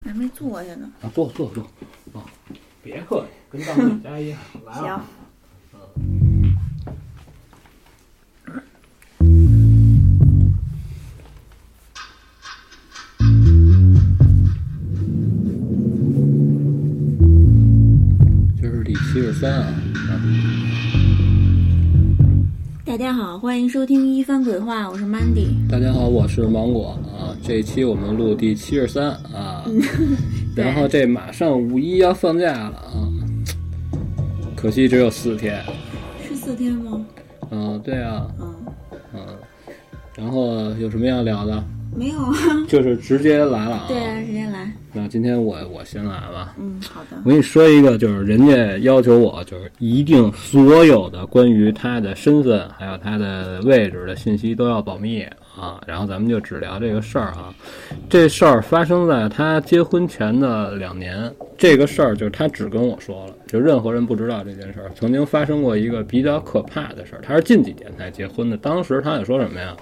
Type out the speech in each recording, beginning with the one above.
还没坐下呢。 啊，坐啊，别客气，跟当自己家一样。来啊。这是第73啊。 大家好，欢迎收听一番鬼话，我是 Mandy。 大家好，我是芒果啊。这一期我们录第73啊，然后这马上5·1要放假了啊，可惜只有4天。 是4天吗？ 对啊。然后有什么要聊的？ 没有啊， 就是直接来了啊。 对啊，直接来。 那今天我先来吧。 好的。 我跟你说一个，就是人家要求我就是一定所有的关于他的身份还有他的位置的信息都要保密啊。然后咱们就只聊这个事儿啊。这事儿发生在他结婚前的2年。这个事儿就是他只跟我说了，就任何人不知道这件事儿。曾经发生过一个比较可怕的事儿，他是近几年才结婚的。当时他也说什么呀？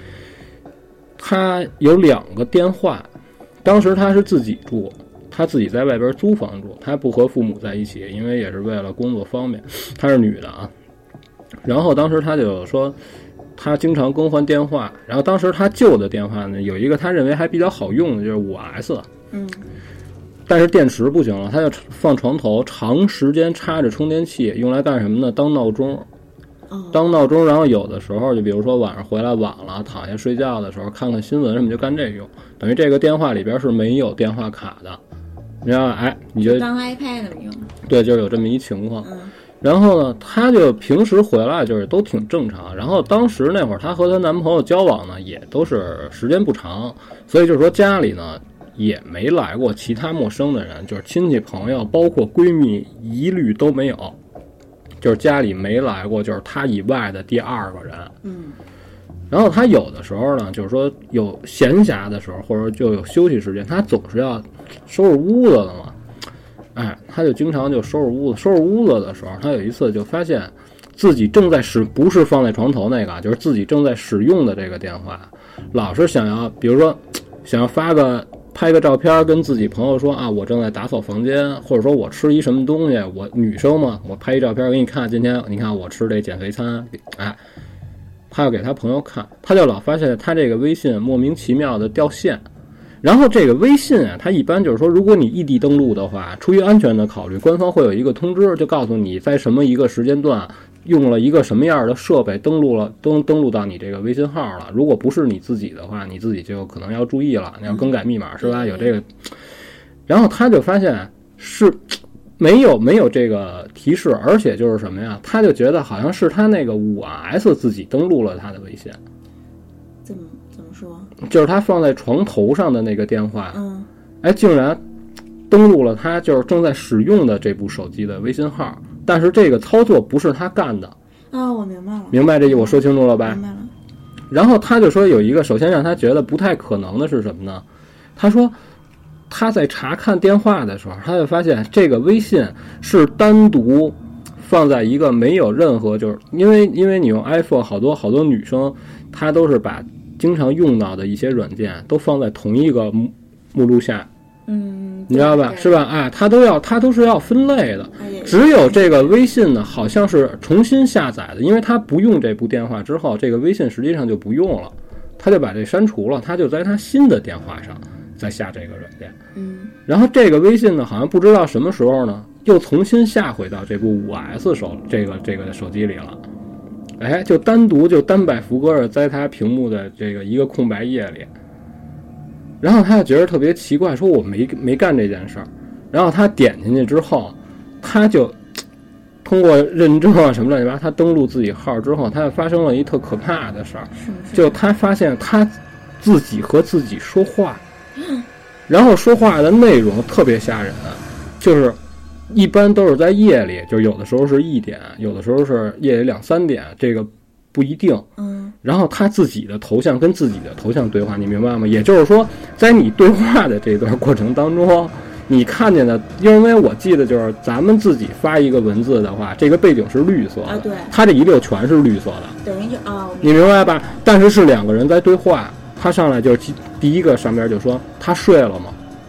他有2个电话。当时他是自己住，他自己在外边租房住，他不和父母在一起，因为也是为了工作方便。她是女的啊。然后当时他就说他经常更换电话，然后当时他旧的电话呢有一个他认为还比较好用的，就是 5S。但是电池不行了，他就放床头，长时间插着充电器，用来干什么呢？当闹钟。然后有的时候就比如说晚上回来晚了，躺下睡觉的时候看看新闻什么，就干这用。等于这个电话里边是没有电话卡的，你知道吧？哎，你就当 iPad 用。 对，就是有这么一情况。然后呢，他就平时回来就是都挺正常。然后当时那会儿她和她男朋友交往呢，也都是时间不长，所以就是说家里呢也没来过其他陌生的人，就是亲戚朋友包括闺蜜一律都没有。就是家里没来过就是他以外的第2个人。然后他有的时候呢，就是说有闲暇的时候或者就有休息时间，他总是要收拾屋子的嘛。哎，他就经常就收拾屋子的时候，他有一次就发现自己正在不是放在床头那个，就是自己正在使用的这个电话，老是想要比如说想要拍个照片跟自己朋友说啊，我正在打扫房间，或者说我吃一什么东西，我女生嘛，我拍一照片给你看，今天你看我吃这减肥餐，哎，他要给他朋友看，他就老发现他这个微信莫名其妙的掉线。然后这个微信啊，它一般就是说，如果你异地登录的话，出于安全的考虑，官方会有一个通知，就告诉你在什么一个时间段用了一个什么样的设备登录到你这个微信号了。如果不是你自己的话，你自己就可能要注意了，你要更改密码是吧？有这个。然后他就发现是没有这个提示，而且就是什么呀？他就觉得好像是他那个 5S 自己登录了他的微信。 怎么说？ 就是他放在床头上的那个电话，竟然登录了他就是正在使用的这部手机的微信号，但是这个操作不是他干的。 我明白了。 明白这我说清楚了吧？ 明白了。 然后他就说有一个，首先让他觉得不太可能的是什么呢？他说他在查看电话的时候，他就发现这个微信是单独放在一个没有任何，就是因为你用 iPhone 好多女生她都是把经常用到的一些软件都放在同一个目录下，你知道吧？是吧？哎，它都是要分类的。只有这个微信呢，好像是重新下载的，因为他不用这部电话之后，这个微信实际上就不用了，他就把这删除了，他就在他新的电话上再下这个软件。然后这个微信呢，好像不知道什么时候呢，又重新下回到这部 5S 这个手机里了。哎，就单摆伏搁着在他屏幕的这个一个空白页里，然后他就觉得特别奇怪，说我没干这件事儿。然后他点进去之后，他就通过认证啊什么乱七八糟，他登录自己号之后，他就发生了一特可怕的事儿，就他发现他自己和自己说话，然后说话的内容特别吓人，就是一般都是在夜里，就有的时候是1点，有的时候是夜里2、3点，这个不一定。然后他自己的头像跟自己的头像对话，你明白吗？也就是说，在你对话的这段过程当中，你看见的，因为我记得就是咱们自己发一个文字的话，这个背景是绿色的， 对， 它这一溜全是绿色的， 等于就你明白吧？但是2个人在对话，他上来就是第一个上边就说他睡了吗？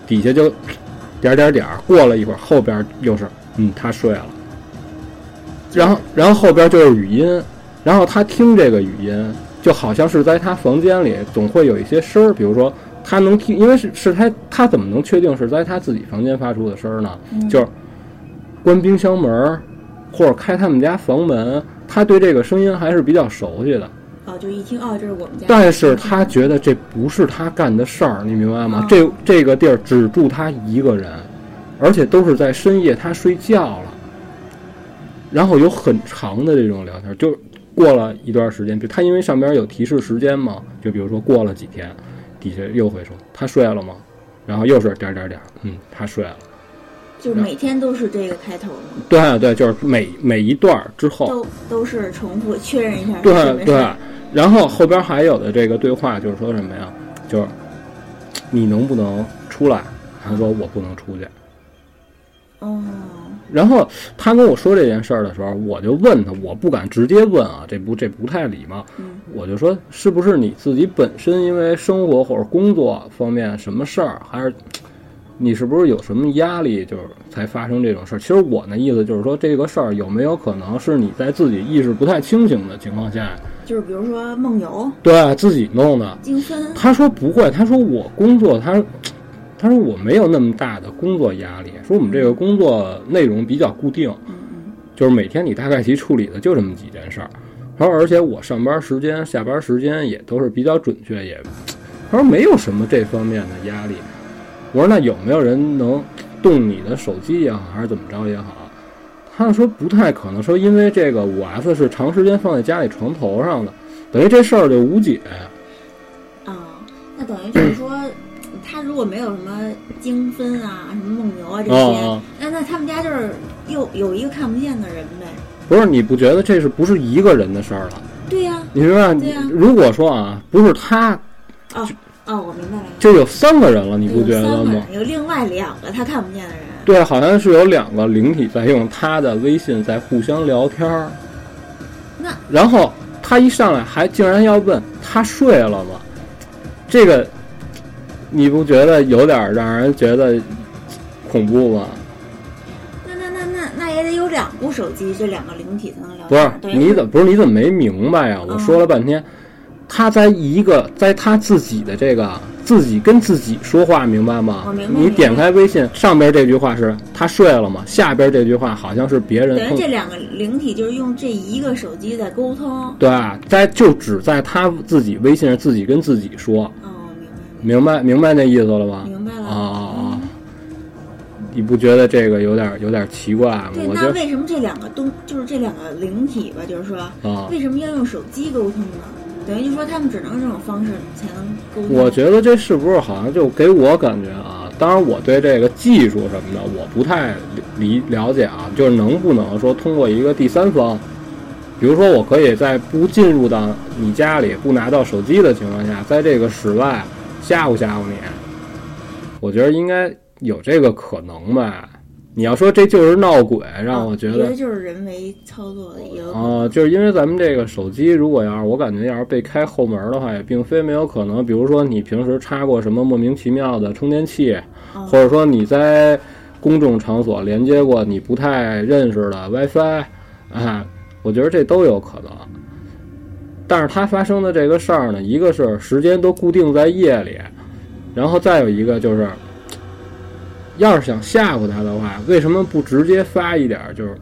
底下就点点点，过了一会儿后边又是他睡了，然后后边就是语音，然后他听这个语音就好像是在他房间里总会有一些声儿，比如说他能听，因为是他怎么能确定是在他自己房间发出的声儿呢？就是关冰箱门或者开他们家房门，他对这个声音还是比较熟悉的。 就一听这是我们家。 但是他觉得这不是他干的事儿，你明白吗？这个地儿只住他一个人，而且都是在深夜他睡觉了，然后有很长的这种聊天，就过了一段时间，他因为上边有提示时间嘛，就比如说过了几天，底下又会说他睡了吗？然后又是点点点，他睡了。 就是每天都是这个开头吗？ 对对，就是每一段之后都是重复确认一下。 对对。然后后边还有的这个对话就是说什么呀？就是你能不能出来？他说我不能出去。然后他跟我说这件事儿的时候，我就问他，我不敢直接问啊，这不太礼貌。我就说是不是你自己本身因为生活或者工作方面什么事儿，还是你是不是有什么压力，就是才发生这种事儿？其实我那意思就是说，这个事儿有没有可能是你在自己意识不太清醒的情况下， 就是比如说梦游， 对自己弄的精分。 他说不会，他说我工作，他说我没有那么大的工作压力，说我们这个工作内容比较固定，就是每天你大概其处理的就这么几件事儿。他说而且我上班时间、下班时间也都是比较准确，也他说没有什么这方面的压力。我说那有没有人能动你的手机也好，还是怎么着也好？他说不太可能，说因为这个5S 是长时间放在家里床头上的，等于这事儿就无解。 那等于就是说，他如果没有什么精分啊、什么梦游啊这些，那他们家就是又有一个看不见的人呗。 不是，你不觉得这是不是一个人的事儿了？ 对呀， 你明白？ 对呀。 如果说不是他， 我明白了， 就有3个人了，你不觉得吗？ 有另外2个他看不见的人。 对，好像是有2个灵体在用他的微信在互相聊天儿。然后他一上来还竟然要问他睡了吗？这个你不觉得有点让人觉得恐怖吗？ 那也得有2部手机，这2个灵体才能聊天。不是你怎么没明白呀？我说了半天。他在他自己的这个自己跟自己说话，明白吗？ 我明白。 你点开微信，上边这句话是他睡了吗？下边这句话好像是别人。 等于这2个灵体就是用这一个手机在沟通。 对，就只在他自己微信上自己跟自己说。明白那意思了吧？ 明白了。 你不觉得这个有点奇怪吗？ 对，那为什么这2个就是这2个灵体吧？就是说，为什么要用手机沟通呢？等于就说他们只能用这种方式才能沟通。 我觉得这是不是好像就给我感觉当然我对这个技术什么的我不太了解就是能不能说通过一个第三方，比如说我可以在不进入到你家里、不拿到手机的情况下，在这个室外吓唬你，我觉得应该有这个可能吧。你要说这就是闹鬼，让我觉得就是人为操作的一个就是因为咱们这个手机，如果我感觉要是被开后门的话，也并非没有可能。比如说你平时插过什么莫名其妙的充电器，或者说你在公众场所连接过你不太认识的 WiFi，我觉得这都有可能。但是它发生的这个事儿呢，一个是时间都固定在夜里，然后再有一个就是。要是想吓唬他的话，为什么不直接发一点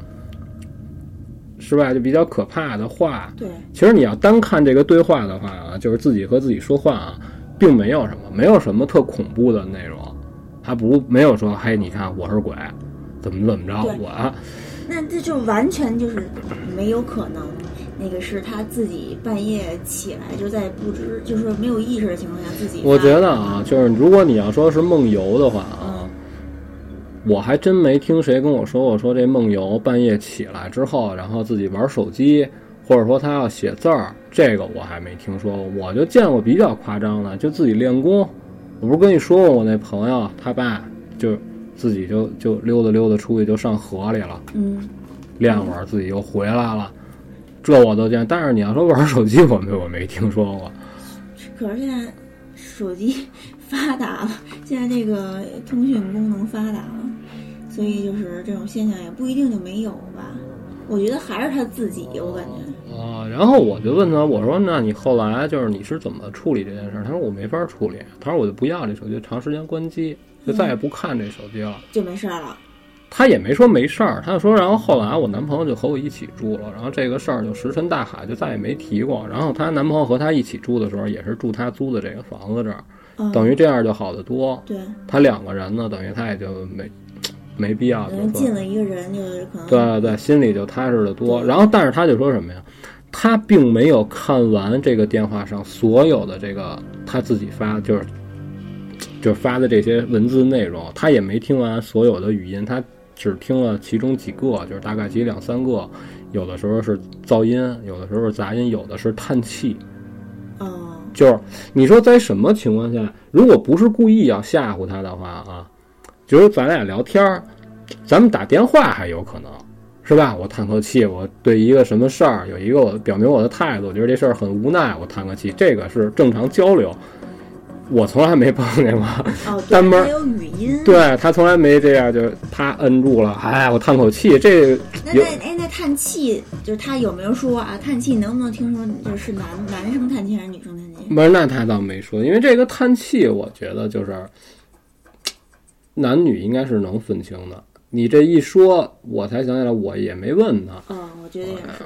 是吧？就比较可怕的话。 对， 其实你要单看这个对话的话就是自己和自己说话并没有什么特恐怖的内容，他没有说嘿，你看我是鬼，怎么着我。 那这就完全就是没有可能，那个是他自己半夜起来就在不知，就是没有意识的情况下自己。 我觉得就是如果你要说是梦游的话我还真没听谁跟我说这梦游半夜起来之后，然后自己玩手机，或者说他要写字儿，这个我还没听说过。我就见过比较夸张的，就自己练功。我不是跟你说过，我那朋友他爸就自己就溜达出去就上河里了，练会儿自己又回来了，这我都见。但是你要说玩手机，我没听说过。 可是现在手机发达了，现在这个通讯功能发达了，所以就是这种现象也不一定就没有吧。我觉得还是他自己，我感觉。 然后我就问他，我说那你后来就是你是怎么处理这件事？他说我没法处理，他说我就不要这手机，长时间关机，就再也不看这手机了， 就没事了。 他也没说没事儿，他就说，然后后来我男朋友就和我一起住了，然后这个事儿就石沉大海，就再也没提过。然后她男朋友和她一起住的时候，也是住她租的这个房子这儿，等于这样就好得多。 对， 他2个人呢，等于他也就没必要，就进了一个人就是可能对，心里就踏实得多。然后，但是他就说什么呀？他并没有看完这个电话上所有的这个他自己发，就是发的这些文字内容，他也没听完所有的语音，他只听了其中几个，就是大概其2、3个，有的时候是噪音，有的时候是杂音，有的是叹气。就是你说在什么情况下，如果不是故意要吓唬他的话啊，就是咱俩聊天，咱们打电话还有可能，是吧？我叹口气，我对一个什么事儿有一个我表明我的态度，我觉得这事儿很无奈，我叹个气，这个是正常交流。我从来没碰见过，单门有语音， 对他从来没这样，就是他摁住了，我叹口气，这那叹气，就是他有没有说啊？叹气能不能听说就是男生叹气还是女生叹气？ 不是，那他倒没说，因为这个叹气，我觉得就是男女应该是能分清的。你这一说，我才想起来，我也没问他。 我觉得也是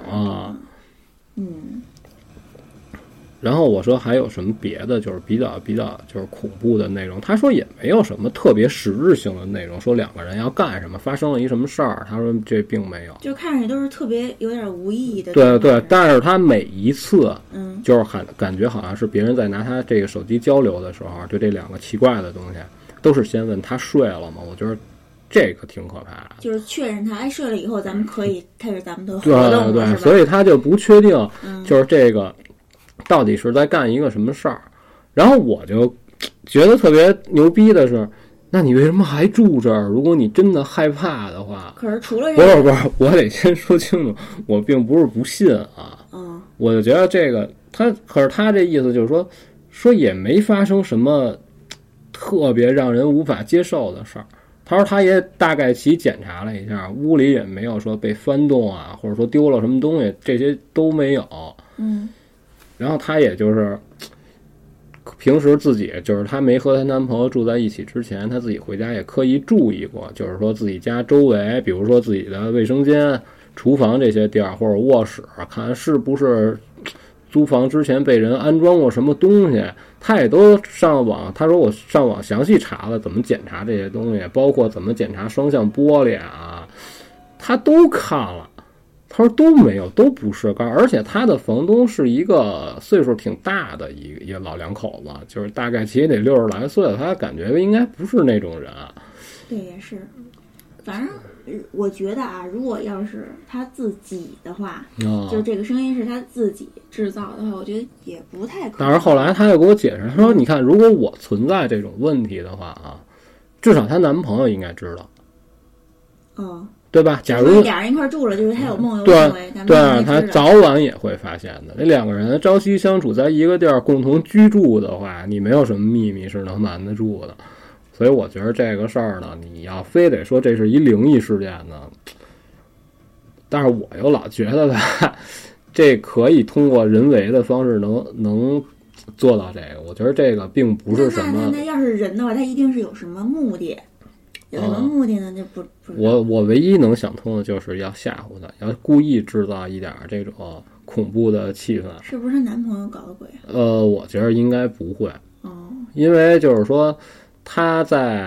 然后我说还有什么别的，就是比较就是恐怖的内容。他说也没有什么特别实质性的内容，说2个人要干什么，发生了一什么事儿。他说这并没有， 就看着都是特别有点无意义的。 对，但是他每一次，就是感觉好像是别人在拿他这个手机交流的时候，对这2个奇怪的东西，都是先问他睡了吗？我觉得这个挺可怕的， 就是确认他睡了以后，咱们可以开始咱们的活动了， 对，所以他就不确定，就是这个。到底是在干一个什么事儿？然后我就觉得特别牛逼的是，那你为什么还住这儿？如果你真的害怕的话， 可是除了这个， 不是，我得先说清楚，我并不是不信啊。我就觉得这个可是他这意思就是说也没发生什么特别让人无法接受的事儿。他说他也大概其检查了一下，屋里也没有说被翻动啊，或者说丢了什么东西，这些都没有。然后她也就是平时自己就是她没和她男朋友住在一起之前，她自己回家也刻意注意过，就是说自己家周围，比如说自己的卫生间、厨房这些地儿或者卧室，看是不是租房之前被人安装过什么东西。她也都上网，她说我上网详细查了怎么检查这些东西，包括怎么检查双向玻璃啊，她都看了。他说都没有，都不是而且他的房东是一个岁数挺大的一个老两口子，就是大概其实得60来岁了，他感觉应该不是那种人。 对，也是。反正我觉得啊，如果要是他自己的话，就是这个声音是他自己制造的话，我觉得也不太可能。 但是后来他又给我解释，他说：“你看，如果我存在这种问题的话啊，至少她男朋友应该知道。”对吧？假如俩人一块住了，就是他有梦游行为， 对，他早晚也会发现的。这2个人朝夕相处在一个地儿，共同居住的话，你没有什么秘密是能瞒得住的。所以我觉得这个事儿呢，你要非得说这是一灵异事件呢，但是我又老觉得吧，这可以通过人为的方式能做到这个。我觉得这个并不是什么。 那要是人的话，他一定是有什么目的。有什么目的呢？就不我唯一能想通的就是要吓唬他，要故意制造一点这种恐怖的气氛。 是不是她男朋友搞的鬼啊？ 我觉得应该不会。因为就是说他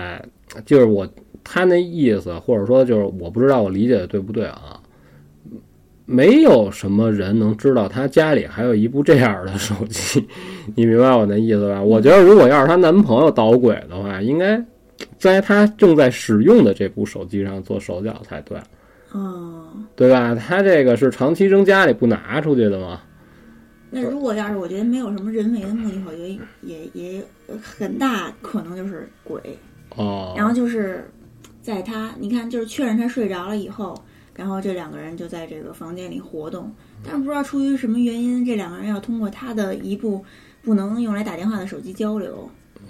他那意思，或者说就是我不知道我理解的对不对啊？没有什么人能知道他家里还有一部这样的手机，你明白我那意思吧？我觉得如果要是她男朋友捣鬼的话，应该在他正在使用的这部手机上做手脚才对，对吧？他这个是长期扔家里不拿出去的吗？ 那如果要是我觉得没有什么人为的目的，我觉得也很大可能就是鬼。然后就是在你看，就是确认他睡着了以后，然后这2个人就在这个房间里活动，但是不知道出于什么原因，这2个人要通过他的一部不能用来打电话的手机交流。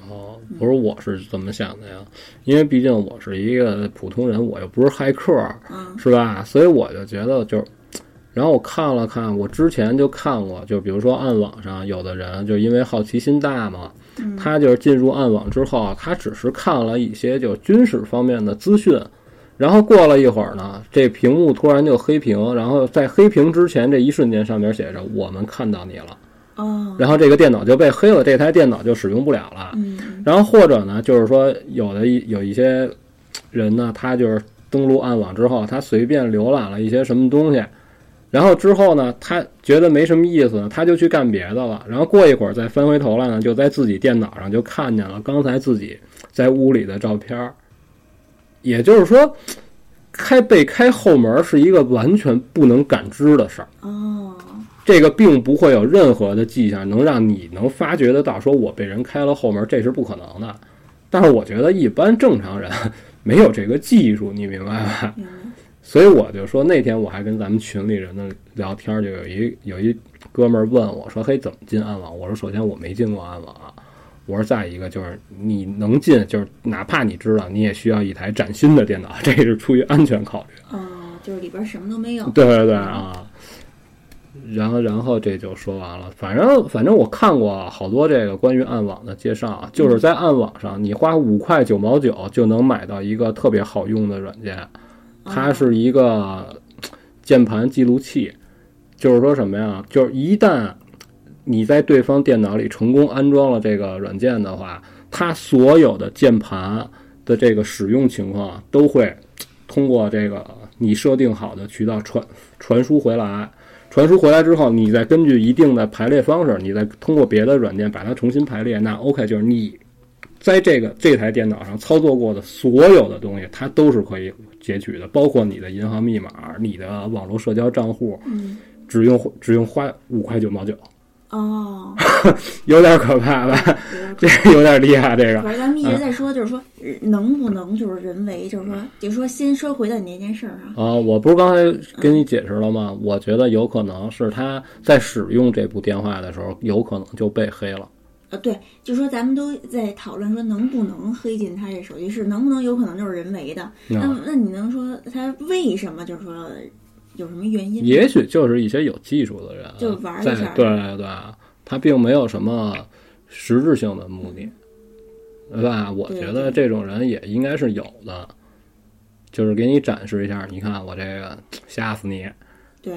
哦，不是，我是怎么想的呀？因为毕竟我是一个普通人，我又不是骇客，是吧？所以我就觉得然后我看了看，我之前就看过，就比如说暗网上有的人就因为好奇心大嘛，他就是进入暗网之后，他只是看了一些就军事方面的资讯，然后过了一会儿呢，这屏幕突然就黑屏，然后在黑屏之前这一瞬间上面写着我们看到你了。然后这个电脑就被黑了，这台电脑就使用不了了。然后或者呢，就是说有一些人呢，他就是登录暗网之后，他随便浏览了一些什么东西，然后之后呢，他觉得没什么意思，他就去干别的了。然后过一会儿再翻回头来呢，就在自己电脑上就看见了刚才自己在屋里的照片。也就是说，被开后门是一个完全不能感知的事儿。这个并不会有任何的迹象能让你能发觉得到，说我被人开了后门，这是不可能的。但是我觉得一般正常人没有这个技术，你明白吧？所以我就说那天我还跟咱们群里人的聊天，就有一哥们儿问我说：“嘿，怎么进暗网？”我说：“首先我没进过暗网啊。我说再一个就是你能进，就是哪怕你知道，你也需要一台崭新的电脑，这是出于安全考虑。” 就是里边什么都没有。 对对对啊。然后这就说完了。反正我看过好多这个关于暗网的介绍，就是在暗网上你花5块9毛9就能买到一个特别好用的软件，它是一个键盘记录器。就是说什么呀？就是一旦你在对方电脑里成功安装了这个软件的话，它所有的键盘的这个使用情况都会通过这个你设定好的渠道传输回来。传输回来之后，你再根据一定的排列方式，你再通过别的软件把它重新排列，那 OK， 就是你在这台电脑上操作过的所有的东西，它都是可以截取的，包括你的银行密码、你的网络社交账户，只用花5块9毛9。有点可怕吧？这有点厉害。这个， 咱们一直在说，就是说能不能就是人为，就是说先说回到你那件事啊。 我不是刚才跟你解释了吗？我觉得有可能是他在使用这部电话的时候，有可能就被黑了。 对，就说咱们都在讨论说能不能黑进他这手机，是能不能有可能就是人为的？那你能说他为什么就是说？有什么原因？ 也许就是一些有技术的人就玩一下， 对，他并没有什么实质性的目的，对吧？我觉得这种人也应该是有的，就是给你展示一下，你看我这个吓死你。 对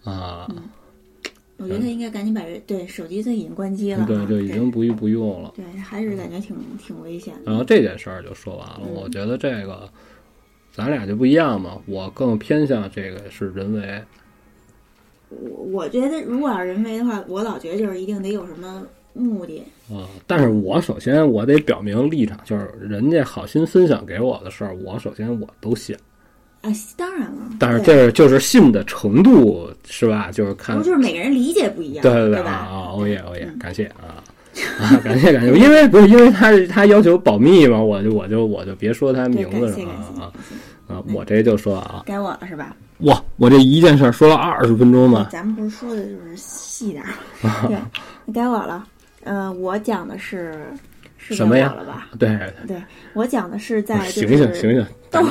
我觉得他应该赶紧把手机他已经关机了， 对，就已经不用了。 对，还是感觉挺危险的。 然后这件事儿就说完了，我觉得这个。咱俩就不一样嘛，我更偏向这个是人为。 我觉得如果要是人为的话，我老觉得就是一定得有什么目的但是我首先我得表明立场，就是人家好心分享给我的事儿，我首先我都信。 当然了。 但是这就是信的程度是吧？就是看， 就是每个人理解不一样， 对吧？ 欧耶，感谢感谢，因为不是因为他要求保密嘛，我就别说他名字上我这就说该我了是吧？ 我这一件事说了20分钟嘛。 咱们不是说的就是细点对，该我了。我讲的是什么呀？ 了吧？ 对， 我讲的是在醒豆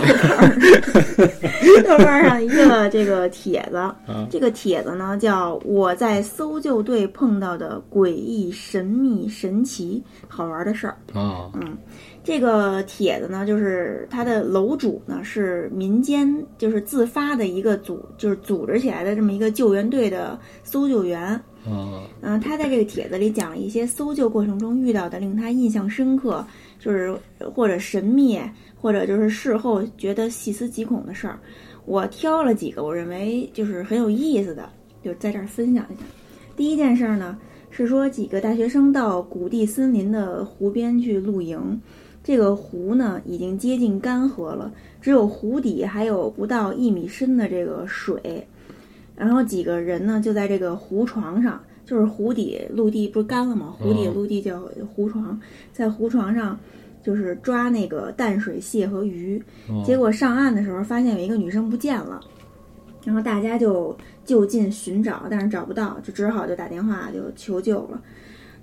瓣上一个这个帖子，这个帖子呢叫我在搜救队碰到的诡异、神秘、神奇、好玩的事儿这个帖子呢，就是它的楼主呢是民间就是自发的一个就是组织起来的这么一个救援队的搜救员。他在这个帖子里讲了一些搜救过程中遇到的令他印象深刻，就是或者神秘，或者就是事后觉得细思极恐的事儿。我挑了几个我认为就是很有意思的，就在这儿分享一下。第一件事呢是说几个大学生到谷地森林的湖边去露营。这个湖呢已经接近干涸了，只有湖底还有不到1米深的这个水。然后几个人呢就在这个湖床上，就是湖底陆地不是干了吗？湖底陆地叫湖床，在湖床上就是抓那个淡水蟹和鱼。结果上岸的时候发现有一个女生不见了，然后大家就就近寻找，但是找不到，就只好就打电话就求救了。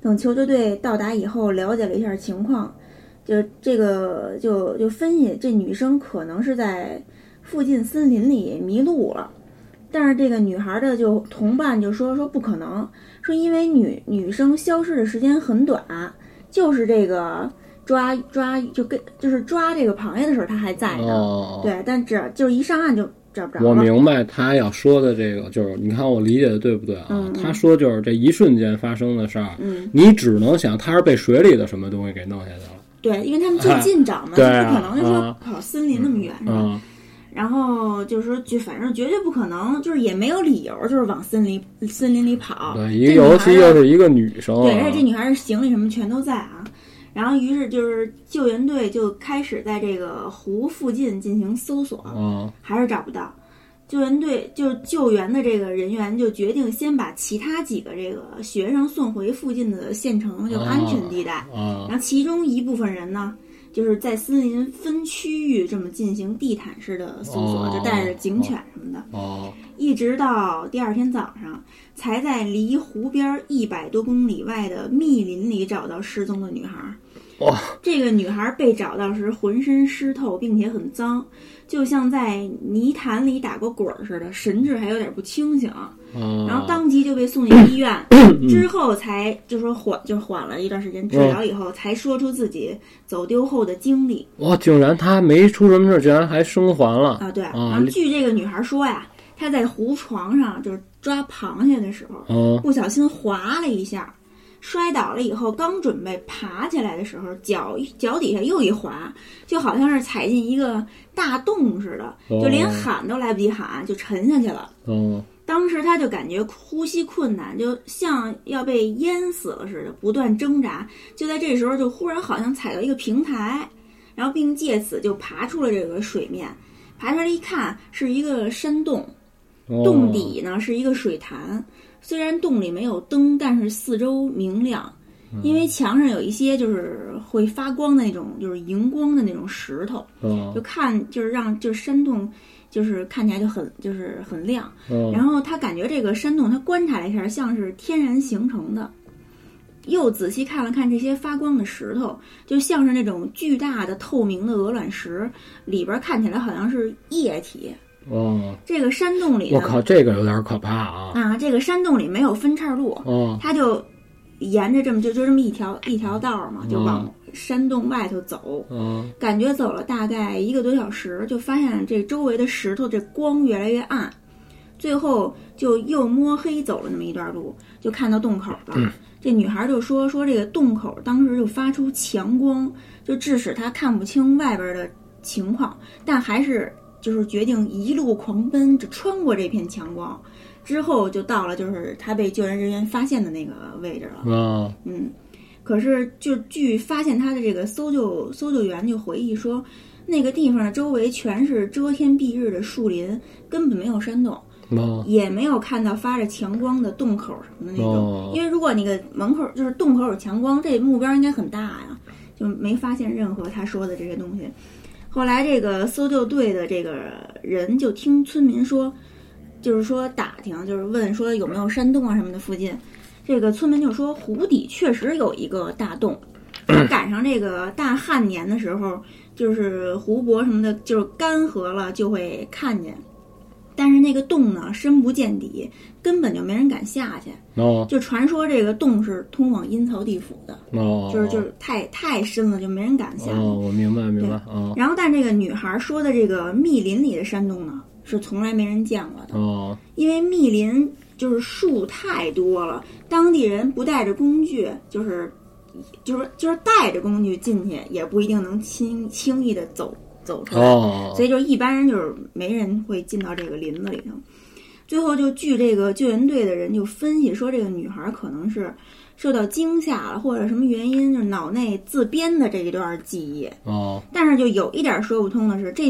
等求救队到达以后，了解了一下情况，就这个就分析这女生可能是在附近森林里迷路了。但是这个女孩的就同伴就说不可能，说因为女生消失的时间很短，就是这个抓就是抓这个螃蟹的时候她还在呢。对，但就是一上岸就找不着了。 我明白他要说的这个，就是你看我理解的对不对啊？他说就是这一瞬间发生的事儿，你只能想他是被水里的什么东西给弄下去了。 对，因为他们就近找嘛，不可能就说跑森林那么远是吧？然后就是说，反正绝对不可能，就是也没有理由，就是往森林里跑。 对，尤其又是一个女生， 对，而且这女孩行李什么全都在啊。然后于是就是救援队就开始在这个湖附近进行搜索，还是找不到。救援队就是救援的这个人员就决定先把其他几个这个学生送回附近的县城就安全地带，然后其中一部分人呢，就是在森林分区域这么进行地毯式的搜索，就带着警犬什么的，一直到第二天早上，才在离湖边100多公里外的密林里找到失踪的女孩。 哇！ 这个女孩被找到时浑身湿透，并且很脏，就像在泥潭里打过滚似的，神志还有点不清醒。然后当即就被送进医院，之后才就说缓了一段时间治疗以后，才说出自己走丢后的经历。 哇！竟然她没出什么事，竟然还生还了啊！对，然后据这个女孩说呀，她在湖床上就是抓螃蟹的时候，不小心滑了一下。摔倒了以后，刚准备爬起来的时候，脚底下又一滑，就好像是踩进一个大洞似的，就连喊都来不及喊，就沉下去了。当时他就感觉呼吸困难，就像要被淹死了似的，不断挣扎。就在这时候，就忽然好像踩到一个平台，然后并借此就爬出了这个水面。爬出来一看，是一个山洞，洞底呢是一个水潭。虽然洞里没有灯，但是四周明亮，因为墙上有一些就是会发光的那种，就是荧光的那种石头，就看就是让就是山洞就是看起来就很亮。然后他感觉这个山洞，他观察了一下，像是天然形成的。又仔细看了看这些发光的石头，就像是那种巨大的透明的鹅卵石，里边看起来好像是液体。这个山洞里， 我靠，这个有点可怕啊！ 这个山洞里没有分岔路，他就沿着这么一条道嘛，就往山洞外头走。感觉走了大概1个多小时，就发现这周围的石头这光越来越暗，最后就又摸黑走了那么一段路，就看到洞口了。这女孩就说这个洞口当时就发出强光，就致使她看不清外边的情况，但还是就是决定一路狂奔，就穿过这片强光，之后就到了就是他被救援人员发现的那个位置了。可是就据发现他的这个搜救员就回忆说，那个地方的周围全是遮天蔽日的树林，根本没有山洞，也没有看到发着强光的洞口什么的那种。因为如果那个门口就是洞口有强光，这目标应该很大呀，就没发现任何他说的这些东西。后来这个搜救队的这个人就听村民说，就是说打听，就是问说有没有山洞啊什么的附近。这个村民就说湖底确实有一个大洞，赶上这个大旱年的时候，就是湖泊什么的就是干涸了就会看见。但是那个洞呢深不见底，根本就没人敢下去。就传说这个洞是通往阴曹地府的。就是太深了，就没人敢下去。 我明白。 然后但这个女孩说的这个密林里的山洞呢，是从来没人见过的。因为密林就是树太多了，当地人不带着工具，就是带着工具进去，也不一定能轻易的走出来。所以就一般人就是没人会进到这个林子里头。最后就据这个救援队的人就分析说，这个女孩可能是受到惊吓了，或者什么原因，就是脑内自编的这一段记忆。但是就有一点说不通的是，这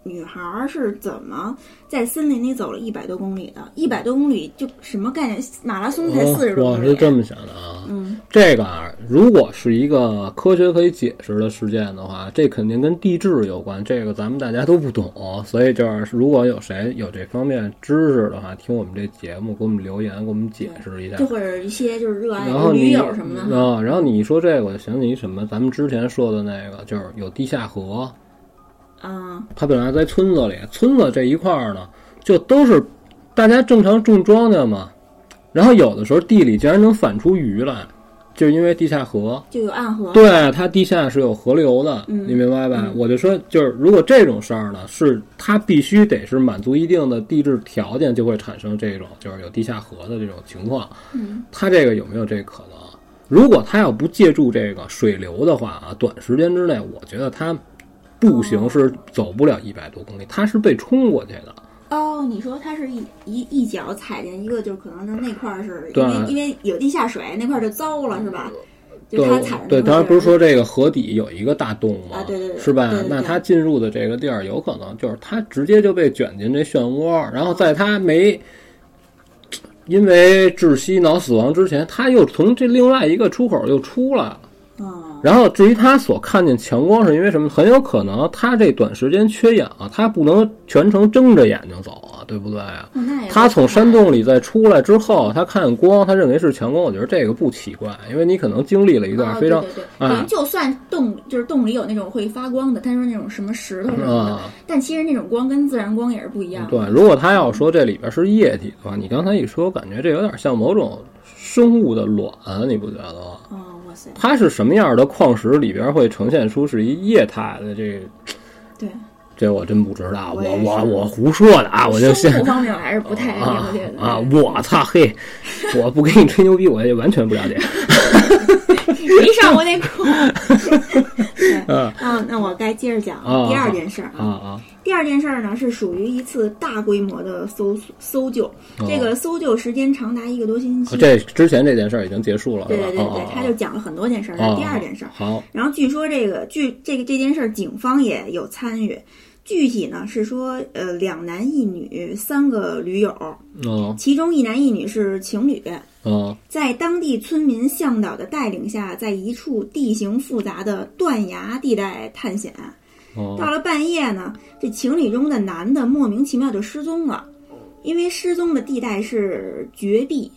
女孩是怎么在森林里走了100多公里的？100多公里就什么概念？马拉松才40多公里。 我是这么想的啊。这个啊，如果是一个科学可以解释的事件的话，这肯定跟地质有关。这个咱们大家都不懂，所以就是如果有谁有这方面知识的话，听我们这节目给我们留言，给我们解释一下。 就或者一些就是热爱驴友什么的啊。然后你一说这个，我就想起什么，咱们之前说的那个，就是有地下河。它本来在村子里，村子这一块呢，就都是大家正常种庄稼嘛。然后有的时候地里竟然能反出鱼来，就是因为地下河， 就有暗河。 对，它地下是有河流的，你明白吧？我就说，就是如果这种事儿呢，是它必须得是满足一定的地质条件，就会产生这种就是有地下河的这种情况。它这个有没有这可能？如果它要不借助这个水流的话啊，短时间之内，我觉得它步行是走不了100多公里，它是被冲过去的。 你说它是一脚踩进一个，就可能是那块是因为有地下水，那块就糟了，是吧？就他踩对，当然不是说这个河底有一个大洞吗？ 对， 是吧？那他进入的这个地儿，有可能就是他直接就被卷进这漩涡，然后在他没因为窒息脑死亡之前，他又从这另外一个出口又出来了。然后至于他所看见强光是因为什么，很有可能他这短时间缺氧啊，他不能全程睁着眼睛走啊，对不对啊？他从山洞里再出来之后，他看光，他认为是强光，我觉得这个不奇怪，因为你可能经历了一段非常就算洞里有那种会发光的，他说那种什么石头什么的，但其实那种光跟自然光也是不一样的。 对，如果他要说这里边是液体的话，你刚才一说，我感觉这有点像某种生物的卵，你不觉得吗？它是什么样的矿石里边会呈现出是一液态的？ 对， 这我真不知道，我胡说的啊！我就生物方面我还是不太了解的啊！我操嘿，我不跟你吹牛逼，我也完全不了解。 没上过那课。那我该接着讲第二件事啊。第二件事呢是属于一次大规模的搜救，这个搜救时间长达1个多星期。 这之前这件事已经结束了， 对，他就讲了很多件事。第二件事， 好。 然后据说这件事，警方也有参与。具体呢是说，2男1女3个驴友，其中1男1女是情侣，在当地村民向导的带领下，在一处地形复杂的断崖地带探险。到了半夜呢，这情侣中的男的莫名其妙就失踪了，因为失踪的地带是绝壁。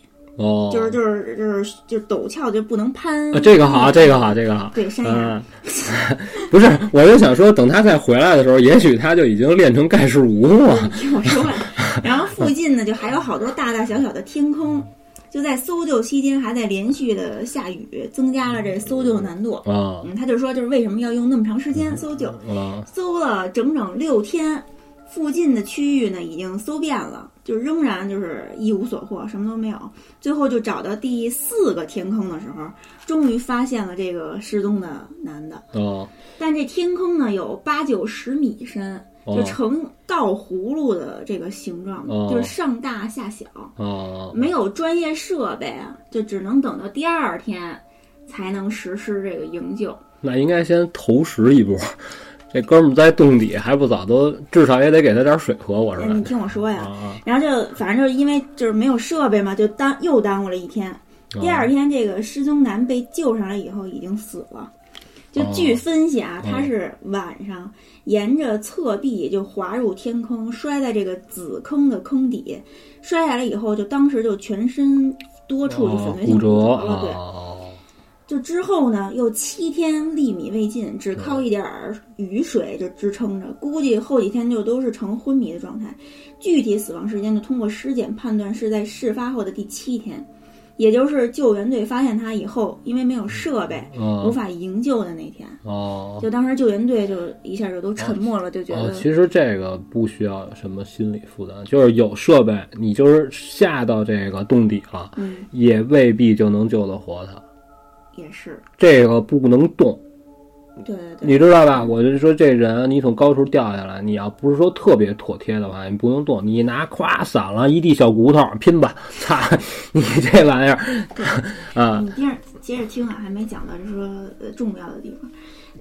就是陡峭，就不能攀。 这个好。对， 山崖。 不是，我就想说，等他再回来的时候，也许他就已经练成盖世无了。 听我说完。然后附近呢，就还有好多大大小小的天坑，就在搜救期间还在连续的下雨，增加了这搜救的难度。他就说，就是为什么要用那么长时间搜救？搜了整整6天。附近的区域呢已经搜遍了，就仍然就是一无所获，什么都没有。最后就找到第4个天坑的时候，终于发现了这个失踪的男的。但这天坑呢有80-90米深，就呈倒葫芦的这个形状，就是上大下小。没有专业设备啊，就只能等到第2天才能实施这个营救。 那应该先投食一波。这哥们在洞底还不早，都至少也得给他点水喝，我说。 你听我说呀，然后就反正就因为就是没有设备嘛，就又耽误了1天。第2天，这个失踪男被救上来以后已经死了。就据分析啊，他是晚上沿着侧壁就滑入天坑，摔在这个子坑的坑底，摔下来以后就当时就全身多处就粉碎性骨折了，对。就之后呢，又7天粒米未进，只靠一点雨水就支撑着，估计后几天就都是呈昏迷的状态。具体死亡时间就通过尸检判断是在事发后的第7天，也就是救援队发现他以后，因为没有设备，无法营救的那天。就当时救援队就一下就都沉默了，就觉得。 其实这个不需要什么心理负担，就是有设备，你就是下到这个洞底了，也未必就能救得活他。 也是这个不能动， 对， 你知道吧？我就说这人，你从高处掉下来，你要不是说特别妥帖的话，你不能动，你拿咵散了一地小骨头，拼吧，擦，你这玩意儿啊！ 你接着听啊，还没讲到就是说重要的地方。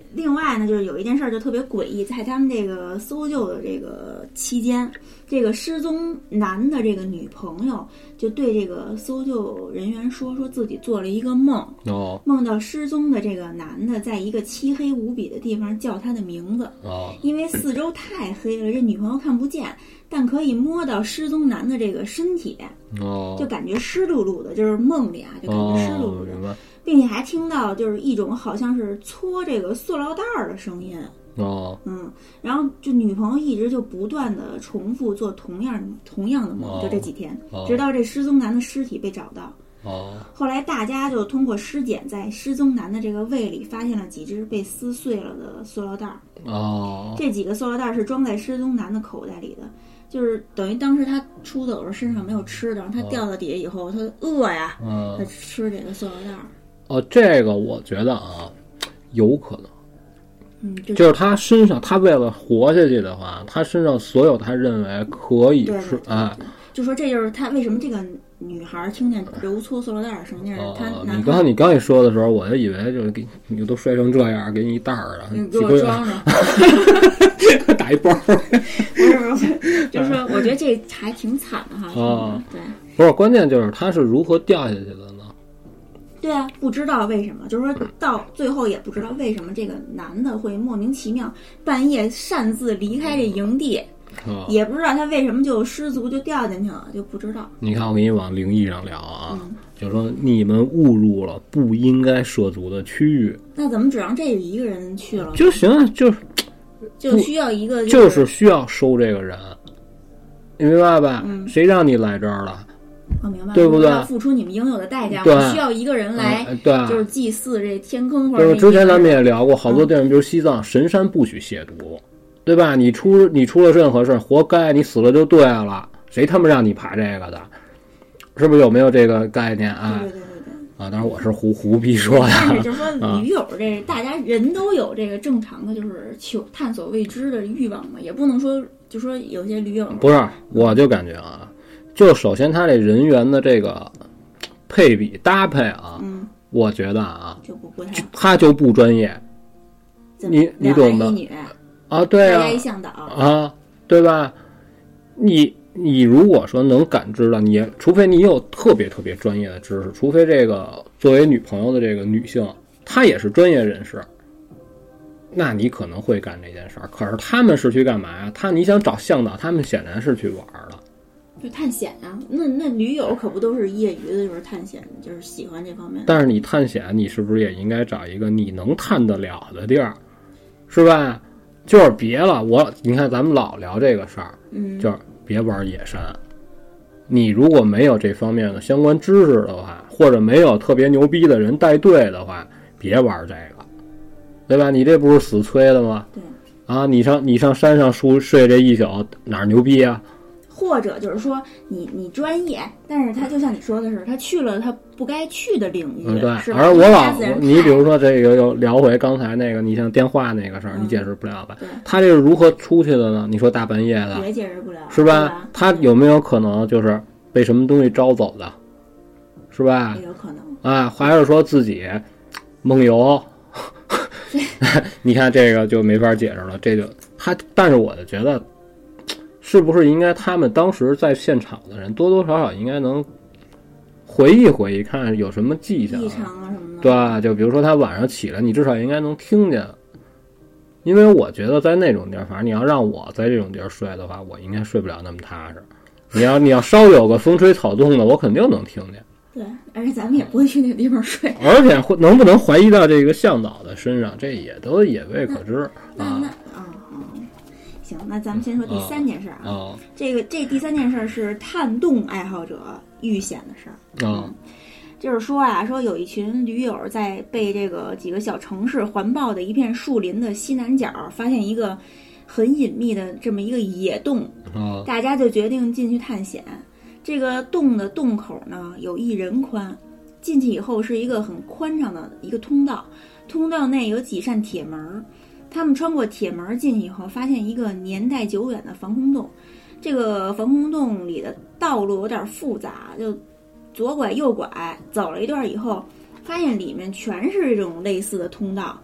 另外呢，就是有一件事就特别诡异，在他们这个搜救的这个期间，这个失踪男的这个女朋友就对这个搜救人员说自己做了一个梦，梦到失踪的这个男的在一个漆黑无比的地方叫他的名字，因为四周太黑了，这女朋友看不见，但可以摸到失踪男的这个身体，就感觉湿漉漉的，就是梦里啊，就感觉湿漉漉的。并且还听到就是一种好像是搓这个塑料袋的声音然后就女朋友一直就不断的重复做同样的梦，就这几天，直到这失踪男的尸体被找到。后来大家就通过尸检在失踪男的这个胃里发现了几只被撕碎了的塑料袋这几个塑料袋是装在失踪男的口袋里的，就是等于当时他出走时身上没有吃的，他掉到底下以后他饿呀，他吃这个塑料袋。 这个我觉得啊，有可能，就是他身上，他为了活下去的话，他身上所有他认为可以吃， 就说这就是他为什么这个女孩听见揉搓塑料袋的声音， 你刚一说的时候，我就以为就是给你都摔成这样，给你一袋儿啊， 你给我装上， 打一包。 不是，就是说，我觉得这还挺惨的哈。对， 不是，关键就是他是如何掉下去的呢？ 对啊，不知道为什么，就是说到最后也不知道为什么这个男的会莫名其妙半夜擅自离开这营地，也不知道他为什么就失足就掉进去了，就不知道。 你看，我给你往灵异上聊啊，就是说你们误入了不应该涉足的区域。 那怎么只让这一个人去了？ 就行啊， 就需要一个， 就是需要收这个人，你明白吧？谁让你来这儿了？ 我明白， 对不对？ 要付出你们应有的代价，我需要一个人来，就是祭祀这天坑或者。 之前咱们也聊过好多地方，比如西藏神山不许亵渎，对吧？你出了任何事活该，你死了就对了，谁他妈让你爬这个的？是不是有没有这个概念啊？ 对。 当然我是胡逼说的。 但是就是说，驴友这大家人都有这个正常的，就是探索未知的欲望嘛，也不能说就说有些驴友不是，我就感觉啊。就首先他这人员的这个配比搭配啊，我觉得啊，他就不专业，你懂的啊？对啊， 一向导啊，对吧？你如果说能感知到，你除非你有特别特别专业的知识，除非这个作为女朋友的这个女性，她也是专业人士，那你可能会干这件事儿。可是他们是去干嘛呀？你想找向导，他们显然是去玩的。 就探险啊，那驴友可不都是业余的，就是探险，就是喜欢这方面。 但是你探险，你是不是也应该找一个你能探得了的地儿，是吧？就是别了，你看咱们老聊这个事儿，就是别玩野山。你如果没有这方面的相关知识的话，或者没有特别牛逼的人带队的话，别玩这个，对吧？你这不是死催的吗？ 对啊，你上山上睡这一宿，哪儿牛逼啊？ 或者就是说你专业，但是他就像你说的是，他去了他不该去的领域， 对。 而你比如说这个又聊回刚才那个，你像电话那个事儿，你解释不了吧？他这是如何出去的呢？你说大半夜的， 也解释不了， 是吧？他有没有可能就是被什么东西招走的，是吧？ 也有可能啊，还是说自己梦游？你看这个就没法解释了，这就但是我就觉得。是不是应该他们当时在现场的人多多少少应该能回忆看有什么迹象异常啊什么的， 对吧？就比如说他晚上起来，你至少应该能听见，因为我觉得在那种地儿，反正你要让我在这种地儿睡的话，我应该睡不了那么踏实。你要稍有个风吹草动的，我肯定能听见。 对，而且咱们也不会去那个地方睡。 而且能不能怀疑到这个向导的身上，这也未可知啊。 行，那咱们先说第三件事啊。这第三件事是探洞爱好者遇险的事儿。就是说啊，说有一群驴友在被这个几个小城市环抱的一片树林的西南角，发现一个很隐秘的这么一个野洞。大家就决定进去探险。这个洞的洞口呢有1人宽，进去以后是一个很宽敞的一个通道，通道内有几扇铁门。他们穿过铁门进去以后，发现一个年代久远的防空洞。这个防空洞里的道路有点复杂，就左拐右拐，走了一段以后，发现里面全是这种类似的通道，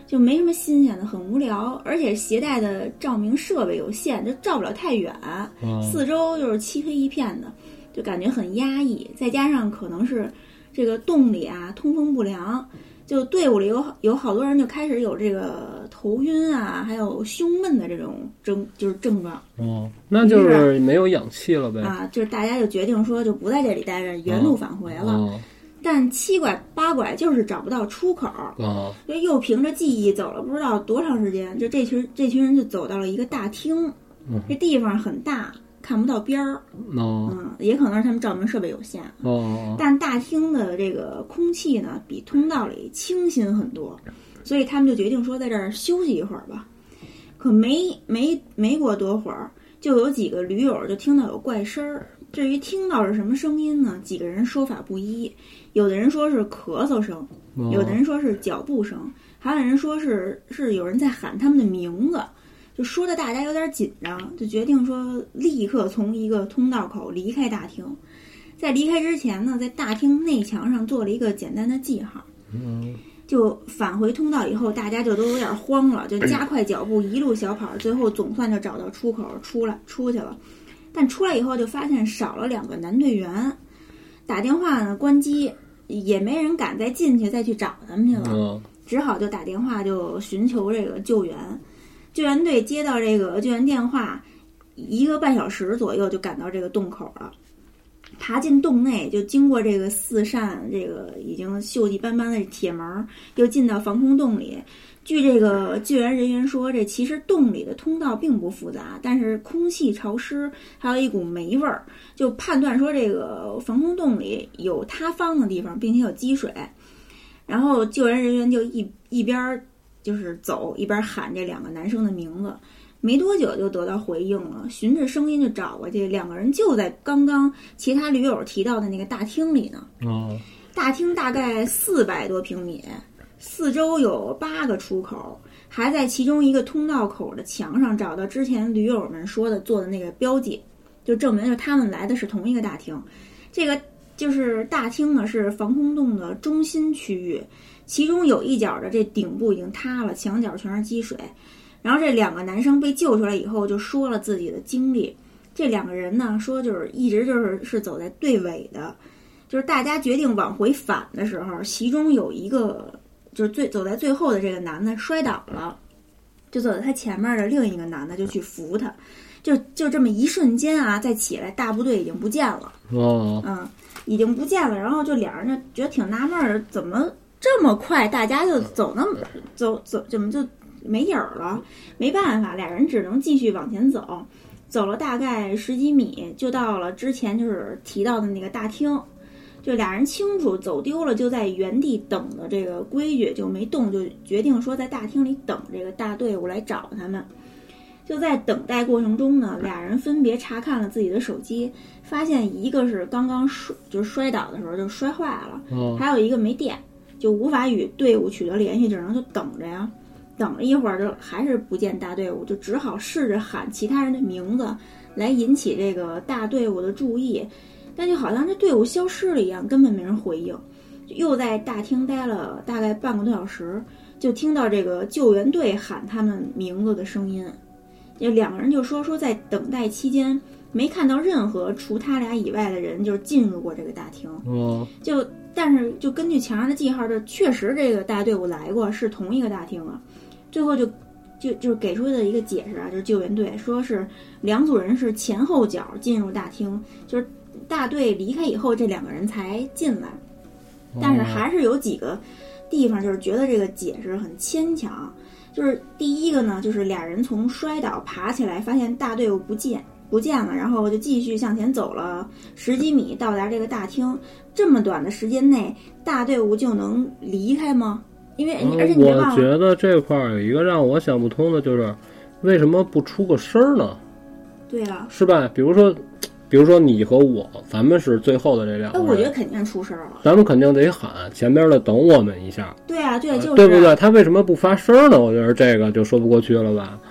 就没什么新鲜的，很无聊，而且携带的照明设备有限，就照不了太远，四周就是漆黑一片的，就感觉很压抑。再加上可能是这个洞里啊通风不良，就队伍里有好多人就开始有这个头晕啊，还有胸闷的这种症状。 那就是没有氧气了呗。 就是大家就决定说就不在这里待着，原路返回了。但七拐八拐就是找不到出口，又凭着记忆走了不知道多长时间，就这群人就走到了一个大厅，这地方很大，看不到边儿，也可能是他们照明设备有限，但大厅的这个空气呢比通道里清新很多，所以他们就决定说在这儿休息一会儿吧。可没过多会儿，就有几个驴友就听到有怪声儿。至于听到是什么声音呢？几个人说法不一，有的人说是咳嗽声，有的人说是脚步声，还有人说是有人在喊他们的名字，就说的大家有点紧张，就决定说立刻从一个通道口离开大厅。在离开之前呢，在大厅内墙上做了一个简单的记号。就返回通道以后，大家就都有点慌了，就加快脚步一路小跑，最后总算就找到出口出去了。但出来以后就发现少了2个男队员，打电话呢关机，也没人敢再进去再去找他们去了，只好就打电话就寻求这个救援。救援队接到这个救援电话，1个半小时左右就赶到这个洞口了。爬进洞内，就经过这个4扇这个已经锈迹斑斑的铁门，又进到防空洞里。据这个救援人员说，这其实洞里的通道并不复杂，但是空气潮湿，还有一股霉味儿，就判断说这个防空洞里有塌方的地方，并且有积水。然后救援人员就一边就是走，一边喊这2个男生的名字。没多久就得到回应了，循着声音就找过去，2个人就在刚刚其他驴友提到的那个大厅里呢。大厅大概400多平米，四周有8个出口，还在其中一个通道口的墙上找到之前驴友们说的做的那个标记，就证明就他们来的是同一个大厅。这个就是大厅呢，是防空洞的中心区域，其中有一角的这顶部已经塌了，墙角全是积水。然后这2个男生被救出来以后就说了自己的经历。这2个人呢说就是一直是走在队尾的，就是大家决定往回返的时候，其中有一个就是走在最后的这个男的摔倒了，就走在他前面的另一个男的就去扶他，就这么一瞬间啊，再起来大部队已经不见了。已经不见了。然后就2人就觉得挺纳闷的，怎么这么快大家就走怎么就没影儿了？没办法，2人只能继续往前走，走了大概10几米，就到了之前就是提到的那个大厅。就2人清楚走丢了，就在原地等的这个规矩就没动，就决定说在大厅里等这个大队伍来找他们。就在等待过程中呢，2人分别查看了自己的手机，发现一个是刚刚摔倒的时候就摔坏了，还有一个没电，就无法与队伍取得联系，只能就等着呀。等了一会儿就还是不见大队伍，就只好试着喊其他人的名字来引起这个大队伍的注意，但就好像这队伍消失了一样，根本没人回应。又在大厅待了大概半个多小时，就听到这个救援队喊他们名字的声音。就2个人就说在等待期间没看到任何除他俩以外的人就是进入过这个大厅。但是就根据墙上的记号，这确实这个大队伍来过，是同一个大厅啊。最后就给出的一个解释啊，就是救援队说是2组人是前后脚进入大厅，就是大队离开以后这2个人才进来。但是还是有几个地方就是觉得这个解释很牵强。就是第一个呢，就是2人从摔倒爬起来发现大队伍不见了，然后就继续向前走了10几米到达这个大厅。这么短的时间内大队伍就能离开吗？因为而且我觉得这块有一个让我想不通的，就是为什么不出个声呢？ 对啊， 是吧？比如说你和我，咱们是最后的这2个人， 我觉得肯定出声了， 咱们肯定得喊前边的等我们一下。 对啊，对，就是对不对？他为什么不发声呢？我觉得这个就说不过去了吧。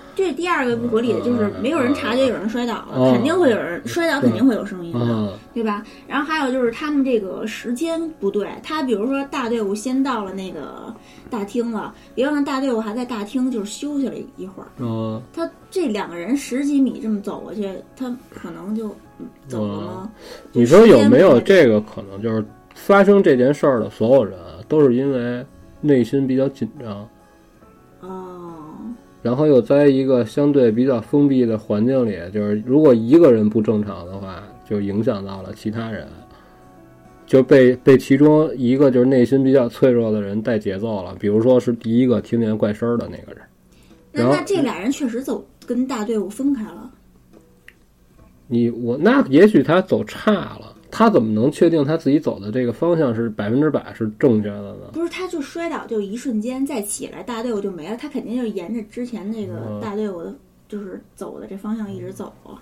这第二个不合理的就是没有人察觉有人摔倒了，肯定会有人摔倒，肯定会有声音的，对吧？然后还有就是他们这个时间不对，他比如说大队伍先到了那个大厅了，别忘了大队伍还在大厅就是休息了一会儿。他这2个人10几米这么走过去，他可能就走了吗？ 你说有没有这个可能，就是发生这件事儿的所有人都是因为内心比较紧张？然后又在一个相对比较封闭的环境里，就是如果一个人不正常的话，就影响到了其他人，就被其中一个就是内心比较脆弱的人带节奏了。比如说是第一个听见怪声的那个人。 那这俩人确实跟大队伍分开了。 那也许他走差了。他怎么能确定他自己走的这个方向是100%是正确的呢？ 不是，他就摔倒就一瞬间再起来，大队伍就没了。他肯定就是沿着之前那个大队伍的，就是走的这方向一直走啊。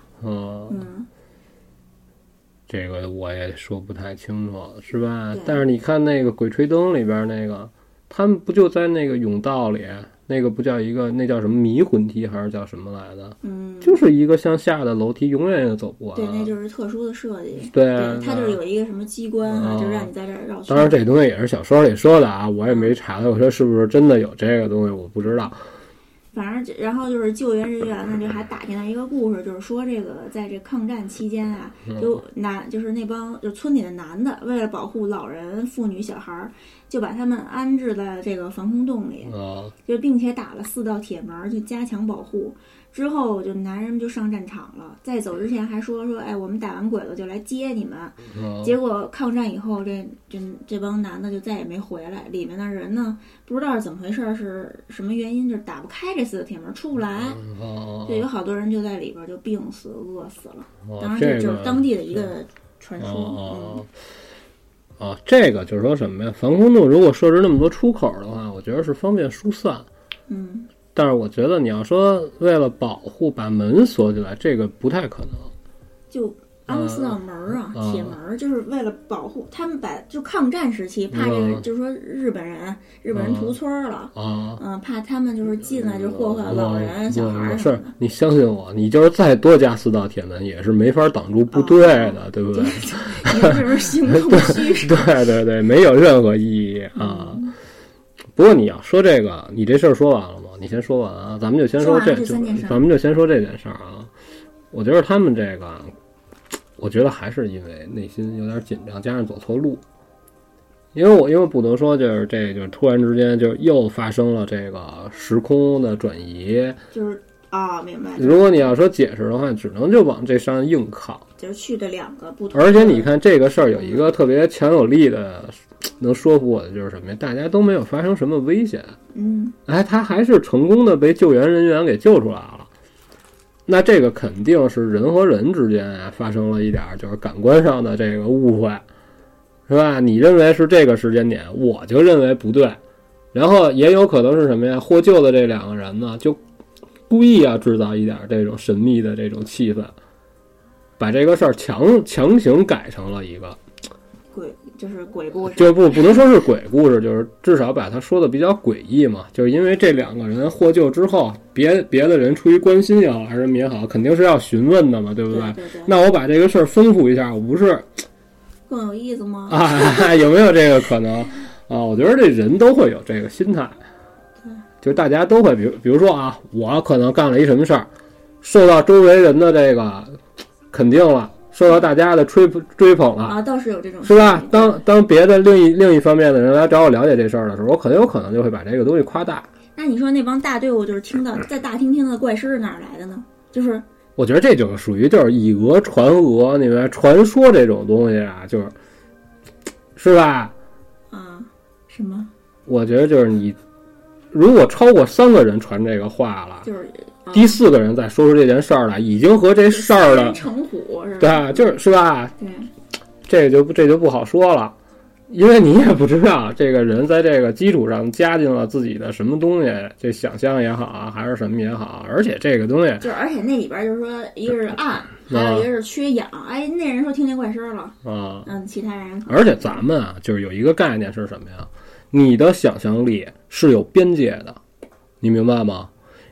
这个我也说不太清楚，是吧？但是你看那个《鬼吹灯》里边那个，他们不就在那个甬道里？那个不叫那叫什么迷魂梯还是叫什么来的？就是一个向下的楼梯，永远也走不完。 对，那就是特殊的设计。 对， 它就是有一个什么机关啊，就让你在这儿绕圈。 当然，这东西也是小说里说的啊，我也没查到，我说是不是真的有这个东西，我不知道。 反正，然后就是救援人员呢，就还打听到一个故事，就是说这个在这抗战期间啊，就是那帮就村里的男的，为了保护老人、妇女、小孩，就把他们安置在这个防空洞里，就并且打了4道铁门，就加强保护。之后就男人们就上战场了，在走之前还说哎，我们打完鬼子就来接你们。结果抗战以后，这帮男的就再也没回来，里面的人呢不知道是怎么回事，是什么原因，就是打不开这4个铁门出不来。就有好多人就在里边就病死饿死了。当然这就是当地的一个传说。 这个就是说什么呀？防空洞如果设置那么多出口的话，我觉得是方便疏散。但是我觉得你要说为了保护把门锁起来，这个不太可能。 就安了4道门啊，铁门，就是为了保护他们。就抗战时期，怕这个就是说日本人屠村了怕他们就是进来就祸害老人小孩。 是你相信我，你就是再多加4道铁门也是没法挡住部队的，对不对？ 你是行动虚实。 对，没有任何意义啊。不过你要说这个，你这事儿说完了吗？你先说完啊，咱们就先说咱们就先说这件事儿啊。我觉得他们这个，我觉得还是因为内心有点紧张，加上走错路。因为不能说就是就是突然之间就又发生了这个时空的转移， 就是明白。 如果你要说解释的话，只能就往这上硬靠， 就是去的2个不同。 而且你看这个事儿有一个特别强有力的。能说服我的就是什么呀？大家都没有发生什么危险，他还是成功的被救援人员给救出来了。那这个肯定是人和人之间发生了一点就是感官上的这个误会，是吧？你认为是这个时间点，我就认为不对。然后也有可能是什么呀？获救的这2个人呢，就故意要制造一点这种神秘的这种气氛，把这个事儿强行改成了一个。 就是鬼故事， 就不能说是鬼故事，就是至少把它说的比较诡异嘛。就是因为这2个人获救之后，别的人出于关心也好还是什么也好，肯定是要询问的嘛，对不对？ 对。 那我把这个事儿丰富一下，我不是更有意思吗？ 有没有这个可能啊？我觉得这人都会有这个心态，就是大家都会，比如说我可能干了一什么事儿，受到周围人的这个肯定了。受到大家的追捧了倒是有这种是吧？当别的另一方面的人来找我了解这事儿的时候，我很有可能就会把这个东西夸大。 那你说那帮大队伍就是听到在大厅听到的怪声是哪儿来的呢？就是我觉得这就是属于就是以讹传讹，你们传说这种东西是吧？ 什么？ 我觉得就是你如果超过3个人传这个话了， 就是第4个人再说出这件事儿来，已经和这事儿的成虎是吧？ 对，是吧？ 对， 这就不好说了，因为你也不知道这个人在这个基础上加进了自己的什么东西，这想象也好还是什么也好，而且这个东西而且那里边就是说一个是暗，还有一个是缺氧。那人说听见怪声了其他人。 而且咱们就是有一个概念是什么呀？你的想象力是有边界的，你明白吗？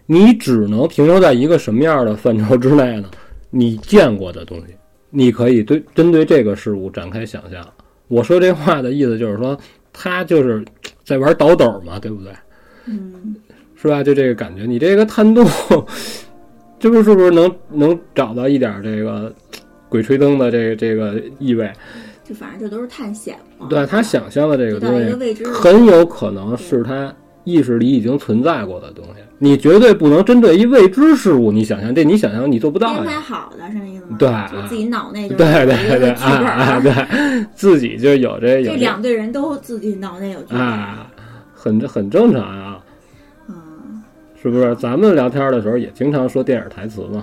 你只能停留在一个什么样的范畴之内呢？你见过的东西，你可以针对这个事物展开想象。我说这话的意思就是说，他就是在玩倒斗嘛，对不对？是吧？就这个感觉，你这个探洞，这是不是能找到一点这个鬼吹灯的这个意味？ 就反正这都是探险嘛。 对，他想象的这个东西，很有可能是他意识里已经存在过的东西。你绝对不能针对一未知事物，你想象这，你想象你做不到呀。 编排好的是那意思吗？ 对， 就自己脑内就是对对， 自己就有这两队人都自己脑内有剧本很正常啊。是不是？咱们聊天的时候也经常说电影台词嘛。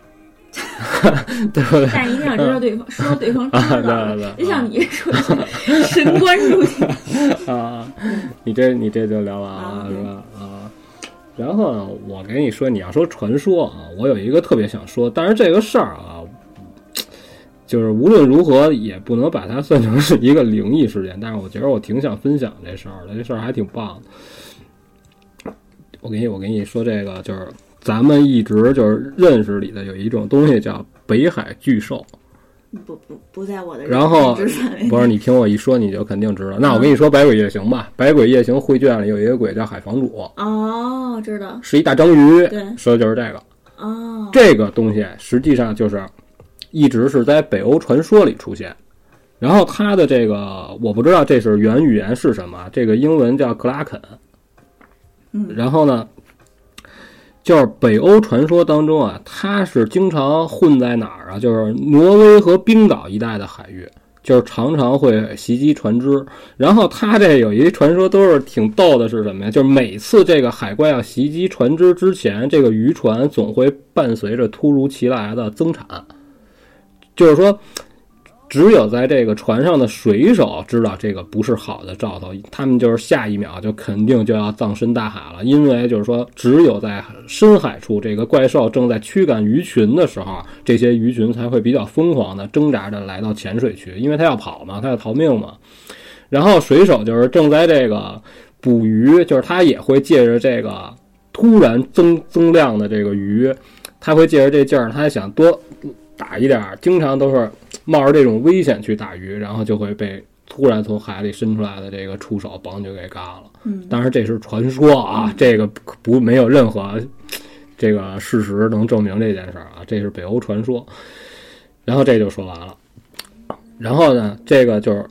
对不对？ 但一定要知道对方说对方知道，就像你说的神关注啊，你这就聊完了是吧？然后呢，我给你说，你要说传说啊，我有一个特别想说，但是这个事儿啊，就是无论如何也不能把它算成是一个灵异事件，但是我觉得我挺想分享这事儿的，这事儿还挺棒的。我给你说这个就是。咱们一直就是认识里的有一种东西叫北海巨兽， 不在我的然后不是你听我一说你就肯定知道。那我跟你说百鬼夜行吧，百鬼夜行绘卷里有一个鬼叫海房主。 哦，知道， 是一大章鱼。 对， 说的就是这个。 哦， 这个东西实际上就是一直是在北欧传说里出现。然后它的这个我不知道这是原语言是什么，这个英文叫克拉肯。然后呢？就是北欧传说当中啊，它是经常混在哪儿啊？就是挪威和冰岛一带的海域，就是常常会袭击船只。然后它这有一传说都是挺逗的，是什么呀？就是每次这个海怪要袭击船只之前，这个渔船总会伴随着突如其来的增产。就是说，只有在这个船上的水手知道这个不是好的兆头，他们就是下一秒就肯定就要葬身大海了。因为就是说，只有在深海处，这个怪兽正在驱赶鱼群的时候，这些鱼群才会比较疯狂的挣扎着来到浅水区，因为它要跑嘛，它要逃命嘛。然后水手就是正在这个捕鱼，就是他也会借着这个突然增量的这个鱼，他会借着这劲儿，他想多打一点，经常都是冒着这种危险去打鱼，然后就会被突然从海里伸出来的这个触手绑就给嘎了。当然这是传说啊，这个没有任何这个事实能证明这件事啊，这是北欧传说。然后这就说完了。然后呢，这个就是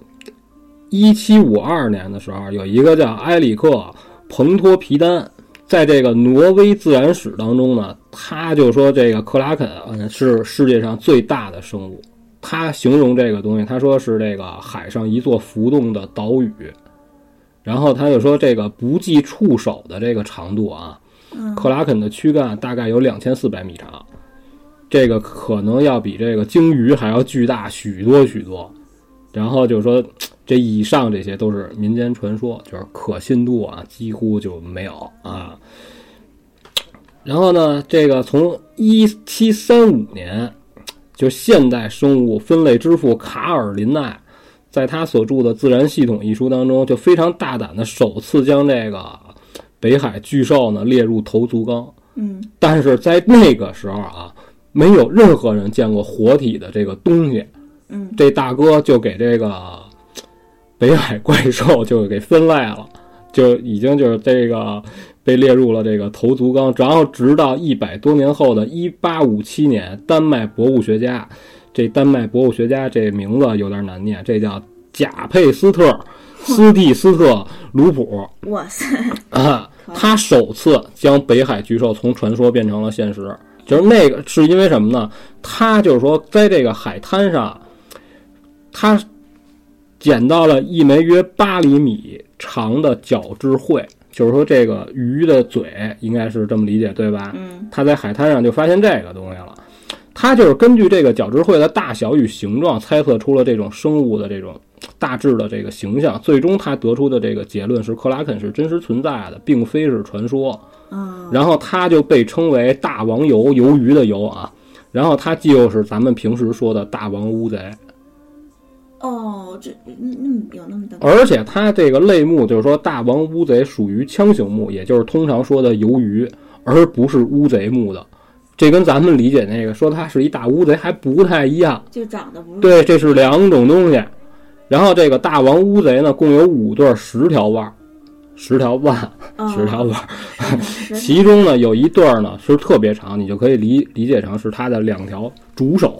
1752年的时候，有一个叫埃里克彭托皮丹，在这个挪威自然史当中呢，他就说这个克拉肯是世界上最大的生物。他形容这个东西，他说是这个海上一座浮动的岛屿。然后他就说这个不计触手的这个长度啊，克拉肯的躯干大概有2400米长，这个可能要比这个鲸鱼还要巨大许多许多。然后就说这以上这些都是民间传说，就是可信度啊几乎就没有啊。然后呢，这个从1735年，就现代生物分类之父卡尔林奈在他所著的《自然系统》一书当中，就非常大胆的首次将这个北海巨兽呢列入头足纲。但是在那个时候啊，没有任何人见过活体的这个东西。这大哥就给这个北海怪兽就给分类了，就已经就是这个被列入了这个头足纲。然后直到100多年后的1857年，丹麦博物学家，这丹麦博物学家这名字有点难念，这叫贾佩斯特斯蒂斯特鲁普。 哇塞啊！他首次将北海巨兽从传说变成了现实。就是那个是因为什么呢？他就是说在这个海滩上，他捡到了一枚约8厘米长的角质喙，就是说这个鱼的嘴应该是这么理解对吧？他在海滩上就发现这个东西了。他就是根据这个角质喙的大小与形状猜测出了这种生物的这种大致的这个形象，最终他得出的这个结论是克拉肯是真实存在的，并非是传说。然后他就被称为大王鱿，鱿鱼的鱿啊。然后他就是咱们平时说的大王乌贼。 这有那么大。 而且它这个类目就是说大王乌贼属于腔形目，也就是通常说的鱿鱼， 而不是乌贼墓的。这跟咱们理解那个说它是一大乌贼还不太一样， 就长得不是。 对，这是两种东西。然后这个大王乌贼呢，共有5对10条腕，10条腕，其中呢有一对呢是特别长，你就可以理解成是它的2条主手，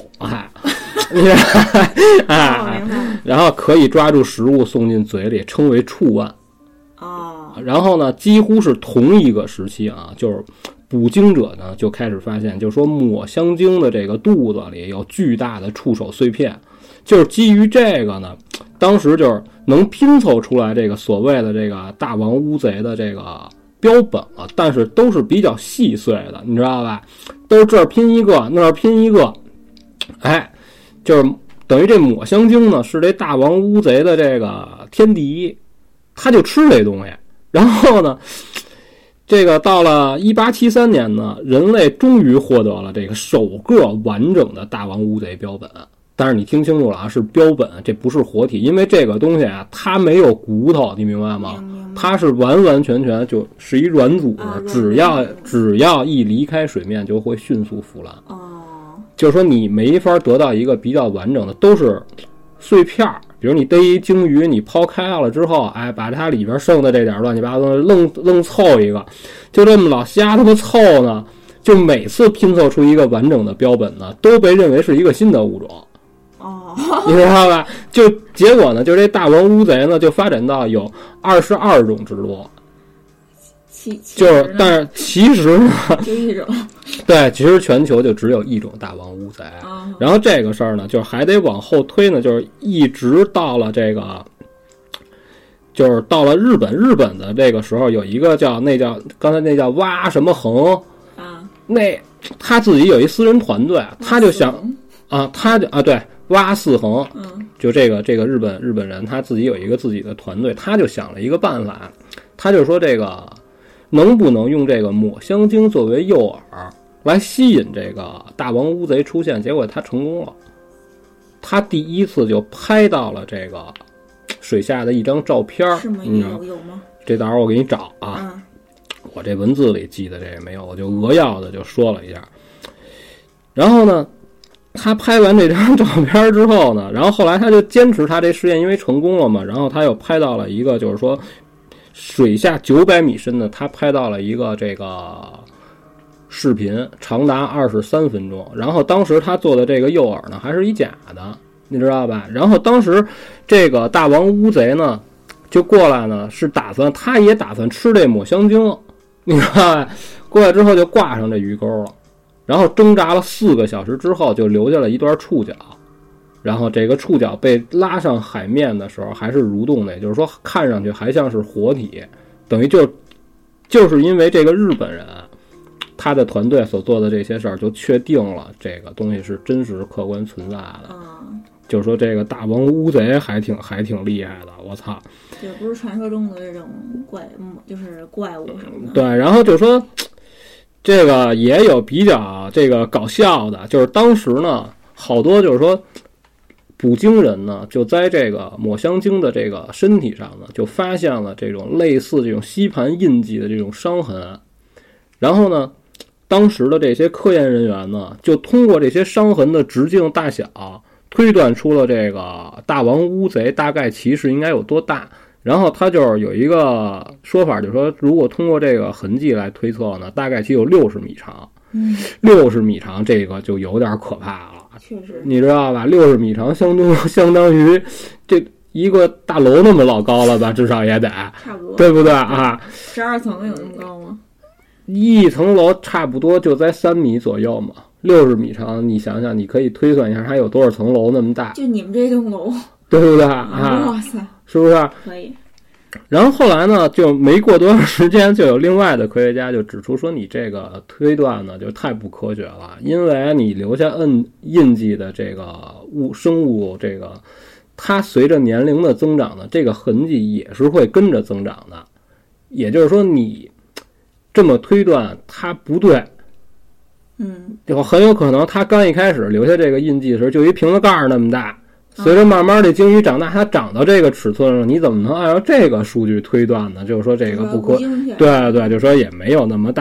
然后可以抓住食物送进嘴里，称为触腕。然后呢，几乎是同一个时期啊，就是捕鲸者呢就开始发现，就是说抹香鲸的这个肚子里有巨大的触手碎片，就是基于这个呢，当时就是能拼凑出来这个所谓的这个大王乌贼的这个标本了，但是都是比较细碎的，你知道吧？都是这儿拼一个，那儿拼一个，就是等于这抹香鲸呢是这大王乌贼的这个天敌，他就吃这东西。然后呢，这个到了1873年呢，人类终于获得了这个首个完整的大王乌贼标本。但是你听清楚了啊，是标本，这不是活体，因为这个东西啊，它没有骨头，你明白吗？它是完完全全就是一软组织，只要一离开水面就会迅速腐烂。就是说你没法得到一个比较完整的，都是碎片。比如你逮一鲸鱼，你抛开了之后，把它里边剩的这点乱七八糟愣凑一个，就这么老瞎他妈凑呢，就每次拼凑出一个完整的标本呢，都被认为是一个新的物种。你知道吧？就结果呢，就这大王乌贼呢，就发展到有22种之多。但是其实呢， 就一种。 对，其实全球就只有一种大王乌贼。然后这个事儿呢，就是还得往后推呢，就是一直到了这个，就是到了日本。日本的这个时候有一个叫刚才那叫蛙什么恒那他自己有一私人团队，他就想对。蛙四恒，就这个日本人他自己有一个自己的团队，他就想了一个办法，他就说这个能不能用这个抹香鲸作为诱饵来吸引这个大王乌贼出现，结果他成功了。他第一次就拍到了这个水下的一张照片， 是吗？有吗？ 这到时候我给你找啊，我这文字里记的这个没有，我就扼要的就说了一下。然后呢，他拍完这张照片之后呢，然后后来他就坚持他这实验，因为成功了嘛，然后他又拍到了一个就是说水下900米深的，他拍到了一个这个视频，长达23分钟。然后当时他做的这个诱饵呢还是一假的，你知道吧？然后当时这个大王乌贼呢就过来呢，是他也打算吃这抹香鲸，你知道吧？过来之后就挂上这鱼钩了。然后挣扎了4个小时之后，就留下了一段触角，然后这个触角被拉上海面的时候还是蠕动的，也就是说看上去还像是活体，等于就是因为这个日本人他的团队所做的这些事儿，就确定了这个东西是真实客观存在的。就是说这个大王乌贼还挺厉害的，我操！ 也不是传说中的这种就是怪物什么的。 对，然后就说。这个也有比较这个搞笑的，就是当时呢，好多就是说捕鲸人呢，就在这个抹香鲸的这个身体上呢，就发现了这种类似这种吸盘印记的这种伤痕。然后呢，当时的这些科研人员呢，就通过这些伤痕的直径大小，推断出了这个大王乌贼大概其实应该有多大。然后他就是有一个说法，就是说如果通过这个痕迹来推测呢，大概其有60米长。60米长这个就有点可怕了， 确实， 你知道吧？60米长相当于这一个大楼那么老高了吧，至少也得， 差不多， 对不对啊 ？12层有那么高吗？ 一层楼差不多就在3米左右嘛。60米长，你想想，你可以推算一下它有多少层楼那么大？ 就你们这栋楼， 对不对啊？ 哇塞！ 是不是？ 可以。 然后后来呢，就没过多长时间，就有另外的科学家就指出说，你这个推断呢就太不科学了，因为你留下印记的这个生物，这个它随着年龄的增长呢，这个痕迹也是会跟着增长的。也就是说，你这么推断它不对。就很有可能它刚一开始留下这个印记的时候，就一瓶子盖那么大。随着慢慢的鲸鱼长大，它长到这个尺寸上，你怎么能按照这个数据推断呢？就是说这个不科，对，就说也没有那么大。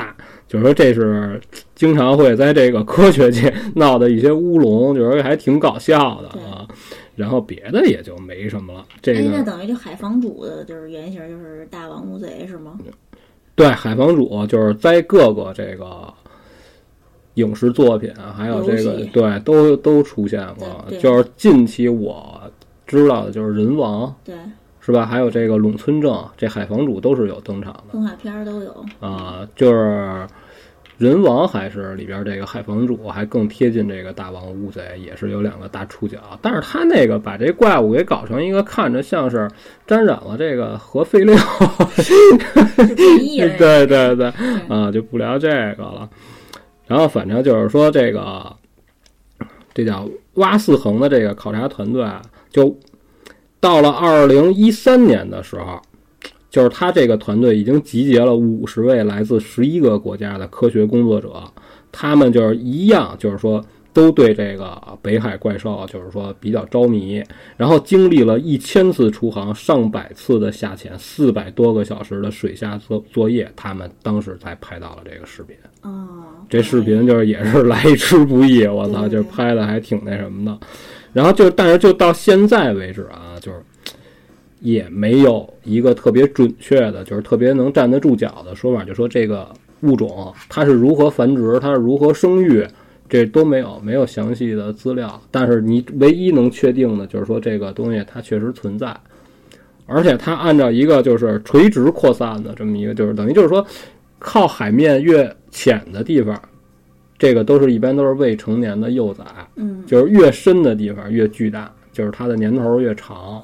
就是说这是经常会在这个科学界闹的一些乌龙，就是还挺搞笑的啊。然后别的也就没什么了。这个那等于就海房主的就是原型就是大王乌贼是吗？ 对，海房主就是在各个这个影视作品还有这个对都出现过。就是近期我知道的就是人王， 对， 是吧？还有这个陇村正，这海房主都是有登场的， 动画片都有啊。就是人王还是里边这个海房主还更贴近这个大王乌贼，也是有2个大触角，但是他那个把这怪物给搞成一个看着像是沾染了这个核废料，对啊，就不聊这个了。然后反正就是说这叫蛙四横的这个考察团队，就到了2013年的时候，就是他这个团队已经集结了50位来自11个国家的科学工作者，他们就是一样，就是说都对这个北海怪兽就是说比较着迷，然后经历了1000次出航、上百次的下潜、400多个小时的水下作业，他们当时才拍到了这个视频。这视频就是也是来之不易，我操，就是拍的还挺那什么的。然后但是就到现在为止啊，就是也没有一个特别准确的，就是特别能站得住脚的说法，就说这个物种它是如何繁殖，它是如何生育，这都没有详细的资料。但是你唯一能确定的就是说这个东西它确实存在，而且它按照一个就是垂直扩散的这么一个，就是等于就是说靠海面越浅的地方，这个一般都是未成年的幼崽，就是越深的地方越巨大，就是它的年头越长。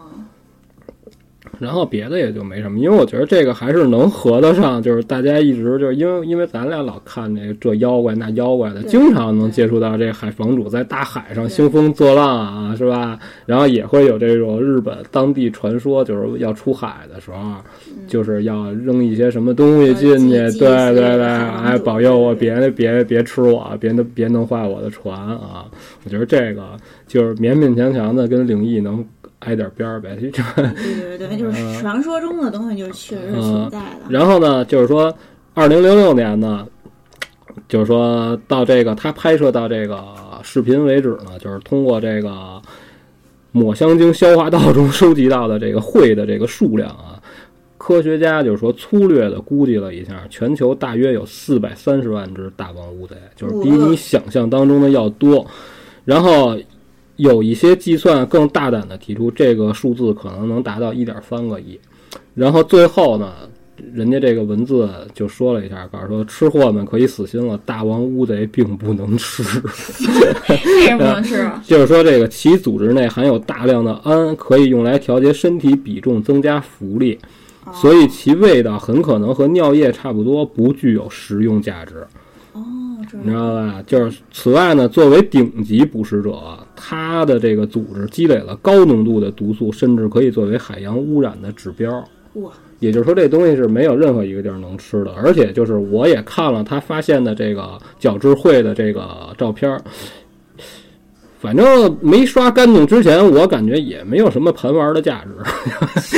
然后别的也就没什么，因为我觉得这个还是能合得上，就是大家一直就是因为咱俩老看这妖怪那妖怪的，经常能接触到这海房主在大海上兴风作浪啊，是吧？然后也会有这种日本当地传说，就是要出海的时候，就是要扔一些什么东西进去，对，哎，保佑我别吃我，别弄坏我的船啊！我觉得这个就是勉勉强强的跟灵异能挨点边儿呗，对， 就是传说中的东西，就是确实是存在的。 然后呢，就是说2006年呢，就是说到这个他拍摄到这个视频为止呢，就是通过这个抹香鲸消化道中收集到的这个喙的这个数量啊，科学家就是说粗略的估计了一下，全球大约有430万只大王乌贼，就是比你想象当中的要多。然后有一些计算更大胆的提出，这个数字可能能达到1.3个亿。然后最后呢，人家这个文字就说了一下，告诉说吃货们可以死心了，大王乌贼并不能吃。 为什么不能吃啊？ 就是说这个其组织内含有大量的氨，可以用来调节身体比重，增加浮力，所以其味道很可能和尿液差不多，不具有食用价值。你知道吧？就是此外呢，作为顶级捕食者，他的这个组织积累了高浓度的毒素，甚至可以作为海洋污染的指标。 哇！ 也就是说，这东西是没有任何一个地儿能吃的。而且就是我也看了他发现的这个角质喙的这个照片，反正没刷干净之前，我感觉也没有什么盘玩的价值。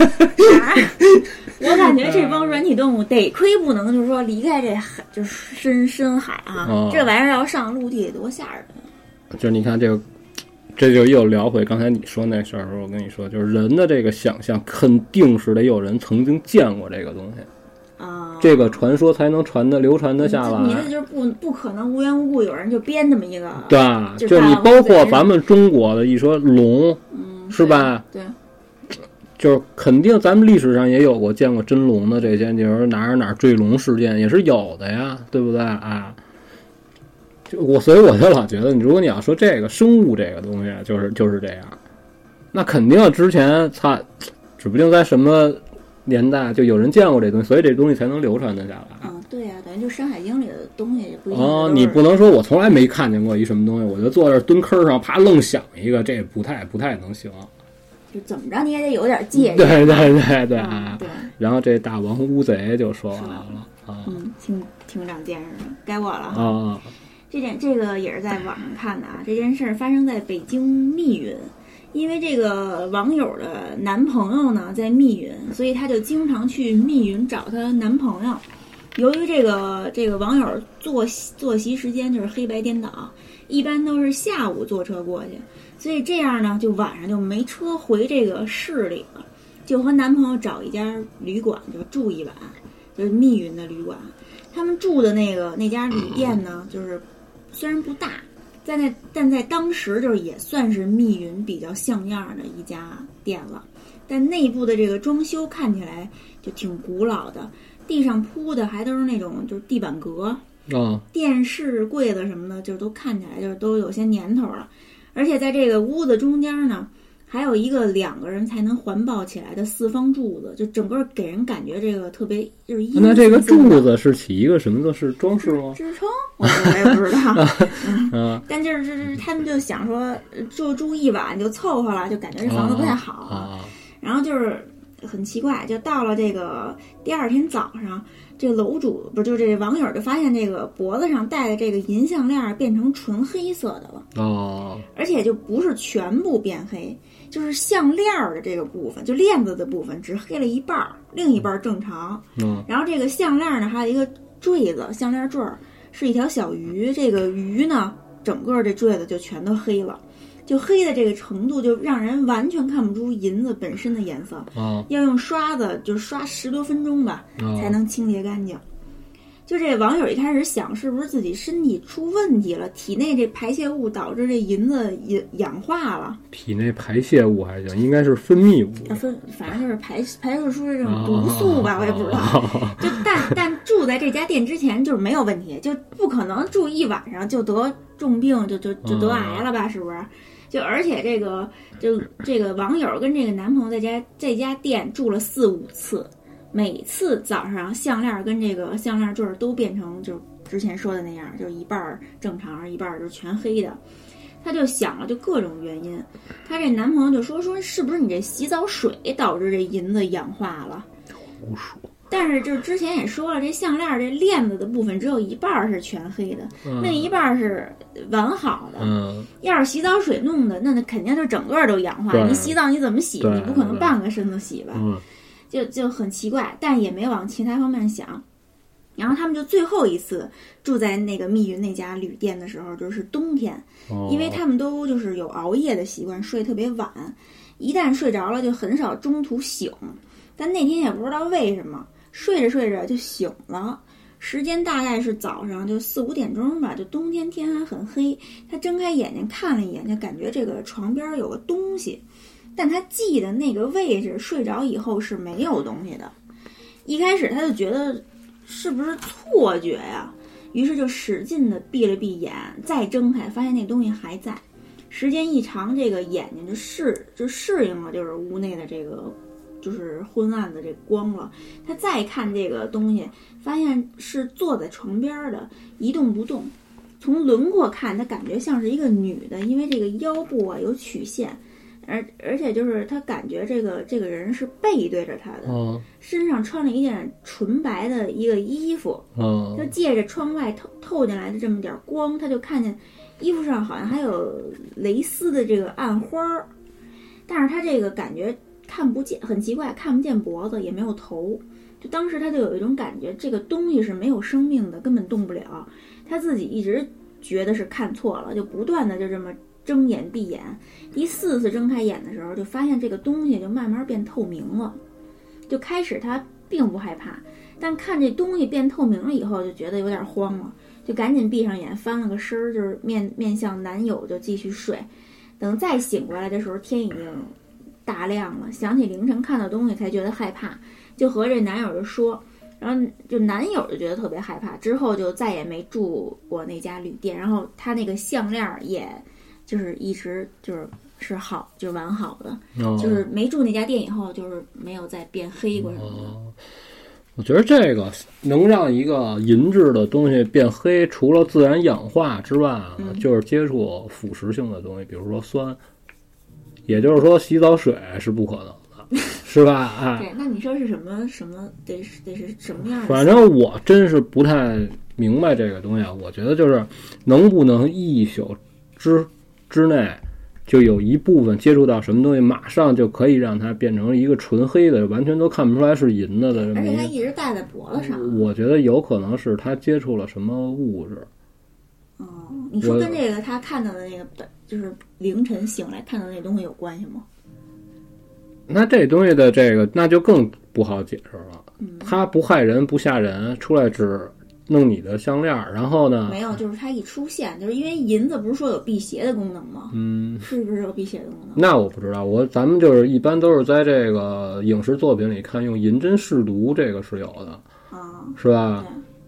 我感觉这帮软体动物得亏不能就是说离开这海，就是深海啊，这玩意儿要上陆地得多吓人。 就是你看这就又聊回刚才你说那事儿的时候，我跟你说，就是人的这个想象肯定是得有人曾经见过这个东西啊，这个传说才能流传得下来。 你这就是不可能无缘无故有人就编这么一个。 对，就你包括咱们中国的一说龙，是吧？ 对。 就是肯定咱们历史上也有过见过真龙的这些，就是哪儿坠龙事件也是有的呀，对不对啊？所以我就老觉得，如果你要说这个生物这个东西，就是这样，那肯定之前指不定在什么年代就有人见过这东西，所以这东西才能流传得下来。 对呀，等于就《山海经》里的东西也不一定。 你不能说我从来没看见过一什么东西，我就坐这蹲坑上啪愣想一个，这不太能行。 就怎么着你也得有点戒律。 对， 对。 然后这大王乌贼就说完了啊。 挺长见识的，该我了啊。这个也是在网上看的啊。这件事儿发生在北京密云，因为这个网友的男朋友呢在密云，所以他就经常去密云找他男朋友。 由于这个网友作息时间就是黑白颠倒，一般都是下午坐车过去，所以这样呢，就晚上就没车回这个市里了，就和男朋友找一家旅馆就住一晚，就是密云的旅馆。他们住的那家旅店呢，就是虽然不大，但在当时就是也算是密云比较像样的一家店了。但内部的这个装修看起来就挺古老的，地上铺的还都是那种就是地板革，电视柜子什么的，就都看起来就是都有些年头了。而且在这个屋子中间呢，还有一个2个人才能环抱起来的4方柱子，就整个给人感觉这个特别就是阴森森的。 那这个柱子是起一个什么的？是装饰吗？ 支撑？我也不知道。但就是他们就想说住一晚就凑合了，就感觉这房子不太好。然后就是很奇怪，就到了这个第2天早上，这个楼主不就这网友就发现这个脖子上戴的这个银项链变成纯黑色的了。而且就不是全部变黑，就是项链的这个部分，就链子的部分只黑了一半，另一半正常。然后这个项链呢，还有一个坠子，项链坠是一条小鱼，这个鱼呢，整个这坠子就全都黑了。就黑的这个程度，就让人完全看不出银子本身的颜色。要用刷子，就刷10多分钟吧，才能清洁干净。就这网友一开始想，是不是自己身体出问题了，体内这排泄物导致这银子氧化了？ 体内排泄物还行，应该是分泌物。 反正就是排泄出这种毒素吧，我也不知道。就但住在这家店之前就是没有问题，就不可能住一晚上就得重病，就得癌了吧？是不是？就而且这个网友跟这个男朋友在这家店住了4、5次，每次早上项链跟这个项链坠都变成就之前说的那样，就一半正常，一半就全黑的。他就想了就各种原因，他这男朋友就说是不是你这洗澡水导致这银子氧化了？ 胡说。 但是就是之前也说了，这项链这链子的部分只有一半是全黑的，另一半是完好的。要是洗澡水弄的，那肯定就整个都氧化。你洗澡你怎么洗？你不可能半个身子洗吧？就很奇怪，但也没往其他方面想。然后他们就最后一次住在那个密云那家旅店的时候，就是冬天，因为他们都就是有熬夜的习惯，睡特别晚，一旦睡着了就很少中途醒。但那天也不知道为什么，睡着睡着就醒了，时间大概是早上就4、5点钟吧，就冬天天还很黑。他睁开眼睛看了一眼，就感觉这个床边有个东西，但他记得那个位置睡着以后是没有东西的。一开始他就觉得是不是错觉呀，于是就使劲的闭了闭眼，再睁开发现那东西还在。时间一长，这个眼睛就适应了就是屋内的这个就是昏暗的这光了。他再看这个东西，发现是坐在床边的，一动不动。从轮廓看，他感觉像是一个女的，因为这个腰部啊有曲线，而且就是他感觉这个人是背对着他的，身上穿了一件纯白的一个衣服，就借着窗外透进来的这么点光，他就看见衣服上好像还有蕾丝的这个暗花儿，但是他这个感觉看不见，很奇怪，看不见脖子，也没有头。就当时他就有一种感觉，这个东西是没有生命的，根本动不了。他自己一直觉得是看错了，就不断的就这么睁眼闭眼。第4次睁开眼的时候，就发现这个东西就慢慢变透明了。就开始他并不害怕，但看这东西变透明了以后，就觉得有点慌了，就赶紧闭上眼，翻了个身儿，就是面向男友就继续睡。等再醒过来的时候，天已经大亮了，想起凌晨看到东西才觉得害怕，就和这男友就说，然后就男友就觉得特别害怕，之后就再也没住过那家旅店，然后他那个项链也就是一直是好，就是完好的，就是没住那家店以后就是没有再变黑过什么的。 我觉得这个能让一个银质的东西变黑，除了自然氧化之外就是接触腐蚀性的东西，比如说酸，也就是说洗澡水是不可能的，是吧？ 对，那你说是什么得是什么样的？ 反正我真是不太明白这个东西啊。我觉得就是能不能1宿之内就有一部分接触到什么东西，马上就可以让它变成一个纯黑的，完全都看不出来是银的这么。 而且它一直戴在脖子上。 我觉得有可能是他接触了什么物质。 你说跟这个他看到的那个就是凌晨醒来看到那东西有关系吗？ 那这东西的这个那就更不好解释了。他不害人不吓人，出来只弄你的项链，然后呢？ 没有，就是它一出现，就是因为银子不是说有辟邪的功能吗？是不是有辟邪的功能？ 那我不知道，咱们就是一般都是在这个影视作品里看用银针试毒，这个是有的，是吧？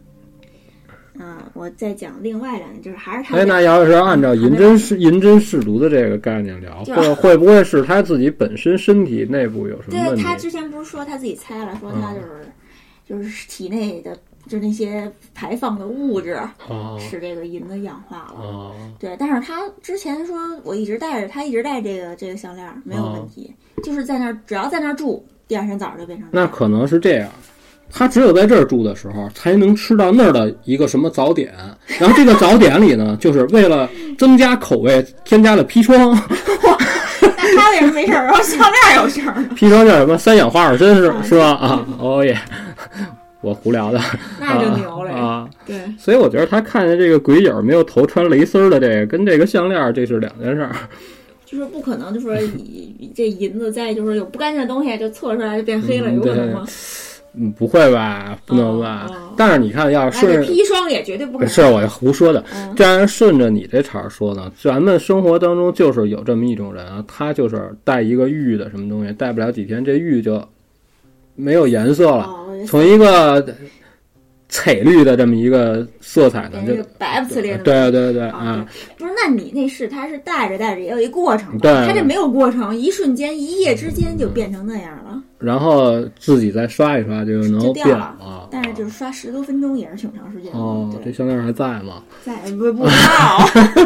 我再讲另外两个，就是还是他。 那要是按照银针试毒的这个概念聊，会不会是他自己本身身体内部有什么问题？ 对，他之前不是说他自己猜了，说他就是体内的就那些排放的物质使这个银子氧化了。对，但是他之前说我一直戴着，他一直戴这个项链没有问题，就是在那儿只要在那儿住，第二天早上就变成。 那可能是这样。他只有在这儿住的时候，才能吃到那儿的一个什么早点，然后这个早点里呢，就是为了增加口味，添加了砒霜。 那他为什么没事儿，然后项链有事儿？ 砒霜叫什么？三氧化二砷是吧？哦耶，我胡聊的。 那就牛了对。 所以我觉得他看见这个鬼影没有头穿蕾丝的这个，跟这个项链这是两件事儿。 就是不可能，就说这银子在就是有不干净的东西就测出来就变黑了，有可能吗？ 不会吧，不能吧？但是你看，要是顺砒霜也绝对不可能。 是我胡说的。这样顺着你这茬说呢，咱们生活当中就是有这么一种人啊，他就是带一个玉的什么东西，带不了几天，这玉就没有颜色了，从一个翠绿的这么一个色彩呢，就白不呲咧的。 对不是，那你那是他是带着也有一过程， 对， 他这没有过程，一瞬间一夜之间就变成那样了。 然后自己再刷一刷就能变了但是就是刷10多分钟也是挺长时间的。 这项链还在吗？ 在，不知道。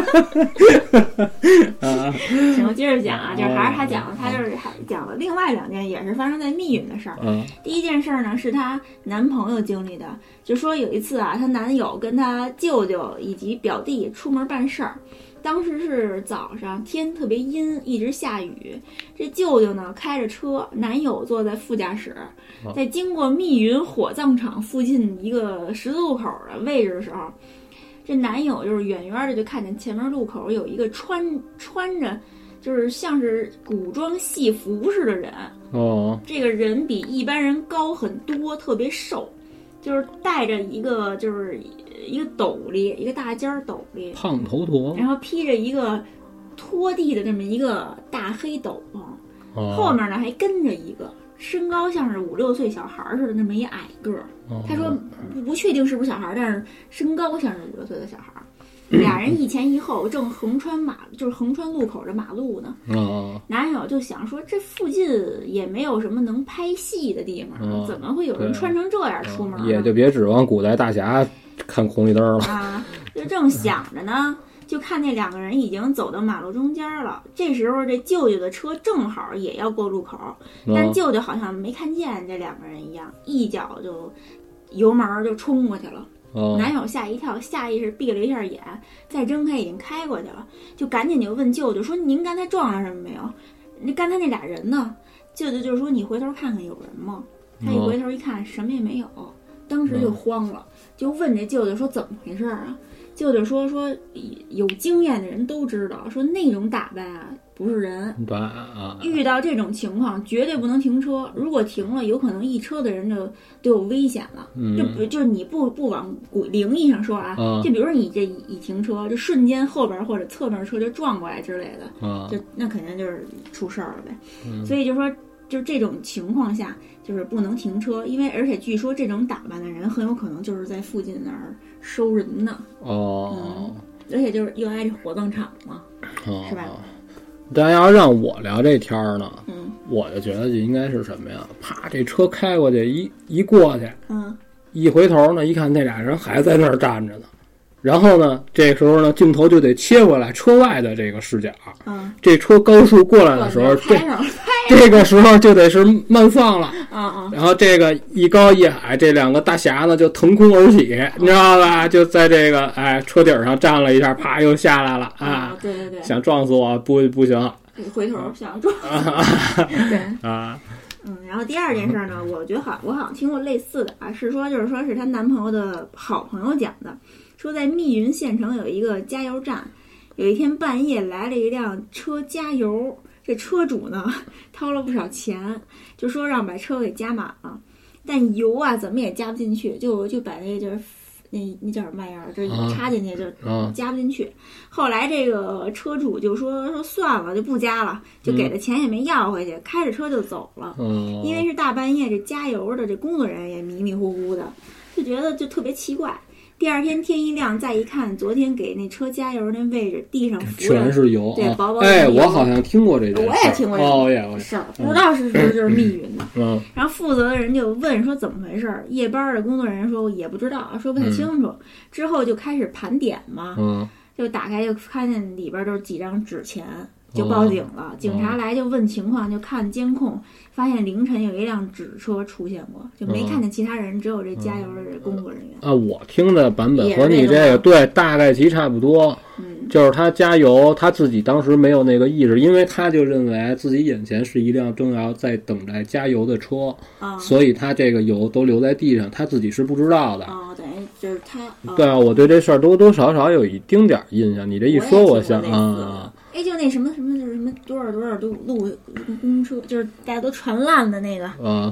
行，接着讲啊，就是还是他讲的，他就是还讲了另外两件也是发生在密云的事儿。第一件事儿呢是她男朋友经历的，就说有一次啊，她男友跟她舅舅以及表弟出门办事儿。当时是早上，天特别阴，一直下雨。这舅舅呢开着车，男友坐在副驾驶，在经过密云火葬场附近一个十字路口的位置的时候，这男友就是远远的就看见前面路口有一个穿着就是像是古装戏服似的人。这个人比一般人高很多，特别瘦，就是带着一个斗笠，一个大尖斗笠， 胖头陀， 然后披着一个拖地的这么一个大黑斗篷，后面呢还跟着一个身高像是5、6岁小孩似的那么一矮个儿。他说不确定是不是小孩，但是身高像是5、6岁的小孩。俩人一前一后，正横穿路口的马路呢。男友就想说，这附近也没有什么能拍戏的地方，怎么会有人穿成这样出门？ 也就别指望古代大侠看红绿灯了就正想着呢，就看那两个人已经走到马路中间了。这时候这舅舅的车正好也要过路口，但舅舅好像没看见这两个人一样，一脚就油门就冲过去了。男友吓一跳，下意识闭了一下眼，再睁开已经开过去了，就赶紧就问舅舅说：“您刚才撞了什么没有？那刚才那俩人呢？”舅舅就说：“你回头看看有人吗？”他一回头一看，什么也没有，当时就慌了，就问这舅舅说：“怎么回事啊？”舅舅说有经验的人都知道，说那种打扮啊不是人，遇到这种情况绝对不能停车，如果停了，有可能一车的人就有危险了。就是你不往灵异上说啊，就比如说你这一停车，就瞬间后边或者侧面车就撞过来之类的，就那肯定就是出事儿了呗。所以就说，就这种情况下，就是不能停车，因为而且据说这种打扮的人很有可能就是在附近那儿收人呢。而且就是又挨着火葬场嘛，是吧？ 但要让我聊这天儿呢，我就觉得就应该是什么呀？啪，这车开过去，一过去，一回头呢，一看那俩人还在那儿站着呢， 然后呢，这时候呢，镜头就得切回来车外的这个视角。这车高速过来的时候，这个时候就得是慢放了。然后这个一高一矮，这两个大侠呢就腾空而起，你知道吧？就在这个车顶上站了一下，啪又下来了啊！ 对对对， 想撞死我不行， 回头想撞。对啊。然后第二件事呢，我觉得我好像听过类似的啊，是说是她男朋友的好朋友讲的，说在密云县城有一个加油站，有一天半夜来了一辆车加油，这车主呢掏了不少钱，就说让把车给加满了，但油啊怎么也加不进去，就把那就是那叫什么玩意儿，这插进去就加不进去。后来这个车主就说算了，就不加了，就给的钱也没要回去，开着车就走了。因为是大半夜，这加油的这工作人员也迷迷糊糊的，就觉得就特别奇怪。第二天天一亮，再一看，昨天给那车加油那位置地上全是油， 对，薄薄的油。 我好像听过这个， 我也听过这个事儿，不知道是不是就是密云的。然后负责的人就问说怎么回事，夜班的工作人员说也不知道，说不太清楚。之后就开始盘点嘛，就打开就看见里边都是几张纸钱。就报警了，警察来就问情况，就看监控，发现凌晨有一辆纸车出现过，就没看见其他人，只有这加油的工作人员。 我听的版本和你这个对大概其差不多。就是他加油，他自己当时没有那个意识，因为他就认为自己眼前是一辆正要在等待加油的车，所以他这个油都留在地上，他自己是不知道的。 等于就是他。 对啊，我对这事儿多多少少有一丁点印象。你这一说，我想就那什么就是什么多少路公车，就是大家都传烂的那个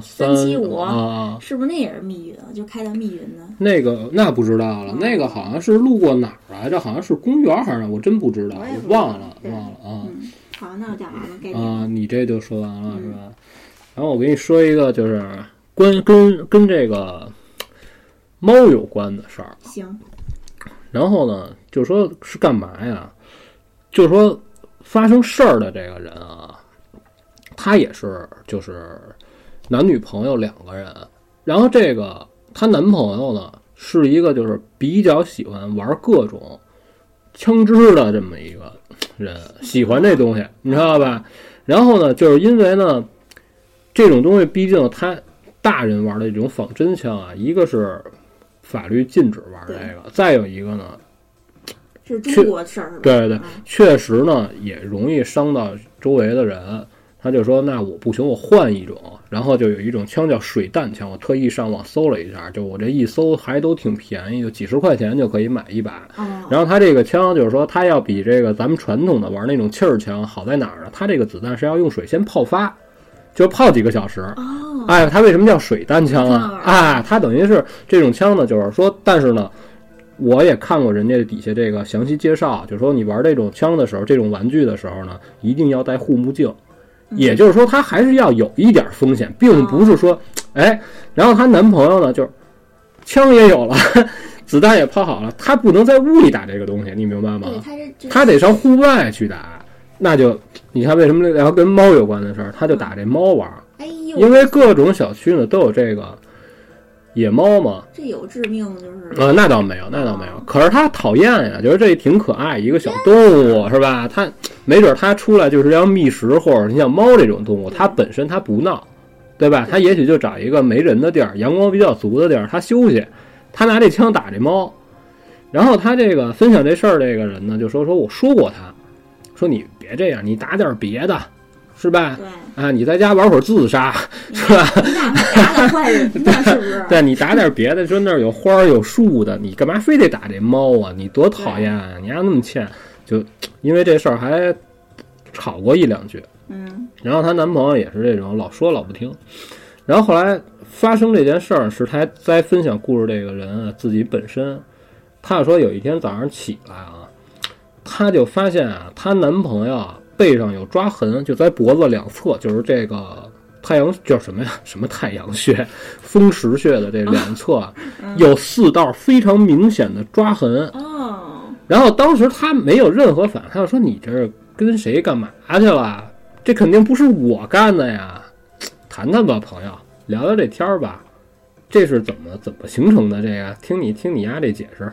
375，是不是那也是密云？就开到密云的那不知道了，那个好像是路过哪儿来着？好像是公园还是？我真不知道，我忘了啊。 好，那我讲完了。 你这就说完了是吧？然后我给你说一个，就是跟这个猫有关的事儿。 行。 然后呢，就说是干嘛呀？就说发生事儿的这个人啊，他也是就是男女朋友2个人，然后这个她男朋友呢是一个就是比较喜欢玩各种枪支的这么一个人，喜欢这东西，你知道吧？然后呢，就是因为呢这种东西毕竟他大人玩的这种仿真枪啊，一个是法律禁止玩这个，再有一个呢是中国事儿， 对，确实呢也容易伤到周围的人。他就说那我不行，我换一种。然后就有一种枪叫水弹枪，我特意上网搜了一下，就我这一搜还都挺便宜，就几十块钱就可以买一把。然后他这个枪就是说他要比这个咱们传统的玩那种气儿枪好在哪儿呢？他这个子弹是要用水先泡发，就泡几个小时。它为什么叫水弹枪啊？它等于是这种枪呢，就是说，但是呢我也看过人家底下这个详细介绍，就是说你玩这种枪的时候，这种玩具的时候呢，一定要戴护目镜。也就是说，它还是要有一点风险，并不是说，然后她男朋友呢，就是枪也有了，子弹也泡好了，他不能在屋里打这个东西，你明白吗？他得上户外去打。那就你看为什么聊跟猫有关的事儿，他就打这猫玩。因为各种小区呢都有这个野猫嘛， 这有致命就是那倒没有。可是他讨厌呀，觉得这挺可爱一个小动物是吧？他没准他出来就是要觅食，或者你像猫这种动物，它本身它不闹，对吧？它也许就找一个没人的地儿，阳光比较足的地儿，它休息。他拿这枪打这猫，然后他这个分享这事儿这个人呢，就说我说过他，说你别这样，你打点别的。是吧？ 对你在家玩会儿自杀，是吧？ 打点坏人呢，是不是？ 对，你打点别的，说那儿有花儿有树的，你干嘛非得打这猫啊？你多讨厌啊！你还那么欠，就因为这事儿还吵过1-2句。然后她男朋友也是这种老说老不听。然后后来发生这件事儿，是她在分享故事这个人啊自己本身，她说有一天早上起来啊，她就发现啊，她男朋友背上有抓痕，就在脖子2侧，就是这个太阳叫什么呀？什么太阳穴、风池穴的这2侧有4道非常明显的抓痕。然后当时他没有任何反应，他就说：“你这跟谁干嘛去了？这肯定不是我干的呀！谈谈吧，朋友，聊聊这天儿吧。这是怎么形成的？这个听你丫这解释。”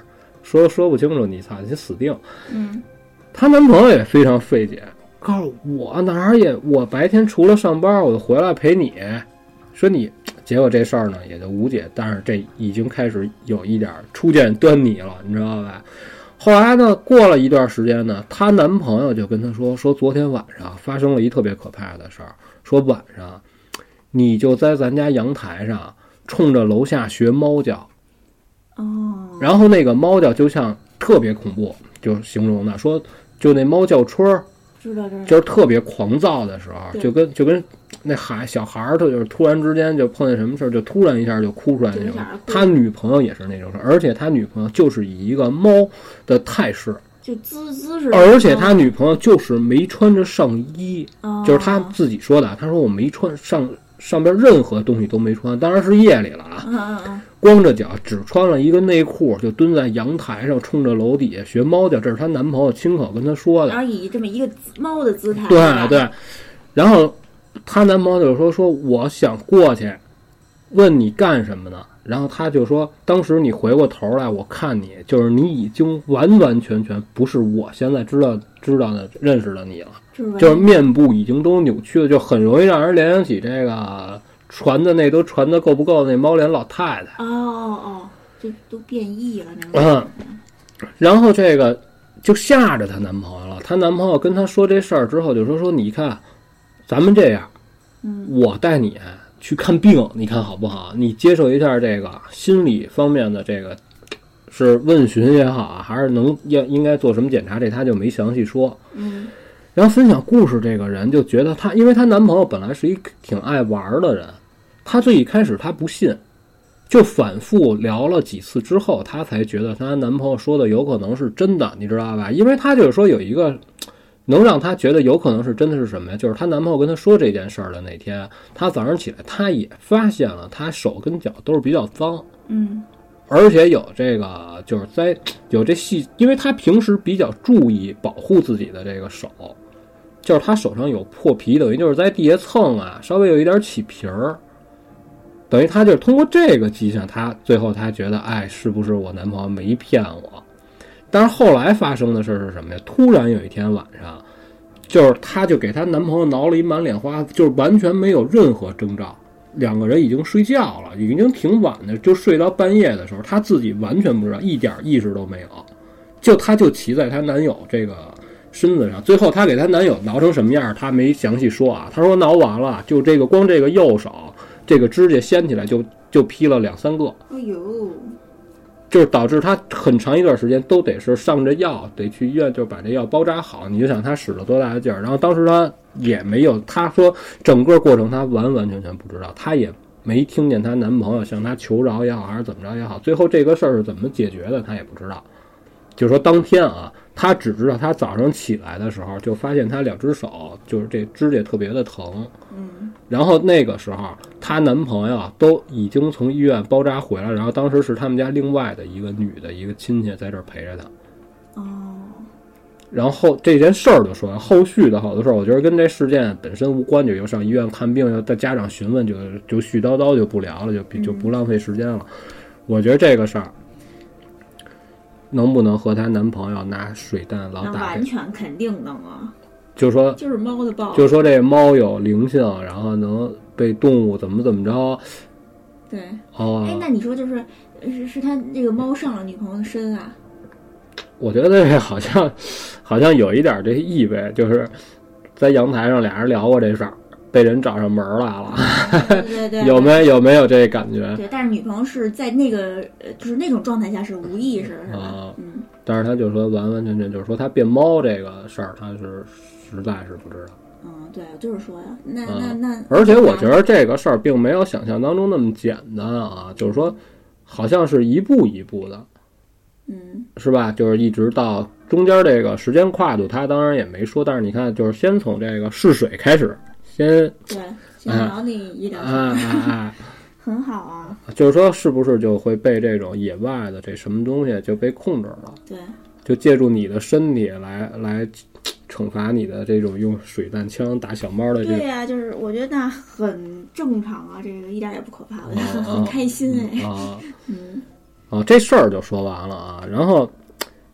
说不清楚，你死定。她男朋友也非常费解，告诉我哪儿也，我白天除了上班，我就回来陪你。说你，结果这事儿呢也就无解，但是这已经开始有一点初见端倪了，你知道吧？后来呢，过了一段时间呢，她男朋友就跟她说昨天晚上发生了一特别可怕的事儿，说晚上你就在咱家阳台上冲着楼下学猫叫。然后那个猫叫就像特别恐怖，就形容的说，就那猫叫春儿，就是特别狂躁的时候，就跟那小孩儿，就是突然之间就碰见什么事儿，就突然一下就哭出来那种。他女朋友也是那种事，而且他女朋友就是以一个猫的态势， 就姿势， 而且他女朋友就是没穿着上衣，就是他自己说的，他说我没穿上边任何东西都没穿，当然是夜里了啊。光着脚，只穿了一个内裤，就蹲在阳台上，冲着楼底下学猫叫。这是她男朋友亲口跟她说的。 然后以这么一个猫的姿态。 对。然后她男朋友就说我想过去，问你干什么呢？然后她就说，当时你回过头来，我看你，就是你已经完完全全不是我现在知道的认识的你了，就是面部已经都扭曲了，就很容易让人联想起这个。传的够不够那猫脸老太太这都变异了那然后这个就吓着她男朋友了。她男朋友跟她说这事儿之后就说你看咱们这样，我带你去看病，你看好不好？你接受一下这个心理方面的这个是问询也好啊，还是应该做什么检查，这她就没详细说。然后分享故事这个人就觉得因为她男朋友本来是一挺爱玩的人，她最一开始她不信，就反复聊了几次之后，她才觉得她男朋友说的有可能是真的，你知道吧？因为她就是说有一个能让她觉得有可能是真的是什么呀？就是她男朋友跟她说这件事儿的那天，她早上起来她也发现了她手跟脚都是比较脏，而且有这个就是有这细，因为她平时比较注意保护自己的这个手。就是他手上有破皮，等于就是在地下蹭啊，稍微有一点起皮儿，等于他就是通过这个迹象，最后他觉得，是不是我男朋友没骗我？但是后来发生的事是什么呀？突然有一天晚上，就是他就给他男朋友挠了一满脸花，就是完全没有任何征兆，两个人已经睡觉了，已经挺晚的，就睡到半夜的时候，他自己完全不知道，一点意识都没有，他就骑在他男友这个身子上，最后她给她男友挠成什么样她没详细说啊。她说挠完了就光这个右手这个指甲掀起来就劈了2-3个，就是导致她很长一段时间都得是上着药，得去医院就把这药包扎好。你就想她使了多大的劲儿，然后当时她也没有，她说整个过程她完完全全不知道，她也没听见她男朋友向她求饶也好还是怎么着也好，最后这个事儿是怎么解决的她也不知道。就是说当天啊，她只知道她早上起来的时候就发现她2只手就是这指甲特别的疼，然后那个时候她男朋友都已经从医院包扎回来，然后当时是他们家另外的一个女的一个亲戚在这儿陪着她。然后这件事儿就说后续的好多事儿，我觉得跟这事件本身无关，就又上医院看病，又带家长询问，就絮叨叨就不聊了，就不浪费时间了。我觉得这个事儿。能不能和她男朋友拿水弹老打？ 完全肯定能啊！ 就是说， 就是猫的报， 就是说这猫有灵性，然后能被动物怎么着。 对。那你说是他这个猫上了女朋友的身啊？ 我觉得这好像有一点这意味，就是在阳台上俩人聊过这事儿。被人找上门来了， 对， 有没有这感觉？ 对，但是女朋友是在那个就是那种状态下是无意识，是吧？ 但是他就说完完全全就是说他变猫这个事儿，他是实在是不知道。 对，就是说呀，那， 而且我觉得这个事儿并没有想象当中那么简单啊，就是说好像是一步一步的，是吧？就是一直到中间这个时间跨度，他当然也没说，但是你看，就是先从这个试水开始。先聊你一聊， 很好啊。 就是说，是不是就会被这种野外的这什么东西就被控制了？ 对， 就借助你的身体来惩罚你的这种用水弹枪打小猫的这个。 对呀，就是我觉得那很正常啊，这个一点也不可怕，我觉得很开心哎。 这事儿就说完了啊。然后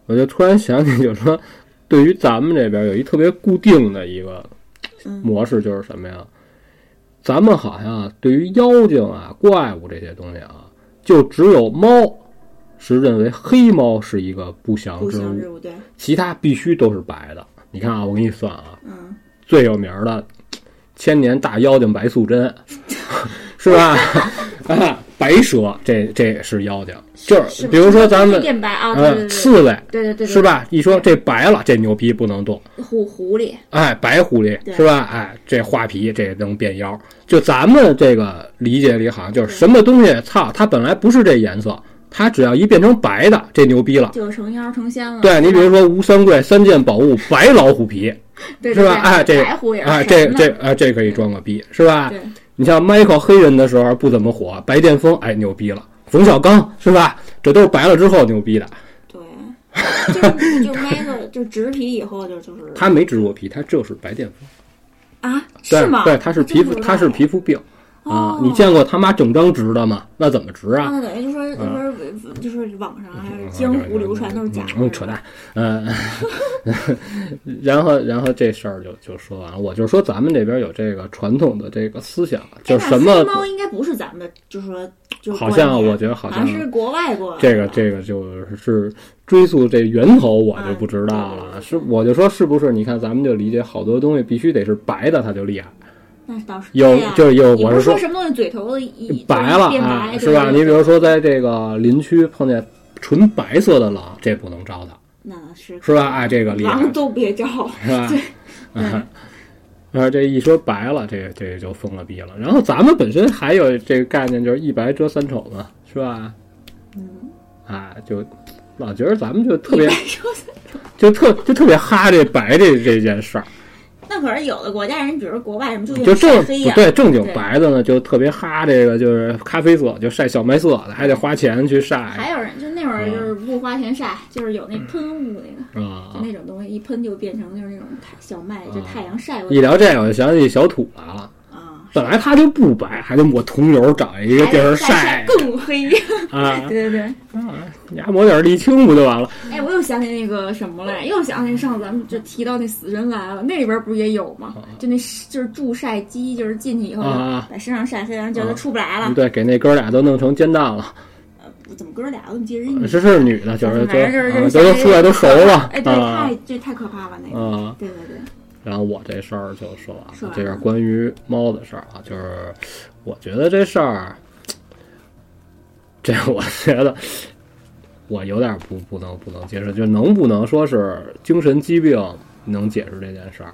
我就突然想起，就是说，对于咱们这边有一特别固定的一个模式，就是什么呀？咱们好像对于妖精啊、怪物这些东西啊，就只有猫是认为黑猫是一个不祥之物， 对， 其他必须都是白的。你看啊，我给你算啊，最有名的千年大妖精白素贞，是吧？啊，白蛇这是妖精，就是比如说咱们变白啊， 刺猬， 对， 是吧？一说这白了，这牛逼不能动。 狐狸， 哎，白狐狸是吧？哎，这画皮这能变妖。就咱们这个理解里，好像就是什么东西，操，它本来不是这颜色，它只要一变成白的，这牛逼了， 就成妖成仙了。 对，你比如说吴三桂3件宝物，白老虎皮， 对是吧？哎，这白虎也是， 哎，这可以装个逼，是吧？ 对。 你像 Michael 黑人的时候不怎么火，白癜风，哎，牛逼了。冯小刚是吧？这都是白了之后牛逼的。 对，就 Michael 就植皮以后就是他没植过皮，他就是白癜风啊？是吗？ 对，他是皮肤病。啊，你见过他妈整张直的吗？那怎么直啊？ 那等于就是网上还是江湖流传都是假的。 扯淡。然后这事儿就说完了。我就说咱们这边有这个传统的这个思想，就是什么猫应该不是咱们的，就是说好像我觉得好像是国外过来。 这个就是追溯这源头，我就不知道了。是我就说是不是？你看咱们就理解好多东西必须得是白的，它就厉害。 那倒是我是说什么东西嘴头子白了啊，是吧？你比如说在这个林区碰见纯白色的狼，这不能招它， 那是吧？哎，这个厉害， 狼都别招， 是吧？这一说白了，这就疯了逼了。然后咱们本身还有这个概念，就是一白遮三丑嘛，是吧？就老觉得咱们就特别就特别哈这白这件事儿。 那可是有的国家人，比如国外什么就晒黑呀， 对正经白的呢，就特别哈这个就是咖啡色，就晒小麦色的，还得花钱去晒。 还有人就那会儿就是不花钱晒，就是有那喷雾那个，就那种东西一喷就变成就是那种小麦，就太阳晒过。 一聊这个，我就想起小土来了。本来他就不白，还得抹桐油找一个地儿晒， 更黑啊！ 对你还抹点沥青不就完了？ 哎，我又想起那个什么来，又想起上次咱们就提到那死神来了，那里边不是也有吗？就那就是助晒机，就是进去以后在身上晒黑，然后就它出不来了。 对，给那哥俩都弄成煎蛋了。 怎么哥俩？我怎么记着是女的，就是都出来都熟了。 哎，对，这太可怕了那个。对。 然后我这事儿就说完了，这是关于猫的事儿啊，就是我觉得这事儿，这我觉得我有点不能接受，就能不能说是精神疾病能解释这件事儿？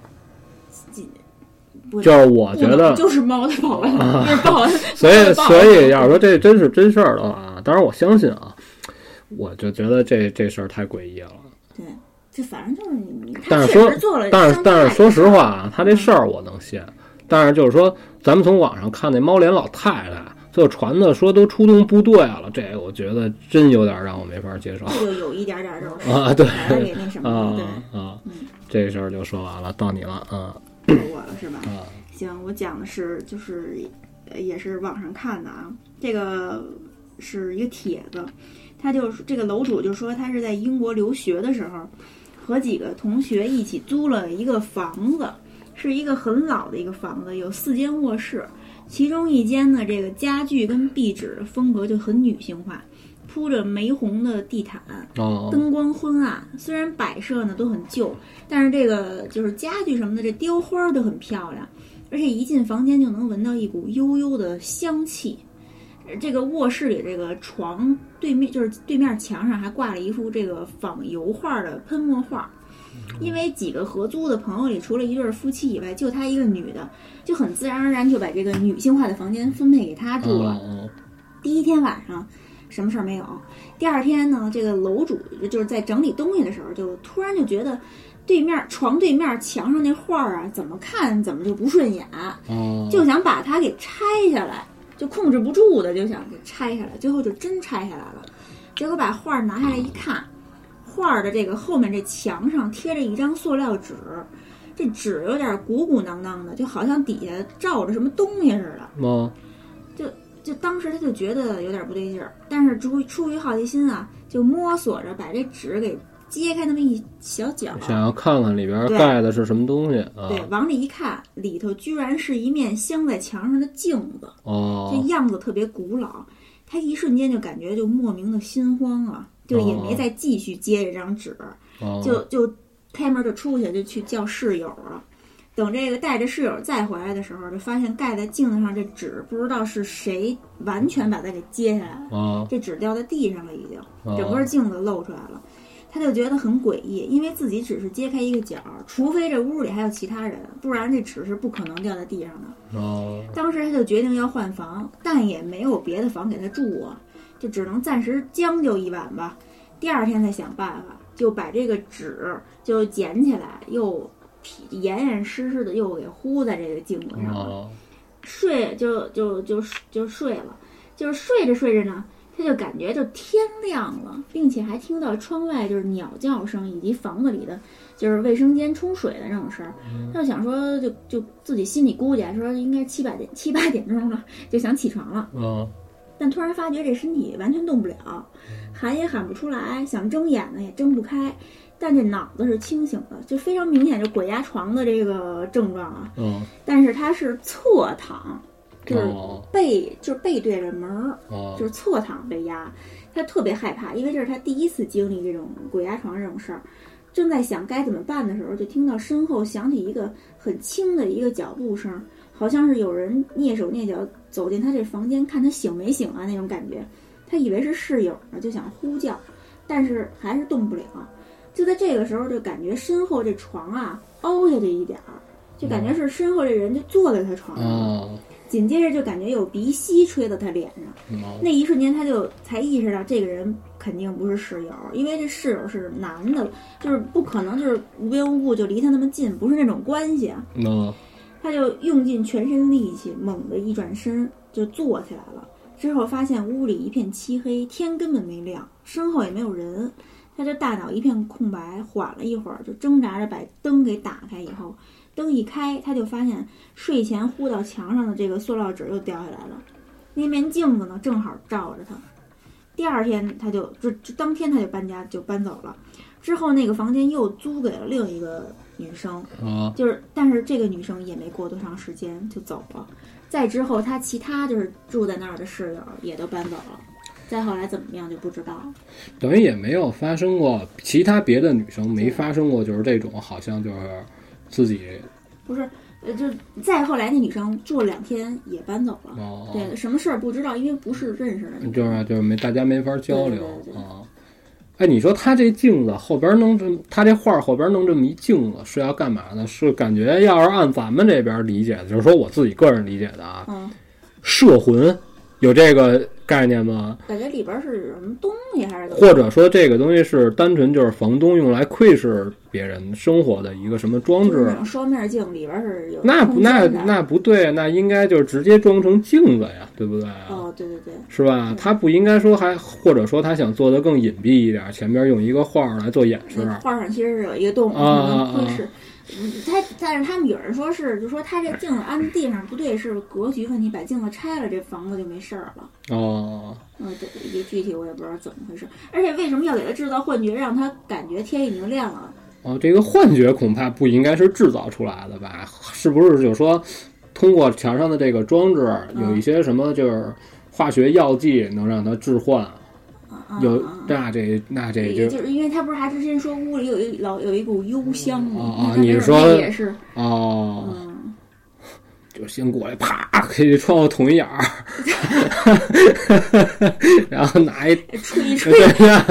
就是我觉得就是猫的报恩， 所以要是说这真是真事儿的话，当然我相信啊，我就觉得这事儿太诡异了。 对。就反正就是你， 但是说实话啊，他这事儿我能信。但是就是说，咱们从网上看那猫脸老太太，就传的说都出动部队了，这个我觉得真有点让我没法接受。 这就有一点就是啊，对给那什么这事儿就说完了，到你了我了是吧？行，我讲的是就是也是网上看的啊，这个是一个帖子，他就是这个楼主就说他是在英国留学的时候。和几个同学一起租了一个房子，是一个很老的一个房子，有4间卧室，其中一间呢，这个家具跟壁纸的风格就很女性化，铺着玫红的地毯，灯光昏暗，虽然摆设呢都很旧，但是这个就是家具什么的，这雕花都很漂亮，而且一进房间就能闻到一股悠悠的香气。这个卧室里这个床对面就是对面墙上还挂了一幅这个仿油画的喷墨画，因为几个合租的朋友里除了一对夫妻以外，就他一个女的，就很自然而然就把这个女性化的房间分配给他住了。第一天晚上什么事儿没有，第二天呢，这个楼主就是在整理东西的时候，就突然就觉得床对面墙上那画啊，怎么看怎么就不顺眼，就想把它给拆下来。就控制不住的就想给拆下来，最后就真拆下来了。结果把画拿下来一看，画的这个后面这墙上贴着一张塑料纸，这纸有点鼓鼓囊囊的，就好像底下罩着什么东西似的。就当时他就觉得有点不对劲儿，但是出于好奇心啊，就摸索着把这纸给揭开那么一小角， 想要看看里边盖的是什么东西啊？ 对，往里一看，里头居然是一面镶在墙上的镜子。这样子特别古老。他一瞬间就感觉就莫名的心慌啊，就也没再继续接这张纸，就开门就出去，就去叫室友了。等这个带着室友再回来的时候，就发现盖在镜子上这纸不知道是谁完全把它给揭下来了，这纸掉在地上了，已经整个镜子露出来了。他就觉得很诡异，因为自己只是揭开一个角，除非这屋里还有其他人，不然这纸是不可能掉在地上的。当时他就决定要换房，但也没有别的房给他住啊，就只能暂时将就一晚吧。第二天才想办法，就把这个纸就捡起来，又严严实实的又给糊在这个镜子上了。睡就睡了，就是睡着睡着呢，他就感觉就天亮了，并且还听到窗外就是鸟叫声以及房子里的就是卫生间冲水的那种声。他就想说就自己心里估计说应该7、8点钟了，就想起床了。但突然发觉这身体完全动不了，喊也喊不出来，想睁眼呢也睁不开，但这脑子是清醒的，就非常明显就鬼压床的这个症状啊。但是他是侧躺，就是背对着门，就是侧躺被压。他特别害怕，因为这是他第一次经历这种鬼压床这种事儿。正在想该怎么办的时候，就听到身后响起一个很轻的一个脚步声，好像是有人蹑手蹑脚走进他这房间，看他醒没醒啊那种感觉。他以为是室友呢，就想呼叫，但是还是动不了。就在这个时候，就感觉身后这床啊凹下去一点儿，就感觉是身后这人就坐在他床上。紧接着就感觉有鼻息吹到他脸上，那一瞬间他就才意识到这个人肯定不是室友，因为这室友是男的，就是不可能就是无缘无故就离他那么近，不是那种关系啊。他就用尽全身力气，猛地一转身就坐起来了。之后发现屋里一片漆黑，天根本没亮，身后也没有人，他就大脑一片空白，缓了一会儿，就挣扎着把灯给打开以后。灯一开，他就发现睡前糊到墙上的这个塑料纸又掉下来了，那面镜子呢正好照着他。第二天他就当天他就搬走了。之后那个房间又租给了另一个女生，但是这个女生也没过多长时间就走了。再之后他其他就是住在那儿的室友也都搬走了。再后来怎么样就不知道了。 等于也没有发生过其他别的女生没发生过就是这种好像就是自己不是，就再后来那女生住了2天也搬走了。对，什么事儿不知道，因为不是认识的。 就是大家没法交流啊。哎，你说他这镜子后边他这画后边弄这么一镜子是要干嘛呢？是感觉要是按咱们这边理解的，就是说我自己个人理解的啊，摄魂有这个概念吗？ 感觉里边是什么东西还是？ 或者说这个东西是单纯就是房东用来窥视别人生活的一个什么装置？ 那种双面镜里边是有那不对，那应该就是直接装成镜子呀，对不对？ 对， 是吧？他不应该说或者说他想做得更隐蔽一点，前面用一个画来做掩饰。 画上其实是有一个洞，窥视。但是他们有人说是，就说他这镜子安地上不对，是格局问题，把镜子拆了，这房子就没事儿了。对，具体我也不知道怎么回事。而且为什么要给他制造幻觉，让他感觉天已经亮了？ 这个幻觉恐怕不应该是制造出来的吧？是不是就是说，通过墙上的这个装置，有一些什么就是化学药剂能让它置换？那这就是因为他不是还之前说屋里有一股幽香吗？ 你是说也是就先过来啪可以窗户捅一眼儿，然后拿一吹一吹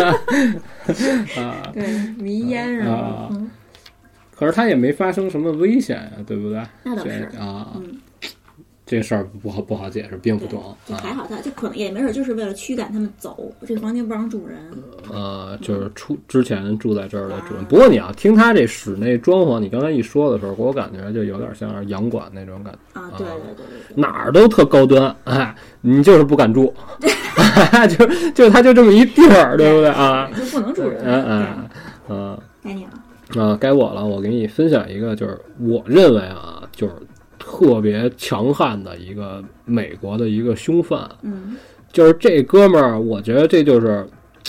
对，迷烟是吧？ 可是他也没发生什么危险呀，对不对？ 那倒是这事儿不好解释，并不懂。 还好，他就可能也没准就是为了驱赶他们走，这房间不让住人。 就是之前住在这儿的主人。不过你要听他这室内装潢，你刚才一说的时候，给我感觉就有点像是洋馆那种感觉对， 哪儿都特高端，你就是不敢住，就他就这么一地儿，对不对啊？ 就不能住人。该你了。该我了。我给你分享一个，就是我认为就是特别强悍的一个美国的一个凶犯。就是这哥们儿，我觉得这就是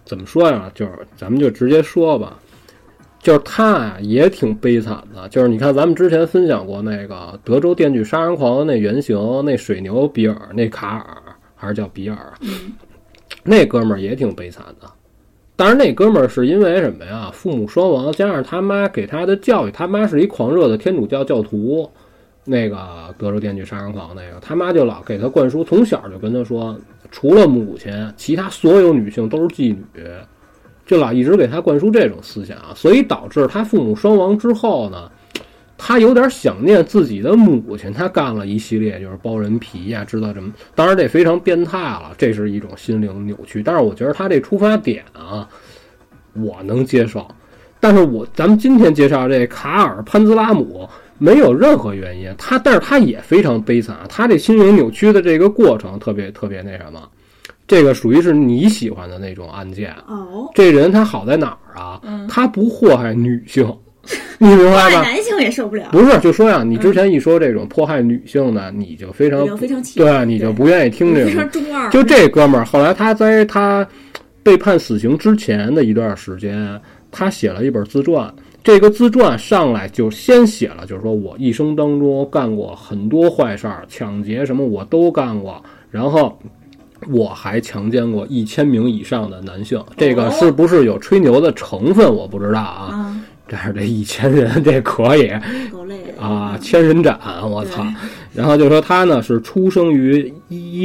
怎么说呀？就是咱们就直接说吧，就是他啊也挺悲惨的。就是你看咱们之前分享过那个德州电锯杀人狂的那原型，那水牛比尔，那卡尔还是叫比尔，那哥们儿也挺悲惨的。当然那哥们儿是因为什么呀？父母双亡，加上他妈给他的教育，他妈是一狂热的天主教教徒。那个德州电锯杀人狂那个，他妈就老给他灌输，从小就跟他说，除了母亲，其他所有女性都是妓女，就老一直给他灌输这种思想，所以导致他父母双亡之后呢，他有点想念自己的母亲，他干了一系列就是剥人皮呀，知道这么，当然这非常变态了，这是一种心灵扭曲，但是我觉得他这出发点啊，我能接受。但是咱们今天介绍这卡尔潘兹拉姆没有任何原因，但是他也非常悲惨，他这心灵扭曲的这个过程特别那什么，这个属于是你喜欢的那种案件。这人他好在哪儿啊？他不祸害女性，你明白吧？ 男性也受不了。 不是，就说呀，你之前一说这种迫害女性的，你就非常对，你就不愿意听这个。 非常中二。 就这哥们儿，后来他在他被判死刑之前的一段时间，他写了一本自传。这个自传上来就先写了，就是说我一生当中干过很多坏事儿，抢劫什么我都干过，然后我还强奸过1000名以上的男性。这个是不是有吹牛的成分我不知道啊。但是这1000人这可以啊，千人斩，我操！然后就说他呢是出生于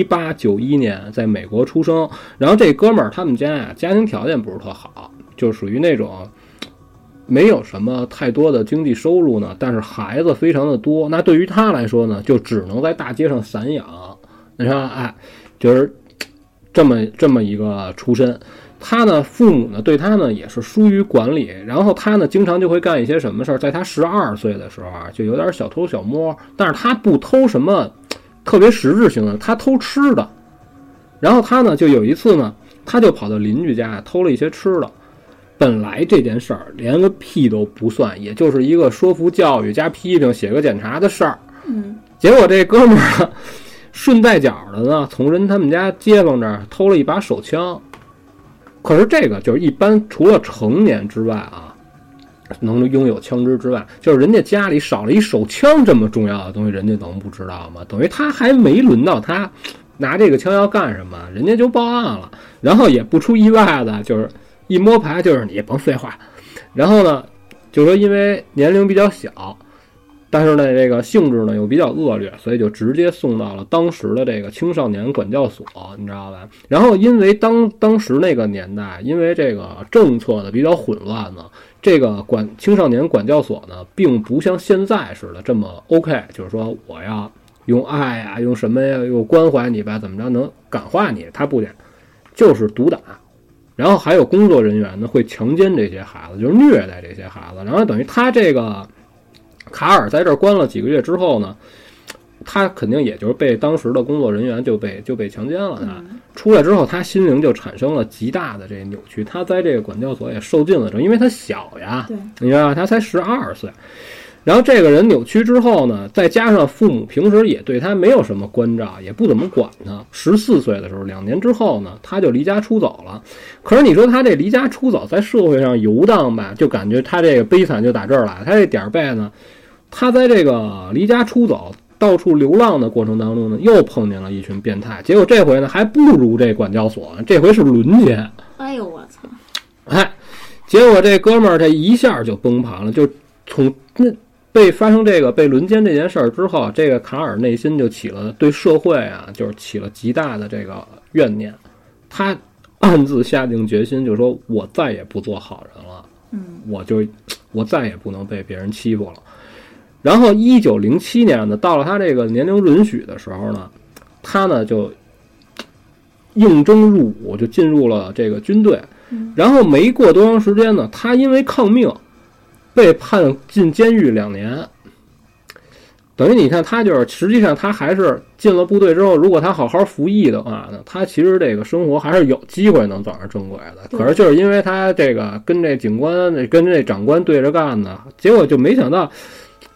1891年，在美国出生。然后这哥们儿他们家呀家庭条件不是特好，就属于那种没有什么太多的经济收入呢，但是孩子非常的多。那对于他来说呢，就只能在大街上散养。你看，哎，就是这么一个出身。他呢，父母呢对他呢也是疏于管理，然后他呢经常就会干一些什么事儿。在他12岁的时候啊，就有点小偷小摸，但是他不偷什么特别实质性的，他偷吃的。然后他呢就有一次呢，他就跑到邻居家偷了一些吃的。本来这件事儿连个屁都不算，也就是一个说服教育加批评写个检查的事儿。结果这哥们儿顺带脚的呢，从人他们家街坊这儿偷了一把手枪。可是这个就是一般除了成年之外啊，能拥有枪支之外，就是人家家里少了一手枪这么重要的东西，人家能不知道吗？等于他还没轮到他拿这个枪要干什么，人家就报案了。然后也不出意外的，就是一摸牌就是你甭废话，然后呢，就说因为年龄比较小，但是呢这个性质呢又比较恶劣，所以就直接送到了当时的这个青少年管教所，你知道吧？然后因为当时那个年代，因为这个政策呢比较混乱呢，这个青少年管教所呢并不像现在似的这么 OK， 就是说我要用爱啊，用什么呀，用关怀你吧，怎么着能感化你，他不讲，就是毒打。然后还有工作人员呢会强奸这些孩子，就是虐待这些孩子。然后等于他这个卡尔在这儿关了几个月之后呢，他肯定也就是被当时的工作人员就被强奸了。他出来之后，他心灵就产生了极大的这扭曲。他在这个管教所也受尽了，因为他小呀，你知道吧？他才12岁。然后这个人扭曲之后呢，再加上父母平时也对他没有什么关照，也不怎么管他。14岁的时候，2年之后呢，他就离家出走了。可是你说他这离家出走，在社会上游荡吧，就感觉他这个悲惨就打这儿来。他这点儿背呢，他在这个离家出走、到处流浪的过程当中呢，又碰见了一群变态。结果这回呢，还不如这管教所，这回是轮奸。 哎呦我操！ 哎，结果这哥们儿这一下就崩盘了，就从被发生这个被轮奸这件事儿之后，这个卡尔内心就起了对社会啊，就是起了极大的这个怨念。他暗自下定决心，就说我再也不做好人了，我再也不能被别人欺负了。然后1907年呢，到了他这个年龄允许的时候呢，他呢就应征入伍，就进入了这个军队。然后没过多长时间呢，他因为抗命被判进监狱2年。等于你看他就是实际上他还是进了部队之后，如果他好好服役的话呢，他其实这个生活还是有机会能走上正轨的。可是就是因为他这个跟这警官跟这长官对着干呢，结果就没想到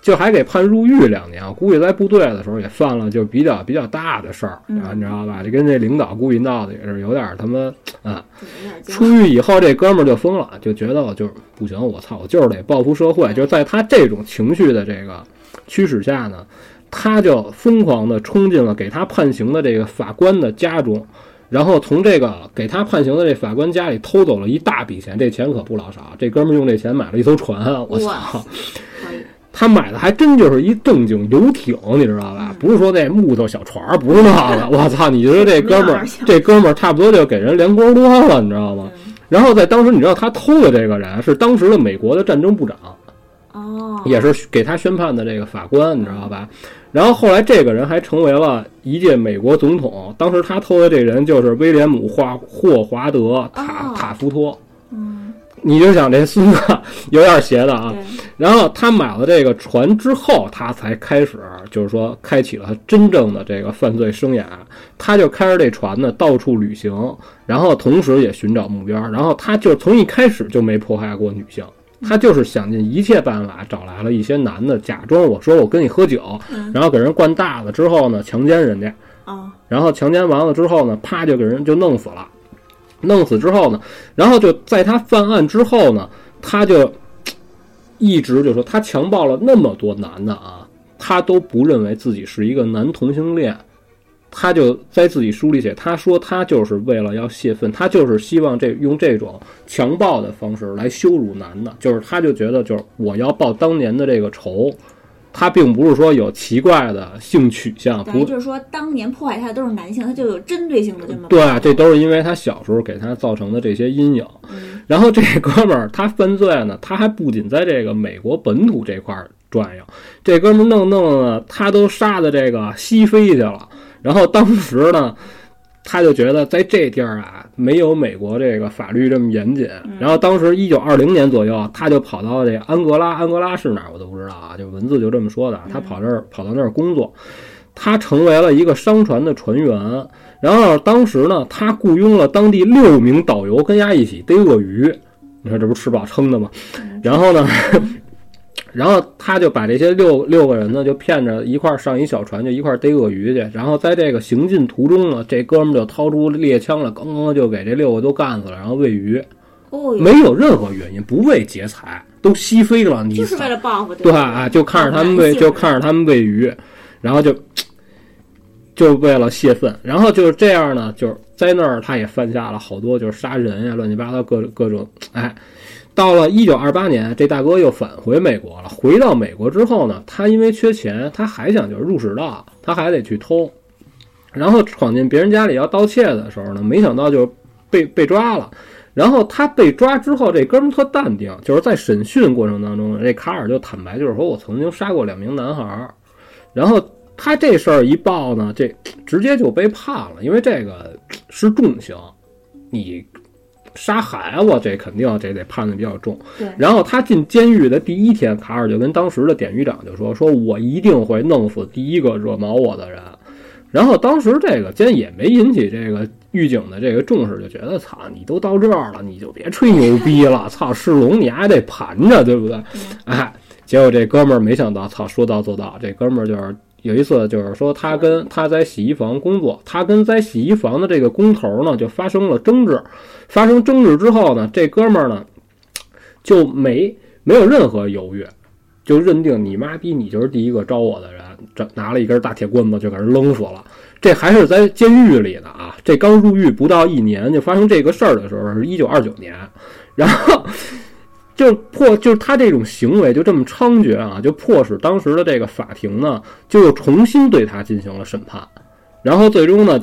就还给判入狱2年。我估计在部队的时候也犯了就比较大的事儿，你知道吧？这跟这领导故意闹的也是有点他妈啊。出狱以后这哥们儿就疯了，就觉得我就是不行，我操，我就是得报复社会。就在他这种情绪的这个驱使下呢，他就疯狂的冲进了给他判刑的这个法官的家中，然后从这个给他判刑的这法官家里偷走了一大笔钱，这钱可不老少。这哥们儿用这钱买了一艘船，我操！他买的还真就是一正经游艇，你知道吧？不是说那木头小船，不是那个。我操！你觉得这哥们儿差不多就给人连锅多了，你知道吗？然后在当时，你知道他偷的这个人是当时的美国的战争部长，也是给他宣判的这个法官，你知道吧？然后后来这个人还成为了一届美国总统。当时他偷的这人就是威廉姆霍华德塔夫托。你就想这孙子有点邪的啊。然后他买了这个船之后，他才开始就是说开启了他真正的这个犯罪生涯。他就开着这船呢到处旅行，然后同时也寻找目标。然后他就从一开始就没迫害过女性，他就是想尽一切办法找来了一些男的，假装我说我跟你喝酒，然后给人灌大了之后呢强奸人家，然后强奸完了之后呢啪就给人就弄死了。弄死之后呢，然后就在他犯案之后呢，他就一直就说他强暴了那么多男的啊，他都不认为自己是一个男同性恋。他就在自己书里写，他说他就是为了要泄愤，他就是希望用这种强暴的方式来羞辱男的，就是他就觉得就是我要报当年的这个仇。他并不是说有奇怪的性取向，不就是说当年迫害他的都是男性，他就有针对性的这么对啊，这都是因为他小时候给他造成的这些阴影。然后这哥们儿他犯罪呢，他还不仅在这个美国本土这块转悠，这哥们儿弄呢，他都杀到这个西非去了。然后当时呢，他就觉得在这地儿啊，没有美国这个法律这么严谨。然后当时1920年左右，他就跑到这安哥拉是哪儿我都不知道啊，就文字就这么说的。他跑到那儿工作，他成为了一个商船的船员。然后当时呢，他雇佣了当地6名导游跟丫一起逮鳄鱼。你说这不吃饱撑的吗？然后呢？然后他就把这些六个人呢，就骗着一块上一小船，就一块逮鳄鱼去。然后在这个行进途中呢，这哥们就掏出猎枪了，刚刚就给这6个都干死了，然后喂鱼。没有任何原因，不为劫财，都西非了，你就是为了报复。 对啊，就看着他们喂鱼，然后就为了泄愤。然后就是这样呢，就是在那儿他也犯下了好多就是杀人呀、乱七八糟各种到了1928年，这大哥又返回美国了。回到美国之后呢，他因为缺钱，他还想就是入室盗，他还得去偷，然后闯进别人家里要盗窃的时候呢，没想到就被抓了。然后他被抓之后，这哥们特淡定，就是在审讯过程当中，这卡尔就坦白，就是说我曾经杀过2名男孩。然后他这事儿一报呢，这直接就被判了，因为这个是重刑，你杀孩子这肯定这得判的比较重。然后他进监狱的第1天，卡尔就跟当时的典狱长就说我一定会弄死第一个惹毛我的人。然后当时这个监也没引起这个狱警的这个重视，就觉得操，你都到这儿了，你就别吹牛逼了，操，是龙你还得盘着，对不对？结果这哥们儿没想到，操，说到做到。这哥们儿就是有一次，就是说他在洗衣房工作，他跟在洗衣房的这个工头呢就发生了争执。发生争执之后呢，这哥们儿呢就没有任何犹豫，就认定你妈逼你就是第一个招我的人，拿了一根大铁棍子就给人扔死了。这还是在监狱里呢啊！这刚入狱不到1年就发生这个事儿的时候是1929年，然后就是他这种行为就这么猖獗啊，就迫使当时的这个法庭呢就又重新对他进行了审判，然后最终呢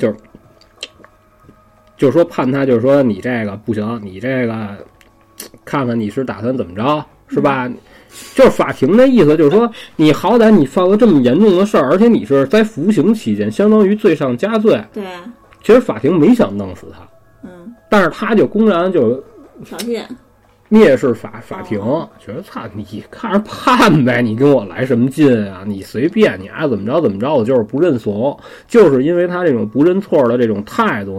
就是说判他，就是说你这个不行，你这个看看你是打算怎么着，是吧？就是法庭的意思就是说，你好歹你犯了这么严重的事儿，而且你是在服刑期间，相当于罪上加罪。 对， 其实法庭没想弄死他，但是他就公然就挑衅。 蔑视法庭，觉得操你看着判呗，你跟我来什么劲啊？你随便，你爱怎么着怎么着，我就是不认怂。就是因为他这种不认错的这种态度呢，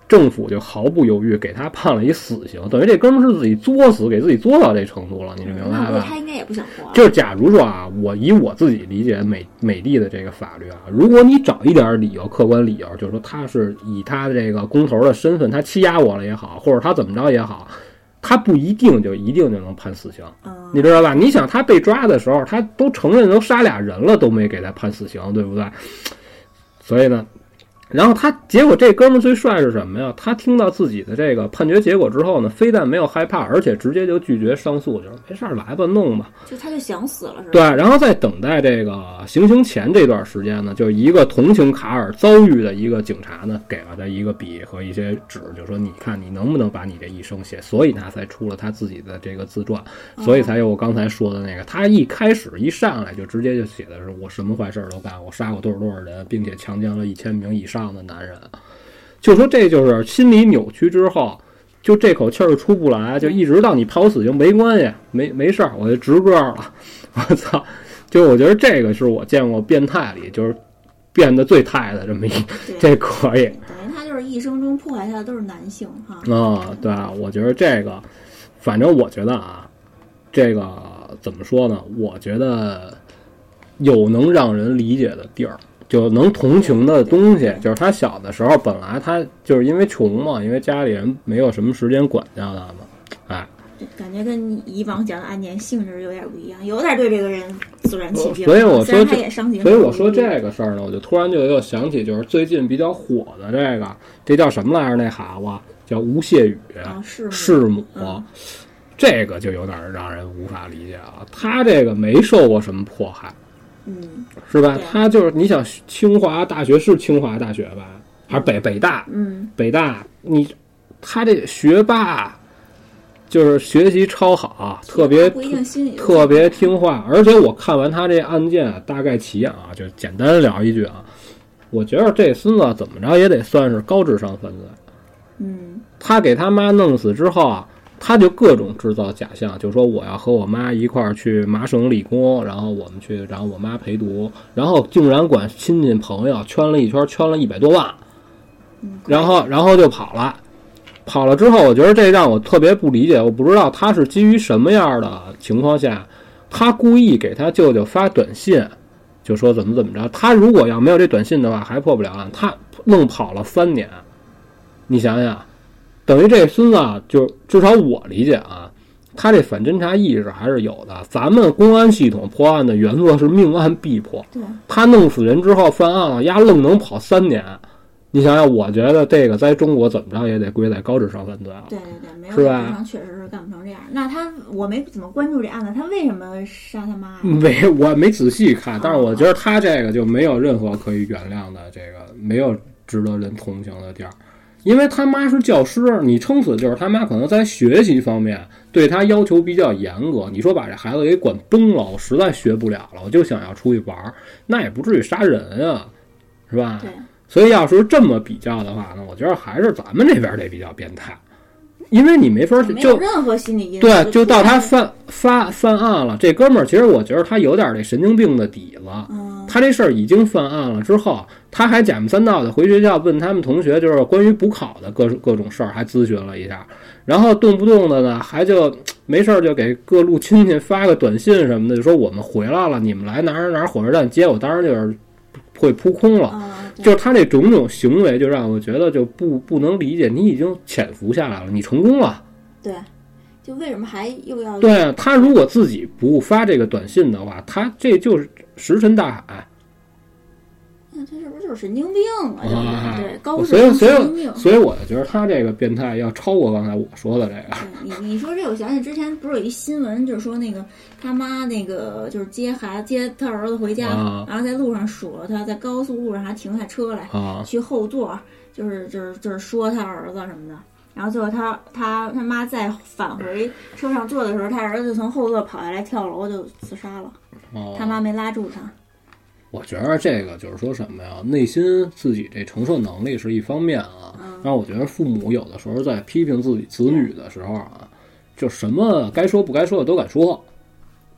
政府就毫不犹豫给他判了一死刑，等于这哥们是自己作死，给自己作到这程度了，你明白吧？ 他应该也不想活。 就是假如说啊，以我自己理解美帝的这个法律啊，如果你找一点理由，客观理由，就是说他是以他的这个公投的身份，他欺压我了也好，或者他怎么着也好，他不一定就能判死刑，你知道吧？你想他被抓的时候，他都承认都杀俩人了，都没给他判死刑，对不对？所以呢。然后结果这哥们最帅是什么呀？他听到自己的这个判决结果之后呢，非但没有害怕，而且直接就拒绝上诉，就是没事来吧，弄吧。 他就想死了是吧？ 对，然后在等待这个行刑前这段时间呢，就一个同情卡尔遭遇的一个警察呢，给了他一个笔和一些纸，就说你看你能不能把你这一生写，所以他才出了他自己的这个自传，所以才有我刚才说的那个，他一开始一上来就直接就写的是我什么坏事都干，我杀过多少人，并且强奸了1000名以上的男人，就说这就是心理扭曲之后，就这口气儿出不来，就一直到你判我死刑没关系，没事儿，我就直个了。我操！就我觉得这个是我见过变态里就是变得最态的这么这可以。 等于他就是一生中迫害他的都是男性哈。 对啊，我觉得这个，反正我觉得啊，这个怎么说呢？我觉得有能让人理解的地儿。就能同情的东西，就是他小的时候本来他就是因为穷嘛，因为家里人没有什么时间管教他嘛，哎， 感觉跟以往讲的案件性质有点不一样，有点对这个人肃然起敬。 所以我说他也伤心。 所以我说这个事儿呢，我就突然就又想起，就是最近比较火的这叫什么来着？那孩子叫吴谢宇，弑母。这个就有点让人无法理解了。他这个没受过什么迫害。是吧？他就是你想清华大学是清华大学吧，还是北大？北大，他这学霸，就是学习超好，特别听话。而且我看完他这案件大概起啊，就简单聊一句啊，我觉得这孙子怎么着也得算是高智商分子。他给他妈弄死之后啊。他就各种制造假象，就说我要和我妈一块儿去麻省理工，然后我们去，然后我妈陪读，然后竟然管亲戚朋友圈了一圈，圈了100多万，然后就跑了。跑了之后，我觉得这让我特别不理解，我不知道他是基于什么样的情况下，他故意给他舅舅发短信，就说怎么着。他如果要没有这短信的话，还破不了案。他愣跑了3年，你想想。等于这孙子就至少我理解啊，他这反侦查意识还是有的。咱们公安系统破案的原则是命案必破，他弄死人之后犯案了，丫愣能跑3年。你想想，我觉得这个在中国怎么着也得归在高智商犯罪了。 对，没有智商确实是干不成这样。那我没怎么关注这案子，他为什么杀他妈呀？ 我没仔细看，但是我觉得他这个就没有任何可以原谅的，这个没有值得人同情的地儿。因为他妈是教师，你撑死就是他妈可能在学习方面对他要求比较严格。你说把这孩子给管崩了，我实在学不了了，我就想要出去玩，那也不至于杀人啊，是吧？ 对。 所以要是这么比较的话呢，我觉得还是咱们这边得比较变态，因为你没法没有任何心理因素。 对，就到他犯案了。这哥们儿其实我觉得他有点这神经病的底子。他这事儿已经犯案了之后，他还假模三道的回学校问他们同学，就是关于补考的各种事儿，还咨询了一下。然后动不动的呢，还就没事儿就给各路亲戚发个短信什么的，就说我们回来了，你们来哪火车站接我。当然就是会扑空了。就是他这种种行为，就让我觉得就不能理解。你已经潜伏下来了，你成功了。 对。就为什么还又要？ 对啊，他如果自己不发这个短信的话，他这就是石沉大海。 那他是不是就是神经病啊？对，高智商神经病。所以我就觉得他这个变态要超过刚才我说的这个。你说这，我想起之前不是有一新闻，就是说那个他妈那个就是接他儿子回家，然后在路上数了他，在高速路上还停下车来，去后座，就是说他儿子什么的。然后最后他妈再返回车上坐的时候，他儿子从后座跑下来跳楼就自杀了。他妈没拉住他。 我觉得这个就是说什么呀？内心自己这承受能力是一方面啊。然后我觉得父母有的时候在批评自己子女的时候啊，就什么该说不该说的都敢说。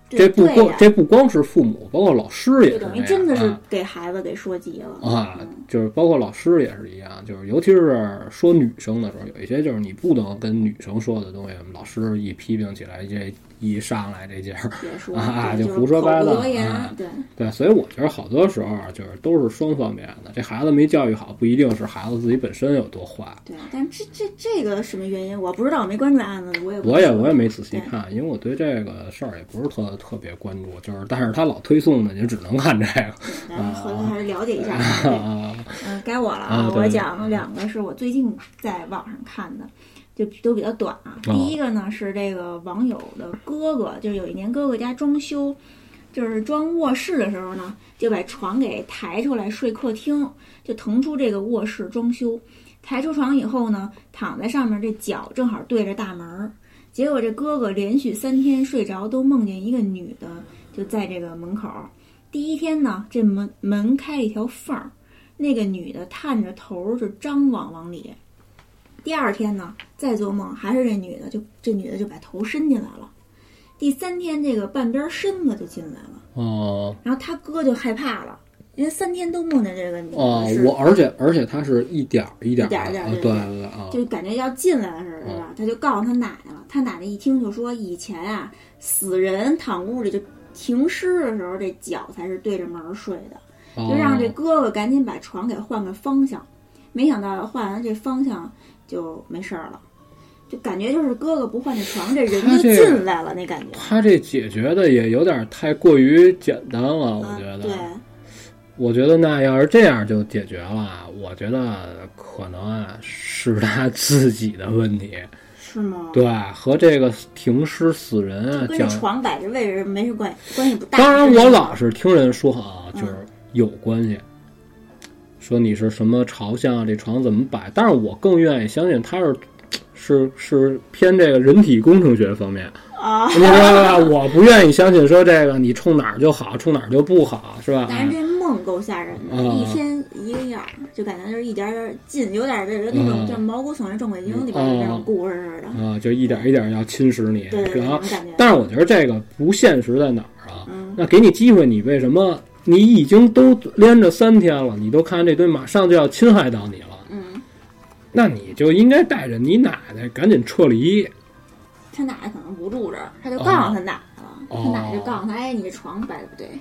这不光是父母，包括老师也是等于真的是给孩子给说急了啊！就是包括老师也是一样，就是尤其是说女生的时候，有一些就是你不能跟女生说的东西，老师一批评起来，这一上来这劲儿就胡说八道对，所以我觉得好多时候就是都是双方面的，这孩子没教育好，不一定是孩子自己本身有多坏。 对，但这个什么原因我不知道，我没关注案子， 我也没仔细看，因为我对这个事儿也不是特别关注，就是但是他老推送的，你只能看这个。 然后回头还是了解一下。该我了我讲两个是我最近在网上看的。就都比较短啊。第一个呢是这个网友的哥哥，就是有一年哥哥家装修，就是装卧室的时候呢，就把床给抬出来睡客厅，就腾出这个卧室装修。抬出床以后呢，躺在上面，这脚正好对着大门。结果这哥哥连续3天睡着都梦见一个女的就在这个门口。第一天呢，这门开了一条缝儿，那个女的探着头就张望往里。第二天呢，再做梦还是这女的就把头伸进来了。第3天，这个半边身子就进来了。然后他哥就害怕了，因为3天都梦见这个女的。 而且他是一点一点对，就感觉要进来了似的，是吧？他就告诉他奶奶了，他奶奶一听就说，以前啊，死人躺屋里就停尸的时候，这脚才是对着门睡的，就让这哥哥赶紧把床给换个方向。没想到换完这方向就没事了，就感觉就是哥哥不换这床，这人就进来了那感觉。 他这解决的也有点太过于简单了，我觉得。 对， 我觉得那要是这样就解决了，我觉得可能是他自己的问题。 是吗？ 对，和这个停尸死人跟床摆着位置没什么关系不大。 当然，我老是听人说就是有关系。说你是什么朝向，这床怎么摆？但是我更愿意相信他是偏这个人体工程学方面你知道吧？我不愿意相信说这个你冲哪儿就好，冲哪儿就不好，是吧？ 但是这梦够吓人的，一天一个样，就感觉就是一点点进，有点这个那种叫《毛骨悚然撞鬼经》里边的那种故事似的就一点一点要侵蚀你。 对， 然后但是我觉得这个不现实在哪儿啊？那给你机会，你为什么？你已经都连着3天了，你都看这堆马上就要侵害到你了，那你就应该带着你奶奶赶紧撤离。 他奶奶可能不住这儿，他就告诉他奶奶了，他奶奶就告诉他，哎，你这床摆的不对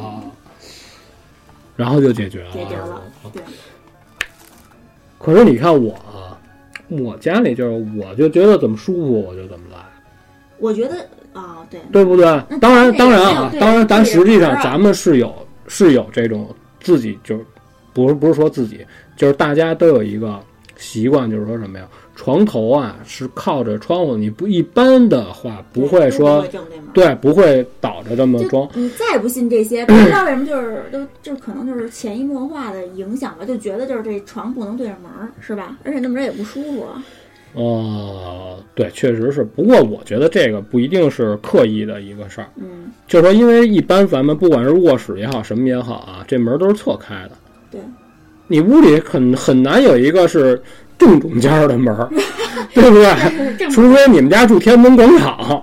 然后就解决了。 对。 可是你看我家里就是，我就觉得怎么舒服我就怎么来。 我觉得对不对？当然咱实际上咱们是有这种自己就不是说自己，就是大家都有一个习惯，就是说什么呀？床头是靠着窗户，你不一般的话不会说不会倒着这么装。 你再不信这些，不知道为什么就可能就是潜移默化的影响了，就觉得就是这床不能对着门，是吧？而且那么着也不舒服。 对，确实是。不过我觉得这个不一定是刻意的一个事儿。就是说，因为一般咱们不管是卧室也好，什么也好这门都是错开的。 对， 你屋里很难有一个是正中间的门，对不对？除非你们家住天安门广场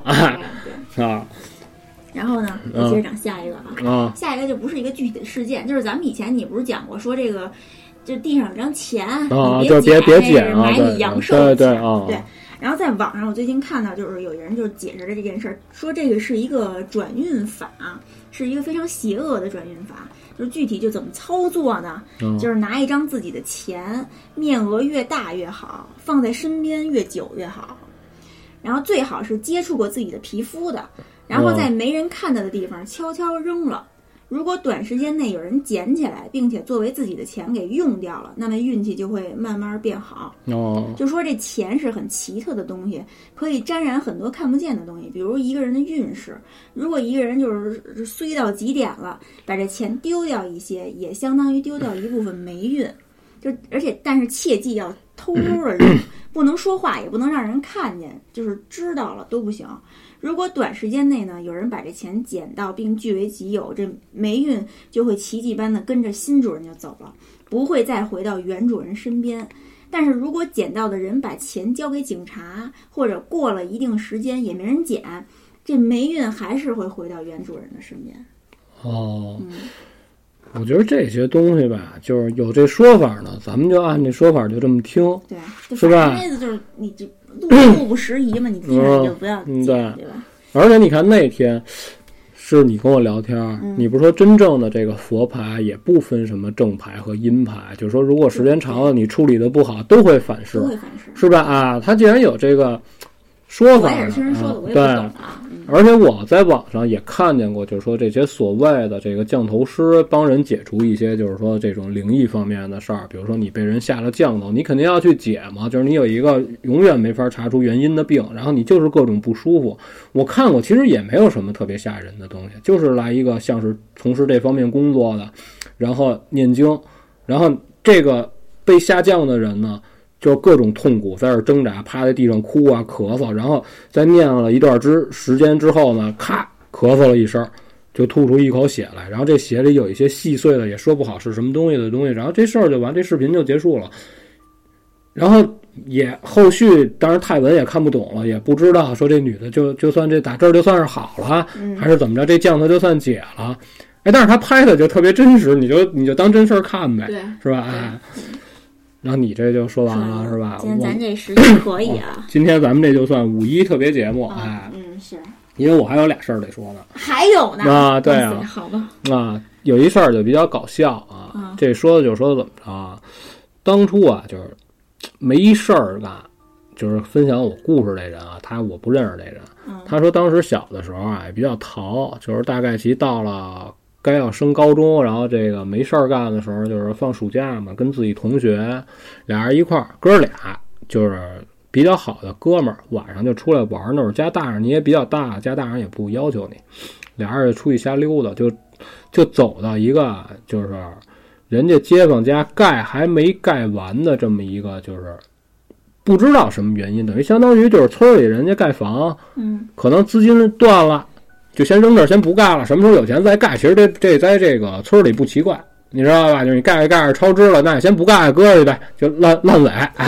然后呢，我接着讲下一个下一个就不是一个具体的事件，就是咱们以前你不是讲过说这个。就地上有张钱就别捡买你阳寿对。 然后在网上我最近看到，就是有人就解释了这件事儿，说这个是一个转运法，是一个非常邪恶的转运法。就是具体就怎么操作呢？就是拿一张自己的钱，面额越大越好，放在身边越久越好，然后最好是接触过自己的皮肤的，然后在没人看到的地方悄悄扔了。如果短时间内有人捡起来，并且作为自己的钱给用掉了，那么运气就会慢慢变好。就说这钱是很奇特的东西，可以沾染很多看不见的东西，比如一个人的运势。如果一个人就是衰到极点了，把这钱丢掉一些，也相当于丢掉一部分霉运。但是切记要偷偷的扔，不能说话，也不能让人看见，就是知道了都不行。如果短时间内呢，有人把这钱捡到并据为己有，这霉运就会奇迹般的跟着新主人就走了，不会再回到原主人身边。但是如果捡到的人把钱交给警察，或者过了一定时间也没人捡， 这霉运还是会回到原主人的身边。 哦，我觉得这些东西吧，就是有这说法呢，咱们就按这说法就这么听， 对， 是吧？ 那个就是你就路不拾遗嘛，你听着你就不要对对吧？ 而且你看那天是你跟我聊天，你不是说真正的这个佛牌也不分什么正牌和阴牌，就是说如果时间长了你处理的不好，都会反噬，是吧？啊，他既然有这个说法， 我也是听人说的，我也不懂啊。 而且我在网上也看见过，就是说这些所谓的这个降头师帮人解除一些就是说这种灵异方面的事儿，比如说你被人下了降头，你肯定要去解嘛，就是你有一个永远没法查出原因的病，然后你就是各种不舒服。我看过，其实也没有什么特别吓人的东西，就是来一个像是从事这方面工作的，然后念经，然后这个被下降的人呢，就各种痛苦，在这挣扎，趴在地上哭啊咳嗽，然后在念了一段时间之后呢，咔咳嗽了一声，就吐出一口血来，然后这血里有一些细碎的，也说不好是什么东西的东西，然后这事儿就完，这视频就结束了。然后也后续当然泰文也看不懂了，也不知道说这女的就算这打这儿就算是好了，还是怎么着，这降头就算解了。哎，但是他拍的就特别真实，你就当真事儿看呗，是吧？哎。然后你这就说完了是吧？ 今天咱这时间可以啊。 今天咱们这就算5·1特别节目，哎， 是。 因为我还有俩事儿得说呢。 还有呢？ 啊，对啊， 好吧。 啊，有一事儿就比较搞笑啊。这说的就说怎么着啊？当初啊，就是没事儿干，就是分享我故事这人啊，我不认识这人。他说当时小的时候啊，也比较淘，就是大概其到了该要升高中，然后这个没事儿干的时候，就是放暑假嘛，跟自己同学俩人一块儿，哥俩就是比较好的哥们儿，晚上就出来玩。那会儿家大人你也比较大，家大人也不要求你，俩人就出去瞎溜达，就走到一个就是人家街坊家还没盖完的这么一个，就是不知道什么原因，等于相当于就是村里人家盖房，可能资金断了。就先扔这儿，先不盖了，什么时候有钱再盖。其实这在这个村里不奇怪，你知道吧？就是你盖着超支了，那你先不盖，搁去呗，就烂尾。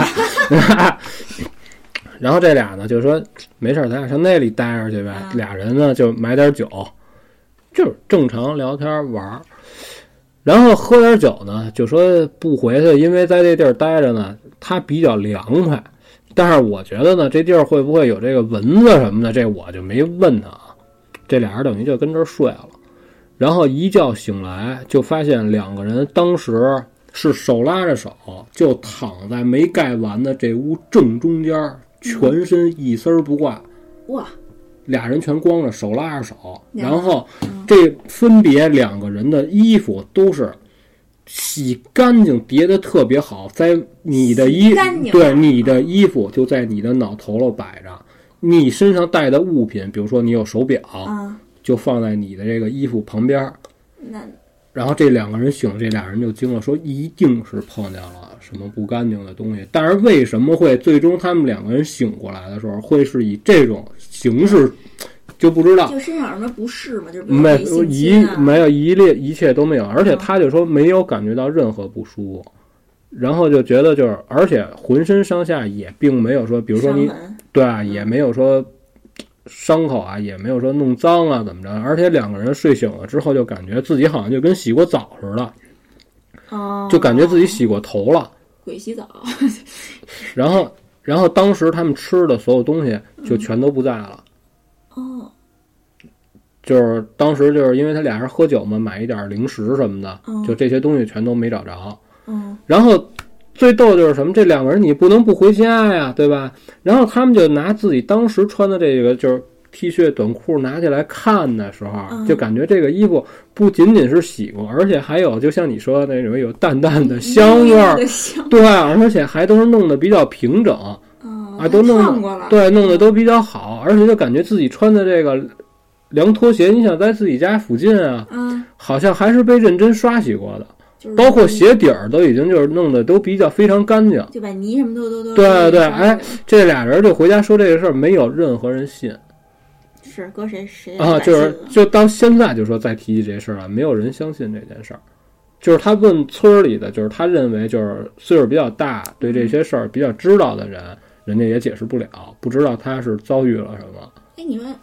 然后这俩呢就说没事，咱俩上那里待着去呗。俩人呢就买点酒，就是正常聊天玩，然后喝点酒呢，就说不回去，因为在这地儿待着呢，它比较凉快。但是我觉得呢，这地儿会不会有这个蚊子什么的，这我就没问他啊。这俩人等于就跟这儿睡了，然后一觉醒来就发现两个人当时是手拉着手，就躺在没盖完的这屋正中间，全身一丝不挂。 哇！ 俩人全光着，手拉着手，然后这分别两个人的衣服都是洗干净，叠得特别好，在你的你的衣服就在你的脑头了摆着。你身上带的物品，比如说你有手表，就放在你的这个衣服旁边。然后这两个人醒了，这俩人就惊了，说一定是碰见了什么不干净的东西。但是为什么会最终他们两个人醒过来的时候，会是以这种形式，就不知道。 就身上有什么不适吗？就是没有一切都没有，而且他就说没有感觉到任何不舒服。然后就觉得就是，而且浑身上下也并没有说，比如说你对啊，也没有说伤口啊，也没有说弄脏啊怎么着，而且两个人睡醒了之后就感觉自己好像就跟洗过澡似的，就感觉自己洗过头了， 鬼洗澡。 然后当时他们吃的所有东西就全都不在了。就是当时就是因为他俩人喝酒嘛，买一点零食什么的，就这些东西全都没找着。然后最逗就是什么？这两个人你不能不回家呀，对吧？然后他们就拿自己当时穿的这个就是 T 恤短裤拿起来看的时候，就感觉这个衣服不仅仅是洗过，而且还有就像你说的那种有淡淡的香味儿，对，而且还都是弄得比较平整，都弄得都比较好，而且就感觉自己穿的这个凉拖鞋，你想在自己家附近啊，好像还是被认真刷洗过的。包括鞋底儿都已经就是弄得都比较非常干净， 就把泥什么都对，哎，这俩人就回家说这个事儿，没有任何人信， 是搁谁啊，就到现在就说再提起这事儿啊，没有人相信这件事儿。就是他问村里的，就是他认为就是岁数比较大，对这些事儿比较知道的人，人家也解释不了，不知道他是遭遇了什么。 哎，你说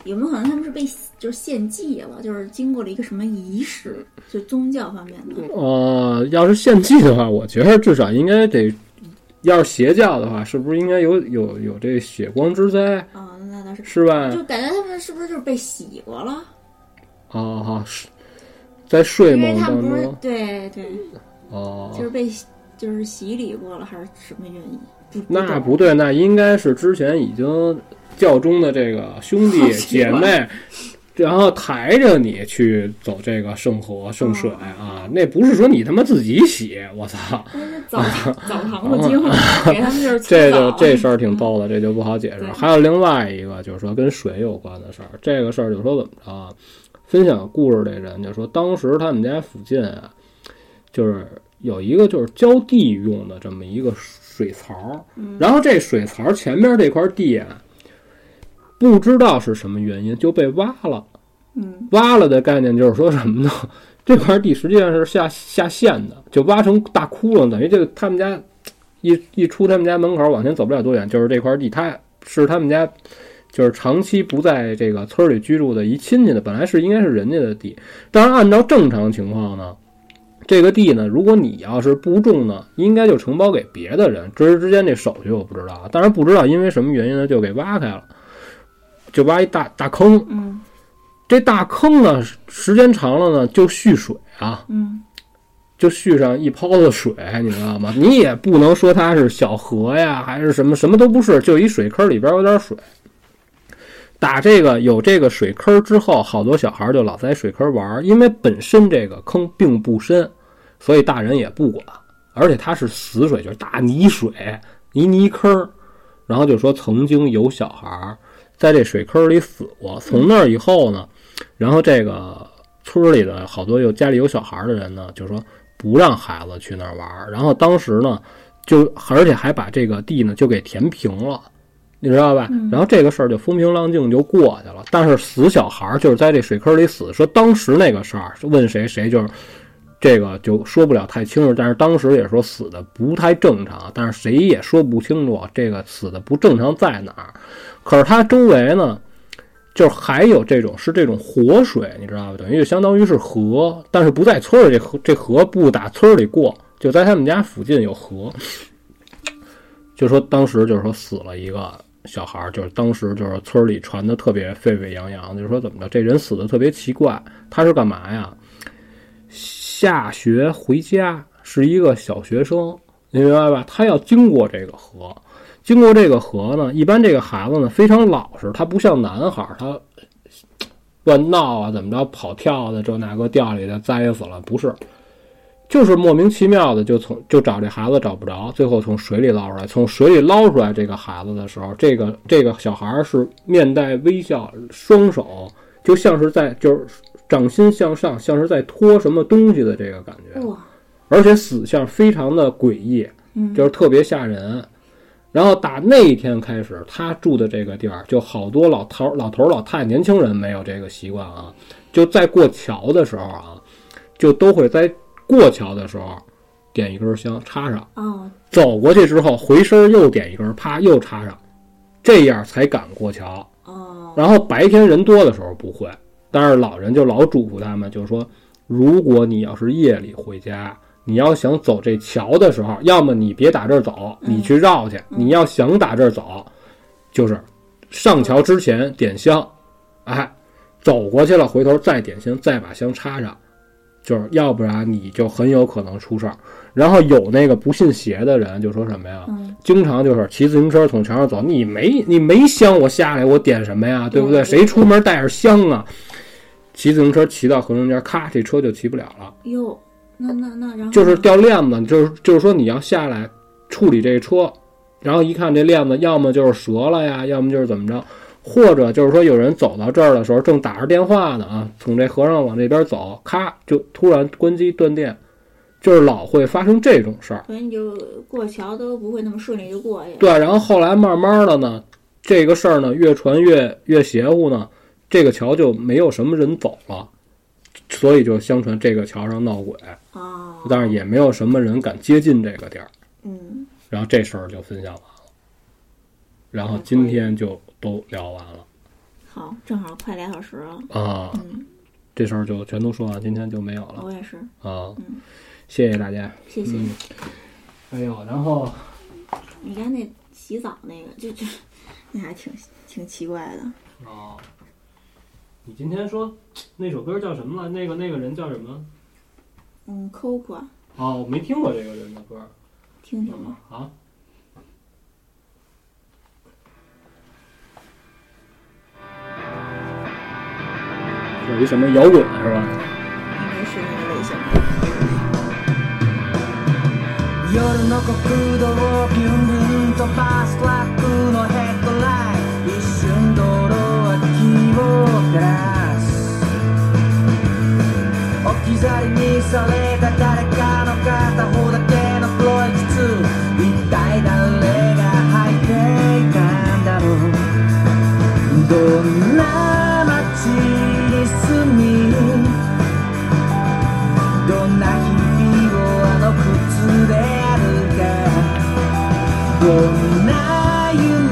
有没有可能他们是被就是献祭了，就是经过了一个什么仪式，就宗教方面的？ 要是献祭的话，我觉得至少应该得，要是邪教的话，是不是应该有这血光之灾？ 那倒是， 是吧？ 就感觉他们是不是就是被洗过了？ 是在睡梦当中， 因为他们不是对，就是被就是洗礼过了，还是什么原因？ 那不对，那应该是之前已经教中的这个兄弟姐妹，然后抬着你去走这个圣河圣水啊，那不是说你他妈自己洗，我操！ 澡堂子经给他们就是这事儿挺逗的，这就不好解释。还有另外一个就是说跟水有关的事儿，这个事儿就说怎么着啊？分享故事的人就说，当时他们家附近啊，就是有一个就是浇地用的这么一个水槽，然后这水槽前面这块地啊，不知道是什么原因就被挖了。挖了的概念就是说什么呢？这块地实际上是下陷的，就挖成大窟窿，等于这个他们家一出他们家门口往前走不了多远，就是这块地，它是他们家就是长期不在这个村里居住的一亲戚的，本来应该是人家的地。当然按照正常情况呢，这个地呢，如果你要是不种呢，应该就承包给别的人。之间这手续我不知道，当然不知道因为什么原因呢，就给挖开了，就挖一大坑。这大坑呢，时间长了呢，就蓄水啊，就蓄上一泡子水，你知道吗？你也不能说它是小河呀，还是什么都不是，就一水坑里边有点水。打有这个水坑之后，好多小孩就老在水坑玩，因为本身这个坑并不深，所以大人也不管，而且它是死水，就是大泥水，泥坑。然后就说曾经有小孩在这水坑里死过，从那以后呢，然后这个村里的好多家里有小孩的人呢，就说不让孩子去那儿玩。然后当时呢，而且还把这个地呢就给填平了，你知道吧？然后这个事儿就风平浪静就过去了。但是死小孩就是在这水坑里死，说当时那个事儿问谁就是这个就说不了太清楚，但是当时也说死的不太正常，但是谁也说不清楚这个死的不正常在哪儿。可是它周围呢，就是还有这种活水，你知道吧？等于就相当于是河，但是不在村里，这河不打村里过，就在他们家附近有河。就说当时就是说死了一个小孩，就是当时就是村里传的特别沸沸扬扬，就是说怎么着，这人死的特别奇怪，他是干嘛呀？下学回家，是一个小学生，你明白吧？他要经过这个河。经过这个河呢，一般这个孩子呢非常老实，他不像男孩，他乱闹啊，怎么着跑跳的，这那个掉里头栽死了，不是，就是莫名其妙的就找这孩子找不着，最后从水里捞出来。从水里捞出来这个孩子的时候，这个小孩是面带微笑，双手就像是就是掌心向上，像是在拖什么东西的这个感觉，而且死相非常的诡异，就是特别吓人。然后打那一天开始，他住的这个地儿就好多老头老太太，年轻人没有这个习惯啊，就在过桥的时候啊，就都会在过桥的时候点一根香插上，走过去之后回身又点一根，啪又插上，这样才敢过桥。然后白天人多的时候不会，但是老人就老嘱咐他们，就是说，如果你要是夜里回家，你要想走这桥的时候，要么你别打这儿走，你去绕去。你要想打这儿走，就是上桥之前点香，走过去了回头再点香，再把香插上，就是要不然你就很有可能出事儿。然后有那个不信邪的人就说什么呀？经常就是骑自行车从桥上走，你没香，我下来我点什么呀？对不对？谁出门带着香啊？骑自行车骑到河中间，咔，这车就骑不了了。 哟。那然后就是掉链子，就是说你要下来处理这车，然后一看这链子要么就是折了呀，要么就是怎么着，或者就是说有人走到这儿的时候正打着电话呢啊，从这河上往这边走，咔就突然关机断电，就是老会发生这种事儿。 所以你就过桥都不会那么顺利就过去。 对，然后后来慢慢的呢，这个事儿呢越传越邪乎呢，这个桥就没有什么人走了。所以就相传这个桥上闹鬼，但是也没有什么人敢接近这个地儿。然后这事儿就分享完了，然后今天就都聊完了。 好，正好快2小时了啊。这事儿就全都说完，今天就没有了。 我也是啊。谢谢大家， 谢谢。 哎呦，然后你看那洗澡那个，就那还挺奇怪的。 哦，你今天说那首歌叫什么了？那个人叫什么 ？Coco。 哦，我没听过这个人的歌， 听听吧。 好。有一什么摇滚是吧？ 应该是那个类型的。 夜の国道をビュンビュンとパストラックのヘッドライト一瞬道路脇を照らす置き去りにされた誰かの片方だけの黒い靴一体誰が履いていたんだろうどんな街に住みどんな日々をあの靴でどんな夢